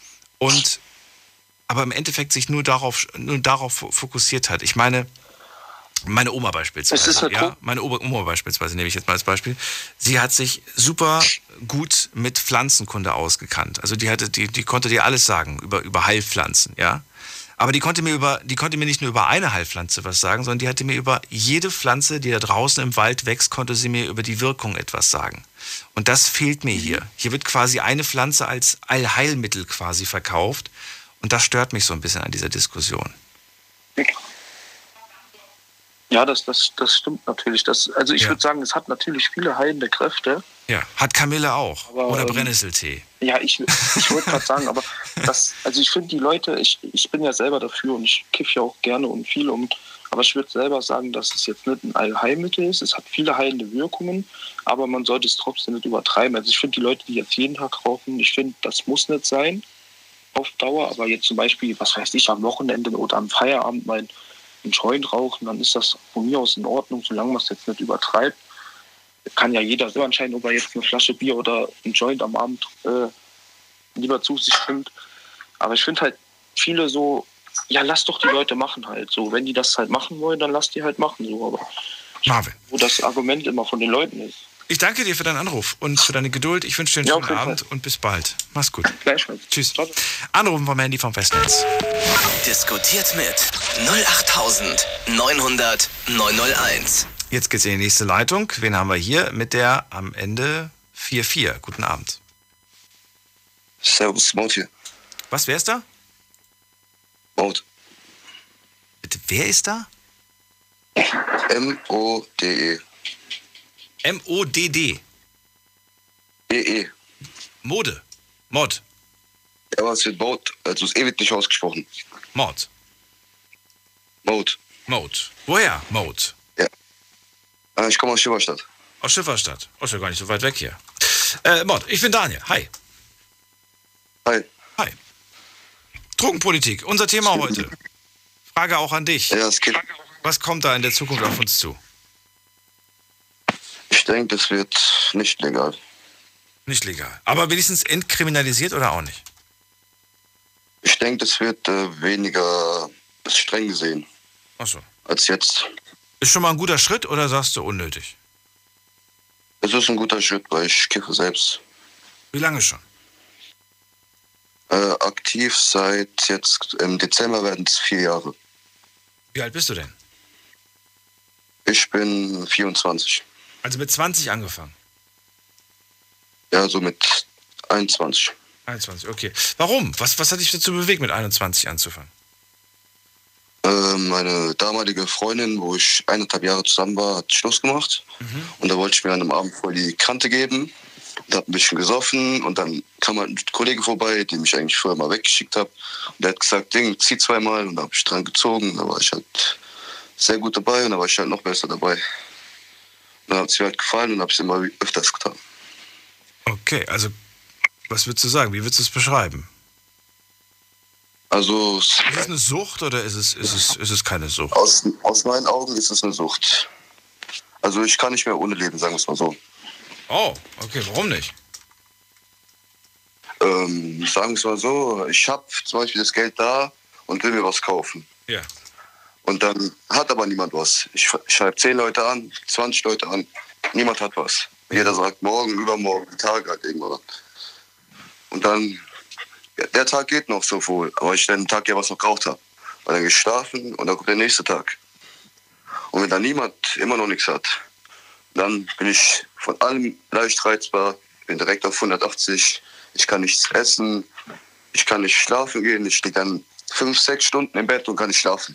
aber im Endeffekt sich nur darauf fokussiert hat. Ich meine Oma beispielsweise, meine Oma beispielsweise, nehme ich jetzt mal als Beispiel, sie hat sich super gut mit Pflanzenkunde ausgekannt. Also die konnte dir alles sagen über Heilpflanzen, ja. Aber die konnte mir nicht nur über eine Heilpflanze was sagen, sondern die hatte mir über jede Pflanze, die da draußen im Wald wächst, konnte sie mir über die Wirkung etwas sagen. Und das fehlt mir hier. Hier wird quasi eine Pflanze als Allheilmittel quasi verkauft. Und das stört mich so ein bisschen an dieser Diskussion. Ja, das stimmt natürlich. Also ich würde sagen, es hat natürlich viele heilende Kräfte. Ja, hat Kamille auch. Aber, oder Brennnesseltee. Ja, ich wollte gerade sagen, aber ich finde die Leute, ich bin ja selber dafür und ich kiffe ja auch gerne und viel aber ich würde selber sagen, dass es jetzt nicht ein Allheilmittel ist. Es hat viele heilende Wirkungen, aber man sollte es trotzdem nicht übertreiben. Also ich finde die Leute, die jetzt jeden Tag rauchen, ich finde, das muss nicht sein auf Dauer, aber jetzt zum Beispiel, was weiß ich, am Wochenende oder am Feierabend mal einen Joint rauchen, dann ist das von mir aus in Ordnung, solange man es jetzt nicht übertreibt. Kann ja jeder selber entscheiden, ob er jetzt eine Flasche Bier oder einen Joint am Abend lieber zu sich nimmt. Aber ich finde halt, viele so ja, lass doch die Leute machen halt so. Wenn die das halt machen wollen, dann lass die halt machen so. Aber Marvin. wo das Argument immer von den Leuten ist. Ich danke dir für deinen Anruf und für deine Geduld. Ich wünsche dir einen schönen Abend und bis bald. Mach's gut. Gleichfalls. Tschüss. Anrufen vom Handy vom Festnetz. Diskutiert mit 08900 901. Jetzt geht's in die nächste Leitung. Wen haben wir hier mit der am Ende 44? Guten Abend. Servus, Maud hier. Was, wer ist da? Maud. Bitte, wer ist da? M-O-D-E. M-O-D-D. E-E. Mode. Mod. Ja, aber es wird Maud, also es wird nicht ausgesprochen. Mod. Mode. Mode. Woher? Mode. Ja. Ich komme aus Schifferstadt. Aus Schifferstadt. Oh, ist ja gar nicht so weit weg hier. Mod, ich bin Daniel. Hi. Hi. Hi. Drogenpolitik, unser Thema heute. Frage auch an dich. Ja, es geht. Was kommt da in der Zukunft auf uns zu? Ich denke, das wird nicht legal. Nicht legal. Aber wenigstens entkriminalisiert oder auch nicht? Ich denke, das wird weniger streng gesehen. Ach so. Als jetzt. Ist schon mal ein guter Schritt oder sagst du unnötig? Es ist ein guter Schritt, weil ich kiffe selbst. Wie lange schon? Aktiv seit jetzt im Dezember werden es 4 Jahre. Wie alt bist du denn? Ich bin 24. Also mit 20 angefangen? Ja, so mit 21. 21, okay. Warum? Was hat dich dazu bewegt, mit 21 anzufangen? Meine damalige Freundin, wo ich 1,5 Jahre zusammen war, hat Schluss gemacht. Und da wollte ich mir an einem Abend voll die Kante geben. Und hab ein bisschen gesoffen. Und dann kam halt ein Kollege vorbei, den ich eigentlich vorher mal weggeschickt habe. Und der hat gesagt, Ding, zieh 2-mal. Und da habe ich dran gezogen. Und da war ich halt sehr gut dabei. Und da war ich halt noch besser dabei. Und dann hat es mir halt gefallen und habe es immer öfters getan. Okay, also was würdest du sagen? Wie würdest du es beschreiben? Also ist es eine Sucht oder ist es keine Sucht? Aus meinen Augen ist es eine Sucht. Also ich kann nicht mehr ohne leben, sagen wir es mal so. Oh, okay, warum nicht? Sagen wir es mal so, ich habe zum Beispiel das Geld da und will mir was kaufen. Ja. Und dann hat aber niemand was. Ich schreibe 10 Leute an, 20 Leute an, niemand hat was. Jeder sagt morgen, übermorgen, Tag halt irgendwann. Und dann, ja, der Tag geht noch so wohl, aber ich den Tag ja was noch geraucht habe. Weil dann geschlafen und dann kommt der nächste Tag. Und wenn dann niemand immer noch nichts hat, dann bin ich von allem leicht reizbar, bin direkt auf 180, ich kann nichts essen, ich kann nicht schlafen gehen, ich liege dann 5-6 Stunden im Bett und kann nicht schlafen.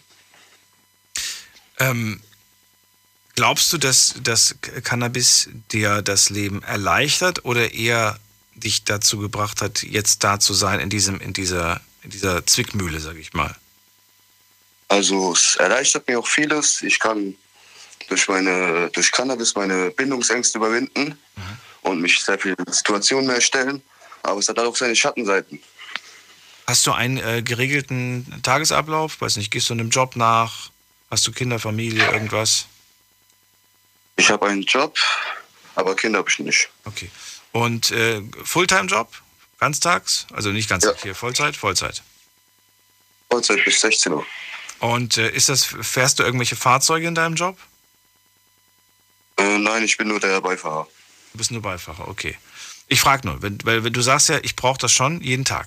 Glaubst du, dass das Cannabis dir das Leben erleichtert oder eher dich dazu gebracht hat, jetzt da zu sein in dieser Zwickmühle, sage ich mal? Also es erleichtert mir auch vieles. Ich kann durch Cannabis meine Bindungsängste überwinden und mich sehr viele Situationen mehr stellen. Aber es hat auch seine Schattenseiten. Hast du einen geregelten Tagesablauf? Weiß nicht, gehst du einem Job nach? Hast du Kinder, Familie, irgendwas? Ich habe einen Job, aber Kinder habe ich nicht. Okay. Und Fulltime-Job? Ganztags? Also nicht ganztags hier, Vollzeit? Vollzeit. Vollzeit bis 16 Uhr. Und fährst du irgendwelche Fahrzeuge in deinem Job? Nein, ich bin nur der Beifahrer. Du bist nur Beifahrer, okay. Ich frage nur, weil du sagst ja, ich brauche das schon jeden Tag.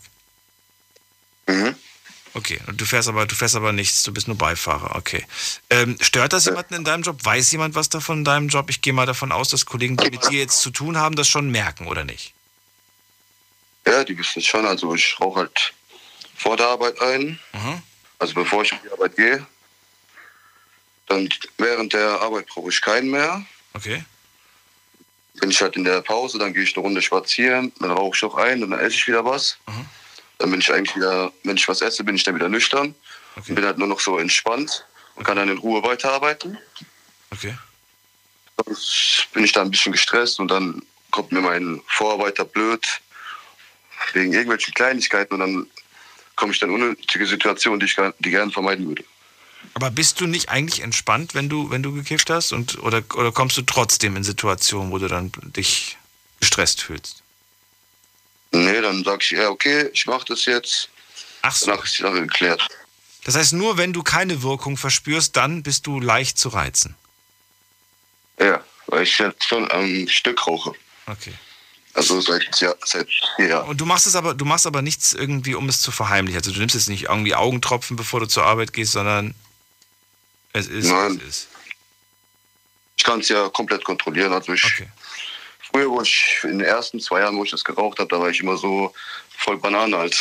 Okay, und du fährst aber nichts, du bist nur Beifahrer, okay. Stört das jemanden in deinem Job? Weiß jemand was davon in deinem Job? Ich gehe mal davon aus, dass Kollegen, die mit dir jetzt zu tun haben, das schon merken, oder nicht? Ja, die wissen es schon. Also ich rauche halt vor der Arbeit ein, also bevor ich auf die Arbeit gehe. Dann während der Arbeit brauche ich keinen mehr. Okay. Bin ich halt in der Pause, dann gehe ich eine Runde spazieren, dann rauche ich noch ein und dann esse ich wieder was. Dann bin ich eigentlich wieder, wenn ich was esse, bin ich dann wieder nüchtern. Und bin halt nur noch so entspannt und kann dann in Ruhe weiterarbeiten. Okay. Sonst bin ich da ein bisschen gestresst und dann kommt mir mein Vorarbeiter blöd wegen irgendwelchen Kleinigkeiten und dann komme ich dann in unnötige Situationen, die gerne vermeiden würde. Aber bist du nicht eigentlich entspannt, wenn du gekifft hast? Oder kommst du trotzdem in Situationen, wo du dann dich gestresst fühlst? Nee, dann sag ich, ja, okay, ich mach das jetzt. Ach so. Danach ist die Sache geklärt. Das heißt, nur wenn du keine Wirkung verspürst, dann bist du leicht zu reizen. Ja, weil ich jetzt schon am Stück rauche. Okay. Also seit 4 Jahren. Und du machst aber nichts irgendwie, um es zu verheimlichen. Also du nimmst jetzt nicht irgendwie Augentropfen, bevor du zur Arbeit gehst, sondern es ist, Nein. es ist. Ich kann es ja komplett kontrollieren. Also früher, wo ich in den ersten 2 Jahren, wo ich das geraucht habe, da war ich immer so voll Banane halt.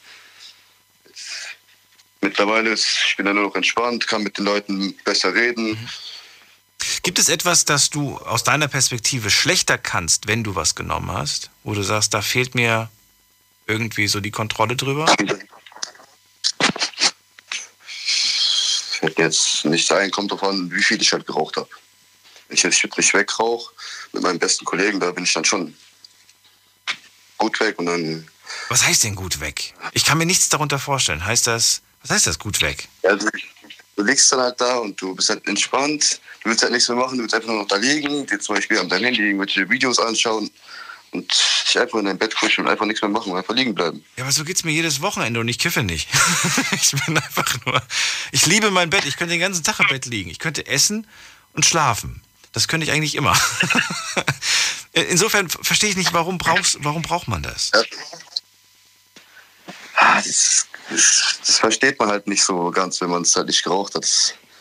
Mittlerweile ich bin ja nur noch entspannt, kann mit den Leuten besser reden. Gibt es etwas, das du aus deiner Perspektive schlechter kannst, wenn du was genommen hast? Wo du sagst, da fehlt mir irgendwie so die Kontrolle drüber? Fällt jetzt nicht ein, kommt drauf an, wie viel ich halt geraucht habe. Wenn ich jetzt wirklich wegrauche, mit meinem besten Kollegen, da bin ich dann schon gut weg und dann... Was heißt denn gut weg? Ich kann mir nichts darunter vorstellen. Was heißt das gut weg? Ja, du liegst dann halt da und du bist halt entspannt, du willst halt nichts mehr machen, du willst einfach nur noch da liegen, dir zum Beispiel an deinem Handy irgendwelche Videos anschauen und dich einfach in dein Bett kuscheln und einfach nichts mehr machen, einfach liegen bleiben. Ja, aber so geht's mir jedes Wochenende und ich kiffe nicht. Ich liebe mein Bett, ich könnte den ganzen Tag im Bett liegen. Ich könnte essen und schlafen. Das könnte ich eigentlich immer. Insofern verstehe ich nicht, warum braucht man das? Ja. Das versteht man halt nicht so ganz, wenn man es halt nicht geraucht hat.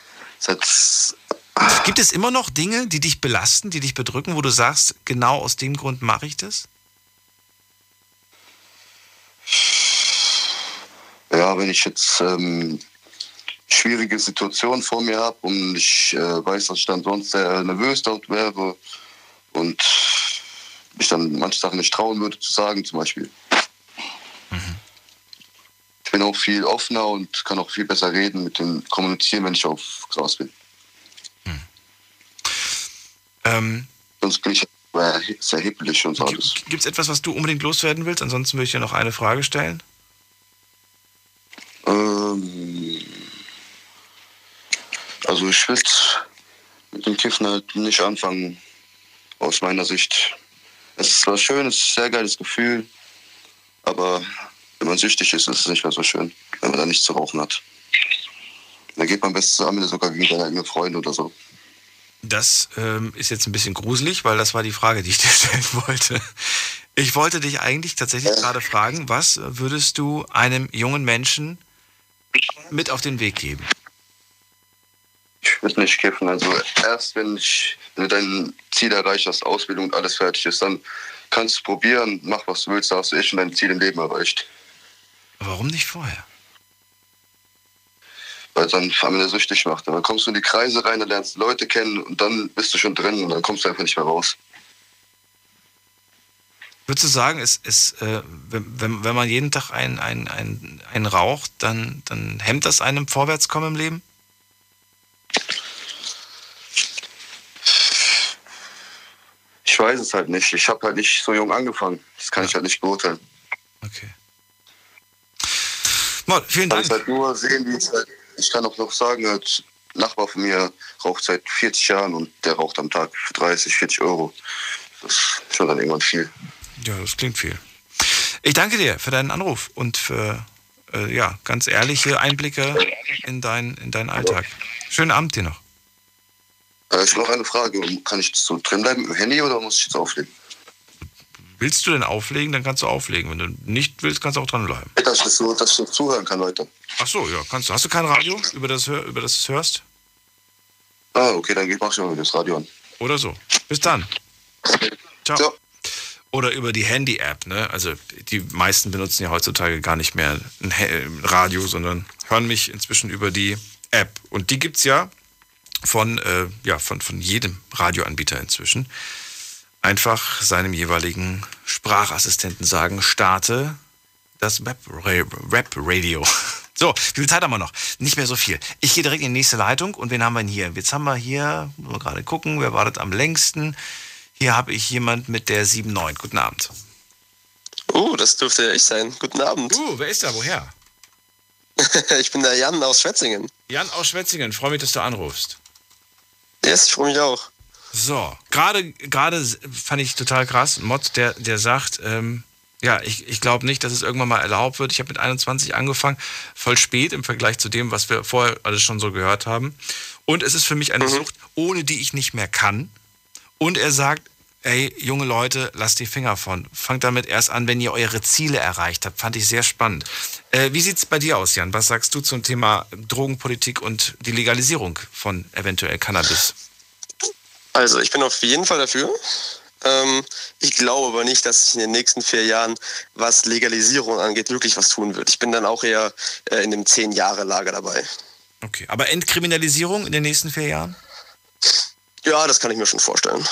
Gibt es immer noch Dinge, die dich belasten, die dich bedrücken, wo du sagst, genau aus dem Grund mache ich das? Ja, wenn ich jetzt schwierige Situationen vor mir habe und ich weiß, dass ich dann sonst sehr nervös dort wäre und mich dann manche Sachen nicht trauen würde zu sagen, zum Beispiel. Ich bin auch viel offener und kann auch viel besser reden, mit dem kommunizieren, wenn ich auf Gras bin. Sonst bin ich sehr hippelig und so alles. Gibt es etwas, was du unbedingt loswerden willst? Ansonsten würde ich dir noch eine Frage stellen. Also ich will mit dem Kiffen halt nicht anfangen, aus meiner Sicht. Es ist was Schönes, es ist ein sehr geiles Gefühl, aber wenn man süchtig ist, ist es nicht mehr so schön, wenn man da nichts zu rauchen hat. Dann geht man besser zusammen, sogar gegen seine eigenen Freunde oder so. Das ist jetzt ein bisschen gruselig, weil das war die Frage, die ich dir stellen wollte. Ich wollte dich eigentlich tatsächlich gerade fragen, was würdest du einem jungen Menschen mit auf den Weg geben? Ich würde nicht kiffen. Also erst wenn du dein Ziel erreicht hast, Ausbildung und alles fertig ist, dann kannst du es probieren, mach was du willst, da hast du schon dein Ziel im Leben erreicht. Warum nicht vorher? Weil es dann am Ende süchtig macht. Dann kommst du in die Kreise rein, dann lernst du Leute kennen und dann bist du schon drin und dann kommst du einfach nicht mehr raus. Würdest du sagen, wenn man jeden Tag einen raucht, dann hemmt das einem Vorwärtskommen im Leben? Ich weiß es halt nicht. Ich habe halt nicht so jung angefangen. Das kann ich halt nicht beurteilen. Okay. Mal, vielen Dank. Ich kann halt nur sehen, wie es halt. Ich kann auch noch sagen, ein Nachbar von mir raucht seit 40 Jahren und der raucht am Tag für 30, 40 Euro. Das ist schon dann irgendwann viel. Ja, das klingt viel. Ich danke dir für deinen Anruf und für ganz ehrliche Einblicke in deinen Alltag. Schönen Abend dir noch. Ich habe noch eine Frage. Kann ich so drin bleiben mit dem Handy oder muss ich jetzt auflegen? Willst du denn auflegen, dann kannst du auflegen. Wenn du nicht willst, kannst du auch dranbleiben. Dass ich so zuhören kann weiter. Ach so, ja, kannst du. Hast du kein Radio, über das du es hörst? Ah, okay, dann mach ich mal das Radio an. Oder so. Bis dann. Ciao. Ja. Oder über die Handy-App, ne? Also die meisten benutzen ja heutzutage gar nicht mehr ein Radio, sondern hören mich inzwischen über die App. Und die gibt's ja von jedem Radioanbieter inzwischen. Einfach seinem jeweiligen Sprachassistenten sagen, starte das Web-Radio. So, wie viel Zeit haben wir noch? Nicht mehr so viel. Ich gehe direkt in die nächste Leitung. Und wen haben wir denn hier? Jetzt haben wir hier, mal gerade gucken, wer wartet am längsten? Hier habe ich jemand mit der 79. Guten Abend. Das dürfte ja ich sein. Guten Abend. Wer ist da? Woher? Ich bin der Jan aus Schwetzingen. Jan aus Schwetzingen. Freue mich, dass du anrufst. Yes, ich freue mich auch. So, gerade fand ich total krass. Mod, der sagt, Ja, ich glaube nicht, dass es irgendwann mal erlaubt wird. Ich habe mit 21 angefangen, voll spät im Vergleich zu dem, was wir vorher alles schon so gehört haben. Und es ist für mich eine Sucht, ohne die ich nicht mehr kann. Und er sagt, ey, junge Leute, lasst die Finger von. Fangt damit erst an, wenn ihr eure Ziele erreicht habt. Fand ich sehr spannend. Wie sieht's bei dir aus, Jan? Was sagst du zum Thema Drogenpolitik und die Legalisierung von eventuell Cannabis? Also, ich bin auf jeden Fall dafür. Ich glaube aber nicht, dass sich in den nächsten 4 Jahren, was Legalisierung angeht, wirklich was tun wird. Ich bin dann auch eher in dem 10-Jahre-Lager dabei. Okay, aber Entkriminalisierung in den nächsten 4 Jahren? Ja, das kann ich mir schon vorstellen.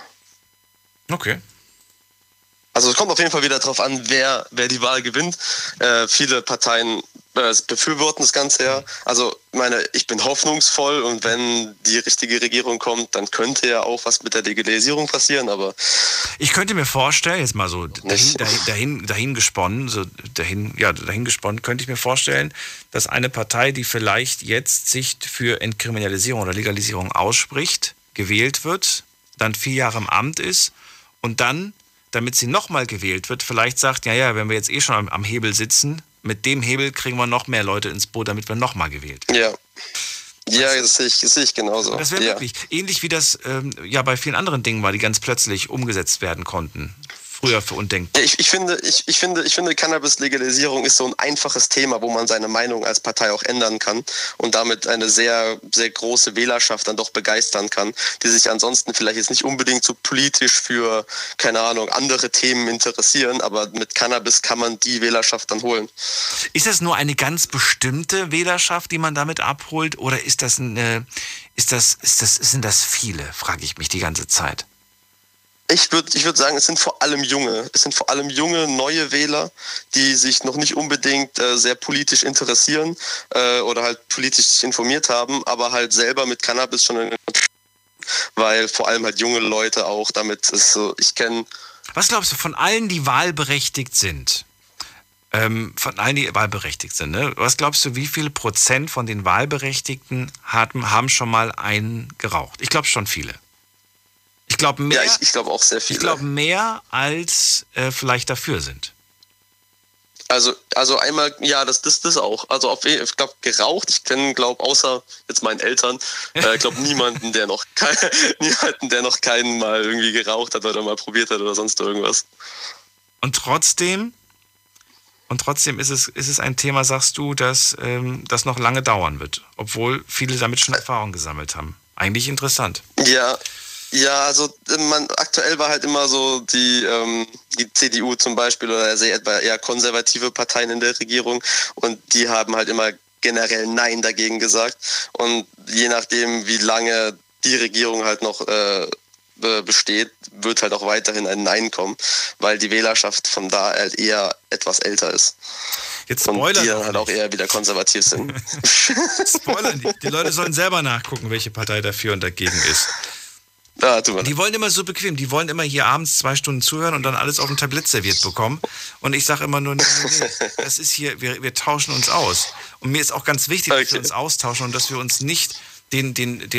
Okay. Also es kommt auf jeden Fall wieder darauf an, wer die Wahl gewinnt. Viele Parteien befürworten das Ganze ja. Also ich bin hoffnungsvoll und wenn die richtige Regierung kommt, dann könnte ja auch was mit der Legalisierung passieren, aber... Ich könnte mir vorstellen, jetzt mal so dahin gesponnen, könnte ich mir vorstellen, dass eine Partei, die vielleicht jetzt sich für Entkriminalisierung oder Legalisierung ausspricht, gewählt wird, dann 4 Jahre im Amt ist und dann, damit sie nochmal gewählt wird, vielleicht sagt, ja, wenn wir jetzt eh schon am Hebel sitzen, mit dem Hebel kriegen wir noch mehr Leute ins Boot, damit wir nochmal gewählt werden. Ja, das sehe ich genauso. Das wäre möglich. Ähnlich wie das bei vielen anderen Dingen war, die ganz plötzlich umgesetzt werden konnten. Früher für undenkbar. Ja, ich finde, Cannabis-Legalisierung ist so ein einfaches Thema, wo man seine Meinung als Partei auch ändern kann und damit eine sehr, sehr große Wählerschaft dann doch begeistern kann, die sich ansonsten vielleicht jetzt nicht unbedingt so politisch für, keine Ahnung, andere Themen interessieren, aber mit Cannabis kann man die Wählerschaft dann holen. Ist das nur eine ganz bestimmte Wählerschaft, die man damit abholt, oder sind das viele, frage ich mich die ganze Zeit. Ich würde sagen, es sind vor allem junge neue Wähler, die sich noch nicht unbedingt sehr politisch interessieren oder halt politisch sich informiert haben, aber halt selber mit Cannabis schon, weil vor allem halt junge Leute auch damit ist so, ich kenne... Was glaubst du, von allen, die wahlberechtigt sind, was glaubst du, wie viel Prozent von den Wahlberechtigten haben schon mal einen geraucht? Ich glaube schon viele. Ich glaube mehr. Ja, ich glaube auch sehr viele. Ich glaube mehr, als vielleicht dafür sind. Also einmal, ja, das auch. Also ich glaube, geraucht, ich kenne, außer jetzt meinen Eltern, glaube niemanden, der noch keinen mal irgendwie geraucht hat oder mal probiert hat oder sonst irgendwas. Und trotzdem ist es ein Thema, sagst du, dass das noch lange dauern wird, obwohl viele damit schon Erfahrung gesammelt haben. Eigentlich interessant. Ja, also aktuell war halt immer so die CDU zum Beispiel oder eher konservative Parteien in der Regierung und die haben halt immer generell Nein dagegen gesagt und je nachdem, wie lange die Regierung halt noch besteht, wird halt auch weiterhin ein Nein kommen, weil die Wählerschaft von da halt eher etwas älter ist. Jetzt spoilern und die dann halt auch eher wieder konservativ sind. Spoilern nicht. Die Leute sollen selber nachgucken, welche Partei dafür und dagegen ist. Die wollen immer so bequem, die wollen immer hier abends 2 Stunden zuhören und dann alles auf dem Tablett serviert bekommen. Und ich sage immer nur, nee, das ist hier, wir tauschen uns aus. Und mir ist auch ganz wichtig, dass wir uns austauschen und dass wir uns nicht den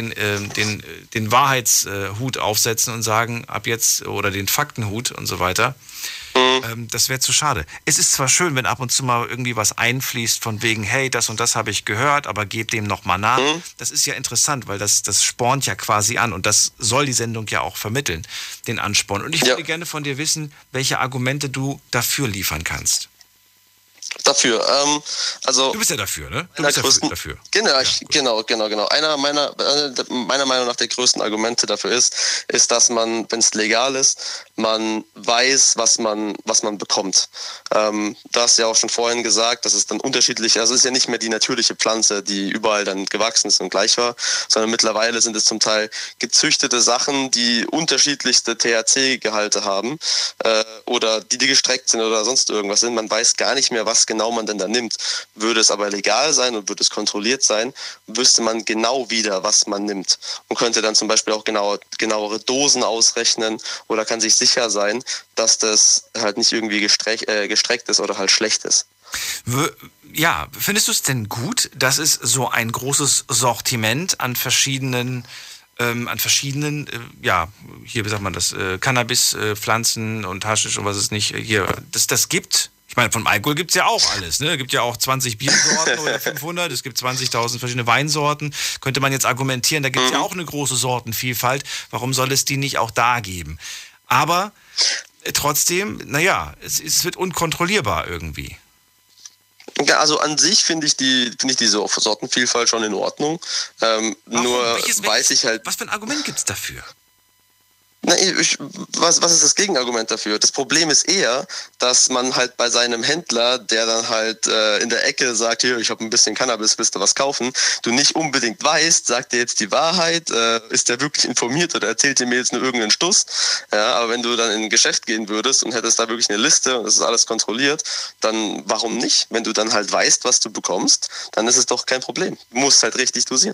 Wahrheitshut aufsetzen und sagen, ab jetzt, oder den Faktenhut und so weiter. Das wäre zu schade. Es ist zwar schön, wenn ab und zu mal irgendwie was einfließt von wegen, hey, das und das habe ich gehört, aber geht dem nochmal nach. Das ist ja interessant, weil das spornt ja quasi an und das soll die Sendung ja auch vermitteln, den Ansporn. Und ich würde gerne von dir wissen, welche Argumente du dafür liefern kannst. Dafür, also... Du bist ja dafür, ne? Du bist ja dafür. Genau. Einer meiner Meinung nach der größten Argumente dafür ist, dass man, wenn es legal ist, man weiß, was man bekommt. Du hast ja auch schon vorhin gesagt, dass es dann unterschiedlich, also es ist ja nicht mehr die natürliche Pflanze, die überall dann gewachsen ist und gleich war, sondern mittlerweile sind es zum Teil gezüchtete Sachen, die unterschiedlichste THC-Gehalte haben oder die gestreckt sind oder sonst irgendwas sind. Man weiß gar nicht mehr, was genau man denn da nimmt. Würde es aber legal sein und würde es kontrolliert sein, wüsste man genau wieder, was man nimmt und könnte dann zum Beispiel auch genauere Dosen ausrechnen oder kann sich sicher sein, dass das halt nicht irgendwie gestreckt ist oder halt schlecht ist. Ja, findest du es denn gut, dass es so ein großes Sortiment an verschiedenen an verschiedenen, hier, wie sagt man das, Cannabis-Pflanzen und Haschisch und was es nicht hier, das gibt. Ich meine, vom Alkohol gibt es ja auch alles. Ne? Es gibt ja auch 20 Biersorten oder 500, es gibt 20.000 verschiedene Weinsorten. Könnte man jetzt argumentieren, da gibt es ja auch eine große Sortenvielfalt. Warum soll es die nicht auch da geben? Aber trotzdem, es wird unkontrollierbar irgendwie. Ja, also an sich finde ich diese Sortenvielfalt schon in Ordnung. Weiß ich halt. Was für ein Argument gibt es dafür? Na, was ist das Gegenargument dafür? Das Problem ist eher, dass man halt bei seinem Händler, der dann halt in der Ecke sagt, hier, ich habe ein bisschen Cannabis, willst du was kaufen? Du nicht unbedingt weißt, sagt er jetzt die Wahrheit, ist der wirklich informiert oder erzählt dir mir jetzt nur irgendeinen Stuss? Ja, aber wenn du dann in ein Geschäft gehen würdest und hättest da wirklich eine Liste und das ist alles kontrolliert, dann warum nicht? Wenn du dann halt weißt, was du bekommst, dann ist es doch kein Problem. Du musst halt richtig dosieren.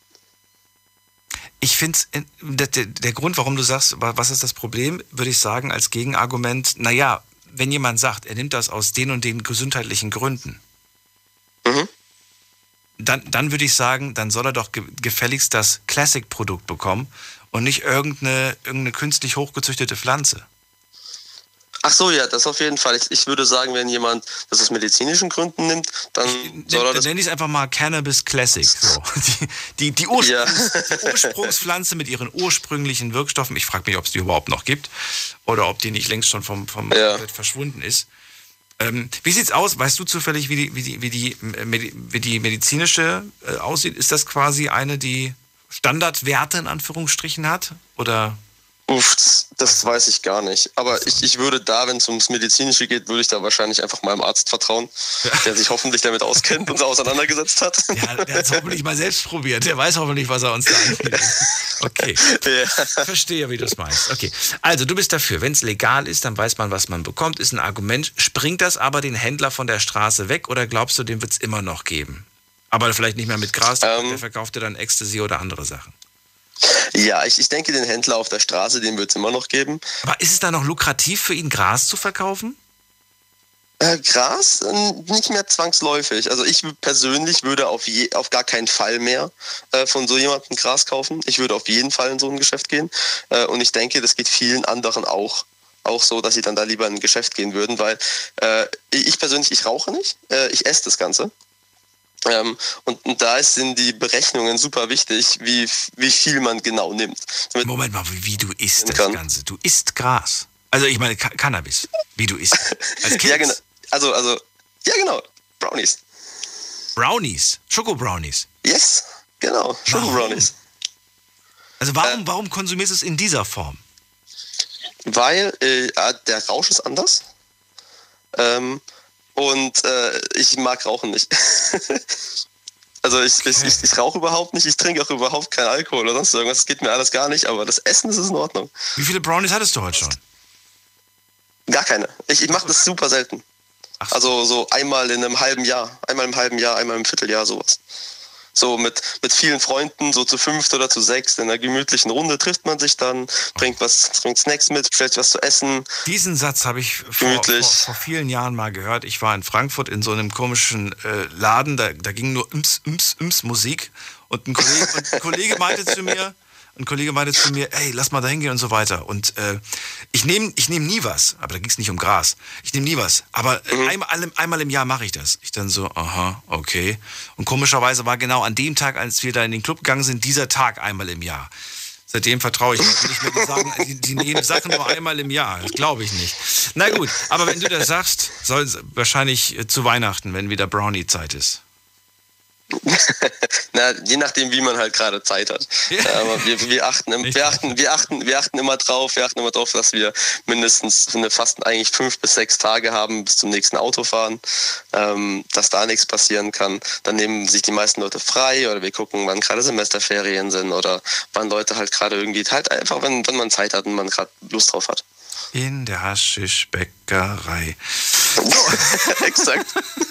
Ich finde, der Grund, warum du sagst, was ist das Problem, würde ich sagen, als Gegenargument, wenn jemand sagt, er nimmt das aus den und den gesundheitlichen Gründen, dann würde ich sagen, dann soll er doch gefälligst das Classic-Produkt bekommen und nicht irgendeine künstlich hochgezüchtete Pflanze. Ach so, ja, das auf jeden Fall. Ich würde sagen, wenn jemand das aus medizinischen Gründen nimmt, dann soll er das... Nenne ich es einfach mal Cannabis Classic. So. Die Ursprungspflanze mit ihren ursprünglichen Wirkstoffen. Ich frage mich, ob es die überhaupt noch gibt oder ob die nicht längst schon vom komplett verschwunden ist. Wie sieht's aus? Weißt du zufällig, wie die medizinische aussieht? Ist das quasi eine, die Standardwerte in Anführungsstrichen hat? Oder... Das weiß ich gar nicht. Aber ich würde da, wenn es ums Medizinische geht, würde ich da wahrscheinlich einfach meinem Arzt vertrauen, der sich hoffentlich damit auskennt und auseinandergesetzt hat. Ja, der hat es hoffentlich mal selbst probiert. Der weiß hoffentlich, was er uns da anbietet. Okay, verstehe, wie du es meinst. Okay, also du bist dafür. Wenn es legal ist, dann weiß man, was man bekommt. Ist ein Argument. Springt das aber den Händler von der Straße weg oder glaubst du, den wird es immer noch geben? Aber vielleicht nicht mehr mit Gras, der verkauft dir dann Ecstasy oder andere Sachen. Ja, ich denke, den Händler auf der Straße, den wird es immer noch geben. Aber ist es da noch lukrativ für ihn, Gras zu verkaufen? Gras? Nicht mehr zwangsläufig. Also ich persönlich würde auf gar keinen Fall mehr von so jemandem Gras kaufen. Ich würde auf jeden Fall in so ein Geschäft gehen. Und ich denke, das geht vielen anderen auch so, dass sie dann da lieber in ein Geschäft gehen würden, weil ich persönlich, ich rauche nicht, ich esse das Ganze. Und da sind die Berechnungen super wichtig, wie viel man genau nimmt. Moment mal, wie du isst das Ganze? Du isst Gras. Also ich meine Cannabis. Wie du isst. Als Kind. Ja, genau. Also, ja genau. Brownies. Brownies? Schoko-Brownies? Yes, genau. Schoko-Brownies. Also warum konsumierst du es in dieser Form? Weil der Rausch ist anders. Und ich mag Rauchen nicht. Also ich rauche überhaupt nicht, ich trinke auch überhaupt keinen Alkohol oder sonst irgendwas. Das geht mir alles gar nicht, aber das Essen ist in Ordnung. Wie viele Brownies hattest du heute schon? Gar keine. Ich mache das super selten. Also so einmal in einem halben Jahr, einmal im Vierteljahr sowas. So mit vielen Freunden, so zu 5 oder zu 6 in einer gemütlichen Runde trifft man sich dann, bringt Snacks mit, bestellt was zu essen. Diesen Satz habe ich vor vielen Jahren mal gehört. Ich war in Frankfurt in so einem komischen Laden, da ging nur Musik und ein Kollege meinte zu mir, ey, lass mal da hingehen und so weiter. Und ich nehm nie was, aber da ging es nicht um Gras. Ich nehme nie was, aber einmal im Jahr mache ich das. Ich dann so, aha, okay. Und komischerweise war genau an dem Tag, als wir da in den Club gegangen sind, dieser Tag einmal im Jahr. Seitdem vertraue ich nicht mehr, die sagen, die nehmen Sachen nur einmal im Jahr. Das glaube ich nicht. Na gut, aber wenn du das sagst, soll es wahrscheinlich zu Weihnachten, wenn wieder Brownie-Zeit ist. Na, je nachdem, wie man halt gerade Zeit hat. Aber wir achten immer drauf, dass wir mindestens eigentlich 5 bis 6 Tage haben bis zum nächsten Autofahren, dass da nichts passieren kann. Dann nehmen sich die meisten Leute frei oder wir gucken, wann gerade Semesterferien sind oder wann Leute halt gerade irgendwie halt einfach, wenn man Zeit hat und man gerade Lust drauf hat. In der Haschischbäckerei. So. Exakt.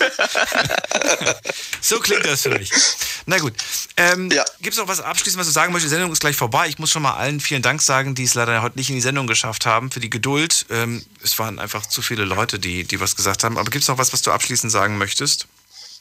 So klingt das für mich. Na gut. Gibt es noch was abschließend, was du sagen möchtest? Die Sendung ist gleich vorbei. Ich muss schon mal allen vielen Dank sagen, die es leider heute nicht in die Sendung geschafft haben, für die Geduld. Es waren einfach zu viele Leute, die was gesagt haben. Aber gibt es noch was du abschließend sagen möchtest?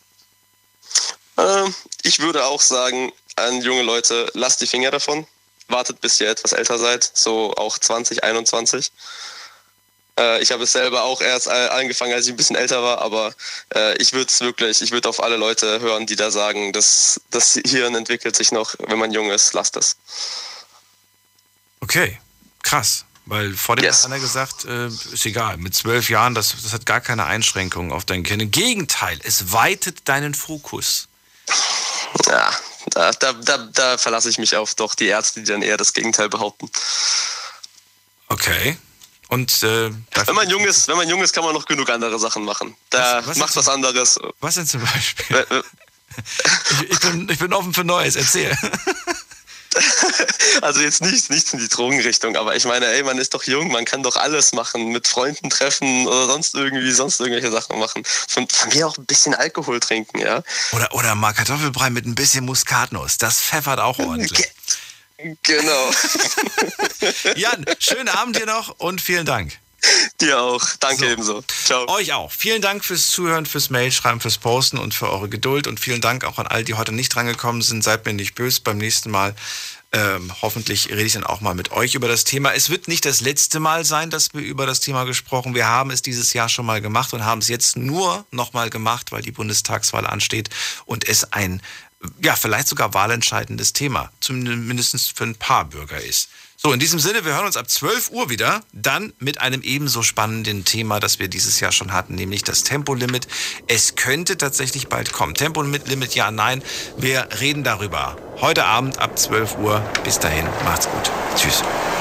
Ich würde auch sagen, an junge Leute, lasst die Finger davon. wartet, bis ihr etwas älter seid, so auch 20, 21. Ich habe es selber auch erst angefangen, als ich ein bisschen älter war, aber ich würde auf alle Leute hören, die da sagen, das Hirn entwickelt sich noch, wenn man jung ist, lasst es. Okay, krass. Weil vor dem hat einer gesagt, ist egal, mit 12 Jahren, das hat gar keine Einschränkungen auf dein Gehirn. Im Gegenteil, es weitet deinen Fokus. Ja, da verlasse ich mich auf doch die Ärzte, die dann eher das Gegenteil behaupten. Okay. Und wenn man jung ist, kann man noch genug andere Sachen machen. Macht was anderes. Was denn zum Beispiel? ich bin offen für Neues, erzähl. Also jetzt nicht in die Drogenrichtung, aber ich meine, man ist doch jung, man kann doch alles machen, mit Freunden treffen oder sonst irgendwelche Sachen machen. Von mir auch ein bisschen Alkohol trinken, ja. Oder mal Kartoffelbrei mit ein bisschen Muskatnuss, das pfeffert auch ordentlich. Genau. Jan, schönen Abend dir noch und vielen Dank. Dir auch. Danke ebenso. Ciao. Euch auch. Vielen Dank fürs Zuhören, fürs Mailschreiben, fürs Posten und für eure Geduld. Und vielen Dank auch an all, die heute nicht drangekommen sind. Seid mir nicht böse. Beim nächsten Mal hoffentlich rede ich dann auch mal mit euch über das Thema. Es wird nicht das letzte Mal sein, dass wir über das Thema gesprochen. Wir haben es dieses Jahr schon mal gemacht und haben es jetzt nur noch mal gemacht, weil die Bundestagswahl ansteht und es ein, ja, vielleicht sogar wahlentscheidendes Thema, zumindest für ein paar Bürger ist. So, in diesem Sinne, wir hören uns ab 12 Uhr wieder, dann mit einem ebenso spannenden Thema, das wir dieses Jahr schon hatten, nämlich das Tempolimit. Es könnte tatsächlich bald kommen. Tempolimit, ja, nein, wir reden darüber. Heute Abend ab 12 Uhr. Bis dahin, macht's gut. Tschüss.